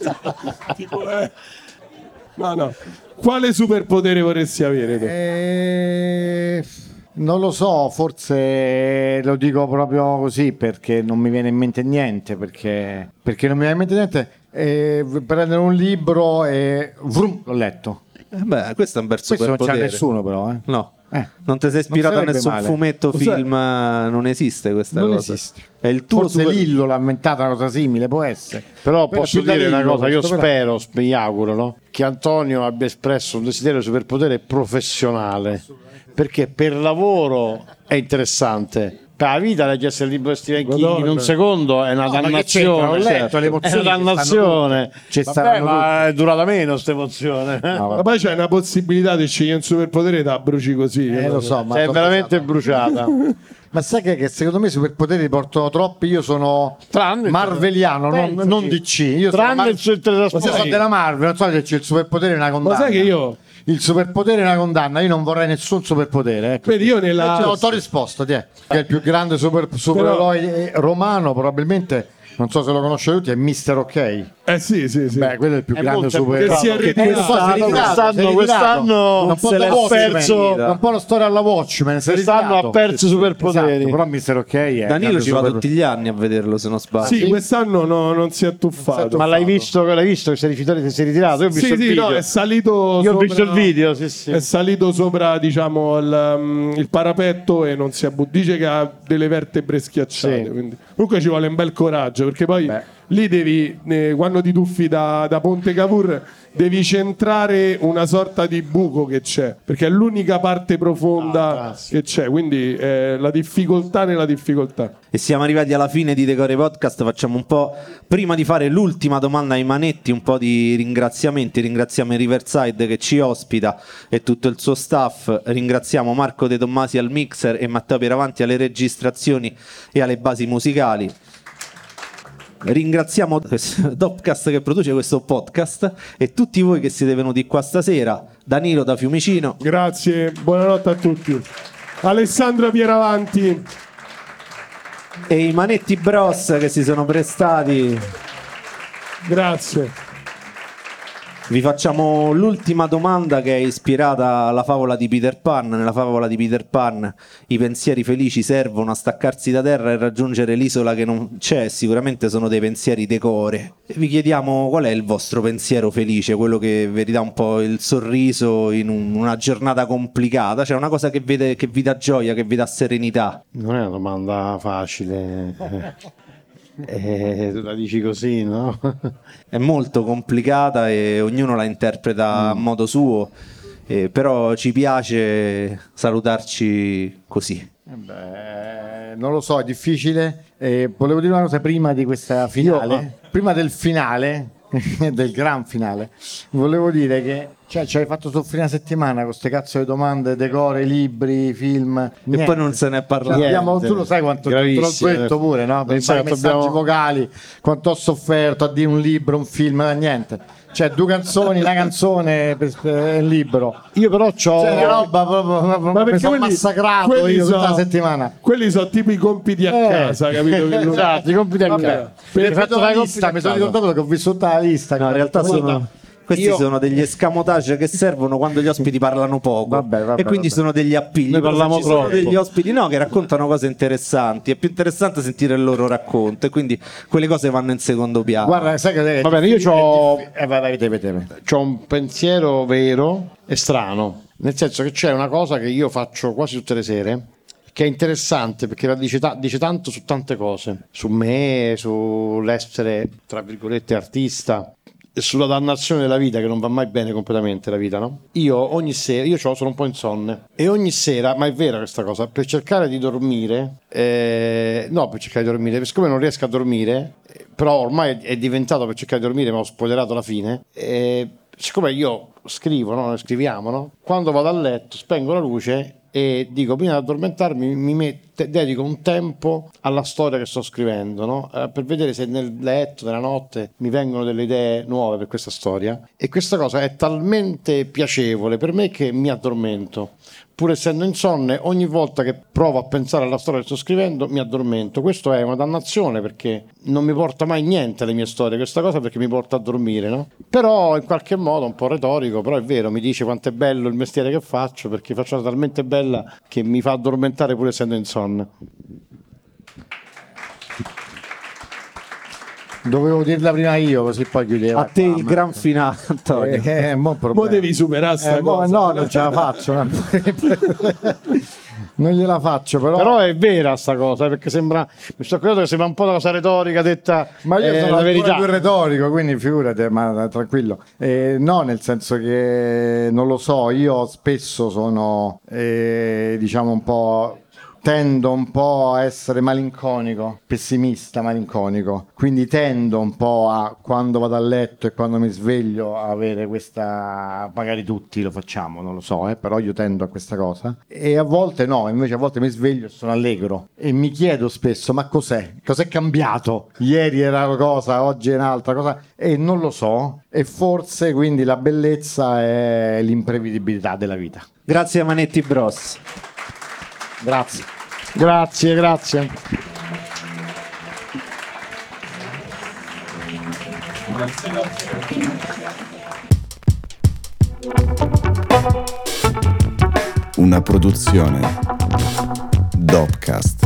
Tipo, eh. No, no. Quale superpotere vorresti avere tu? Eh, Non lo so, forse lo dico proprio così perché non mi viene in mente niente, perché, perché non mi viene in mente niente. E prendere un libro e vrum, l'ho letto. Eh beh, questo è un bel Questo non c'è superpotere. nessuno però, eh. No. Eh, Non ti sei ispirato a sarebbe nessun male. fumetto, Lo sai- film, eh, non esiste questa Non cosa. esiste. È il tuo Forse super- Lillo l'ha inventata una cosa simile, può essere. Però Però posso più da dire una Lillo cosa, io questo, però. spero, mi auguro, no? Che Antonio abbia espresso un desiderio di superpotere professionale, perché per lavoro è interessante. Per la vita leggersi il libro di Stephen King Madonna. in un secondo è una No, ma che c'entra? dannazione, L'ho letto, certo. le è emozioni una ci stanno dannazione. tutte. Ci Vabbè, stanno ma è durata meno questa emozione. eh? No, Ma poi c'è una possibilità di scegliere un superpotere da bruci così. Eh, lo so, ma È so- veramente bruciata. Ma sai che, che secondo me i superpoteri li portano troppi? Io sono Tranne- marveliano, non, Pensaci. non D C. Io sono, Tranne Mar- il suo io teletrasporto. sono della Marvel, non so se c'è il superpotere è una condanna. Ma sai che io, Il superpotere è una condanna, io non vorrei nessun superpotere. Ecco. vedi, io nella... No, t'ho risposto, ti è. Che è il più grande super, supereroe romano, probabilmente, non so se lo conosce tutti, è mister Ok. Eh sì, sì, sì. Beh, quello è il più È grande molto supereroe. Che si è ritirato. Quest'anno, quest'anno, quest'anno un non po' se da l'è Watchmen, perso. un po' la storia alla Watchmen. si è Quest'anno ritirato. ha perso i superpoteri. Esatto, però mister Ok è Danilo grande ci va super- tutti gli anni a vederlo, se non sbaglio. Sì, quest'anno no, non si è tuffato. Ma l'hai visto, l'hai visto che si è rifiutato, che si è ritirato? Io ho visto Sì, il sì, video. no, è salito Io ho sopra- visto il video, sì, sì. È salito sopra, diciamo, il, um, il parapetto e non si è bu- dice che ha delle vertebre schiacciate. Sì. Quindi. Comunque ci vuole un bel coraggio, perché poi lì devi, eh, quando ti tuffi da, da Ponte Cavour, devi centrare una sorta di buco che c'è, perché è l'unica parte profonda Ah, sì. che c'è, quindi eh, la difficoltà nella difficoltà. E siamo arrivati alla fine di Decore Podcast. Facciamo un po', prima di fare l'ultima domanda ai Manetti, un po' di ringraziamenti. Ringraziamo il Riverside che ci ospita e tutto il suo staff. Ringraziamo Marco De Tommasi al mixer e Matteo Pieravanti alle registrazioni e alle basi musicali. Ringraziamo Dopcast che produce questo podcast e tutti voi che siete venuti qua stasera. Danilo da Fiumicino, Grazie, buonanotte a tutti. Alessandro Pieravanti. e i Manetti Bros che si sono prestati. Grazie. Vi facciamo l'ultima domanda che è ispirata alla favola di Peter Pan. Nella favola di Peter Pan i pensieri felici servono a staccarsi da terra e raggiungere l'isola che non c'è. Sicuramente sono dei pensieri decore. E vi chiediamo qual è il vostro pensiero felice, quello che vi dà un po' il sorriso in un- una giornata complicata, cioè una cosa che, vede, che vi dà gioia, che vi dà serenità. Non è una domanda facile. Eh, tu la dici così, no? È molto complicata e ognuno la interpreta a modo suo, eh, però ci piace salutarci così. Eh beh, non lo so, è difficile. Eh, volevo dire una cosa prima di questa finale. Prima del finale, del gran finale, volevo dire che cioè, ci hai fatto soffrire una settimana con queste cazzo di domande, decore, libri, film. E niente. poi non se ne è parlato. Cioè, abbiamo- Niente. tu lo sai quanto te l'ho Gravissimo. detto pure, no? Per Non fare so, messaggi dobbiamo- vocali, quanto ho sofferto a dire un libro, un film, eh, niente. Cioè, due canzoni, una canzone per, per il libro. Io però c'ho... Cioè, una roba proprio, proprio Ma mi perché sono quelli- massacrato quelli io tutta so- la settimana. Quelli sono tipo i compiti a Eh. casa, capito? Che lui- Esatto, i compiti a Vabbè, casa. per Hai fatto la la lista, compiti a mi sono casa. ricordato che ho visto tutta la lista. No, in realtà sono, questi Io- sono degli escamotage che servono quando gli ospiti parlano poco. Vabbè, vabbè, e quindi vabbè. sono degli appigli. Noi Però se parliamo ci sono troppo. degli ospiti no, che raccontano cose interessanti. È più interessante sentire il loro racconto e quindi quelle cose vanno in secondo piano. Guarda, sai che Va bene, io c'ho- Eh, vai, vai, te, te, te. C'ho un pensiero vero e strano, nel senso che c'è una cosa che io faccio quasi tutte le sere, che è interessante perché la dice, ta- dice tanto su tante cose, su me, sull'essere, tra virgolette, artista, e sulla dannazione della vita, che non va mai bene completamente la vita, no? Io ogni sera, io c'ho- sono un po' insonne, e ogni sera, ma è vera questa cosa, per cercare di dormire, eh, no per cercare di dormire, siccome non riesco a dormire, eh, però ormai è diventato per cercare di dormire, ma ho spoilerato la fine, eh, siccome io scrivo, no? Noi scriviamo, no? Quando vado a letto spengo la luce e dico prima di addormentarmi mi metto te- dedico un tempo alla storia che sto scrivendo, no? Eh, per vedere se nel letto, nella notte, mi vengono delle idee nuove per questa storia. E questa cosa è talmente piacevole per me che mi addormento. Pur essendo insonne, ogni volta che provo a pensare alla storia che sto scrivendo mi addormento. Questo è una dannazione, perché non mi porta mai niente le mie storie, questa cosa, perché mi porta a dormire, no? Però in qualche modo, un po' retorico, però è vero, mi dice quanto è bello il mestiere che faccio, perché faccio una talmente bella che mi fa addormentare pur essendo insonne. Dovevo dirla prima io, così poi chiudevo. A te il gran finale, Antonio. Eh, eh, mo Mo devi superare sta Eh, mo- cosa. no, non ce la faccio. no. Non gliela faccio, però. Però è vera sta cosa, perché sembra, mi sto accorgendo che sembra un po' una cosa retorica detta, Ma io eh, sono la ancora verità. più retorico, quindi figurate, ma tranquillo. Eh, no, nel senso che non lo so, io spesso sono, eh, diciamo, un po'. Tendo un po' a essere malinconico, pessimista, malinconico. Quindi tendo un po' a, quando vado a letto e quando mi sveglio, a avere questa. Magari tutti lo facciamo, non lo so, eh, però io tendo a questa cosa. E a volte no, invece a volte mi sveglio e sono allegro. E mi chiedo spesso, ma cos'è? Cos'è cambiato? Ieri era una cosa, oggi è un'altra cosa. E non lo so. E forse quindi la bellezza è l'imprevedibilità della vita. Grazie a Manetti Bros. Grazie. Grazie, grazie. Una produzione Dopcast.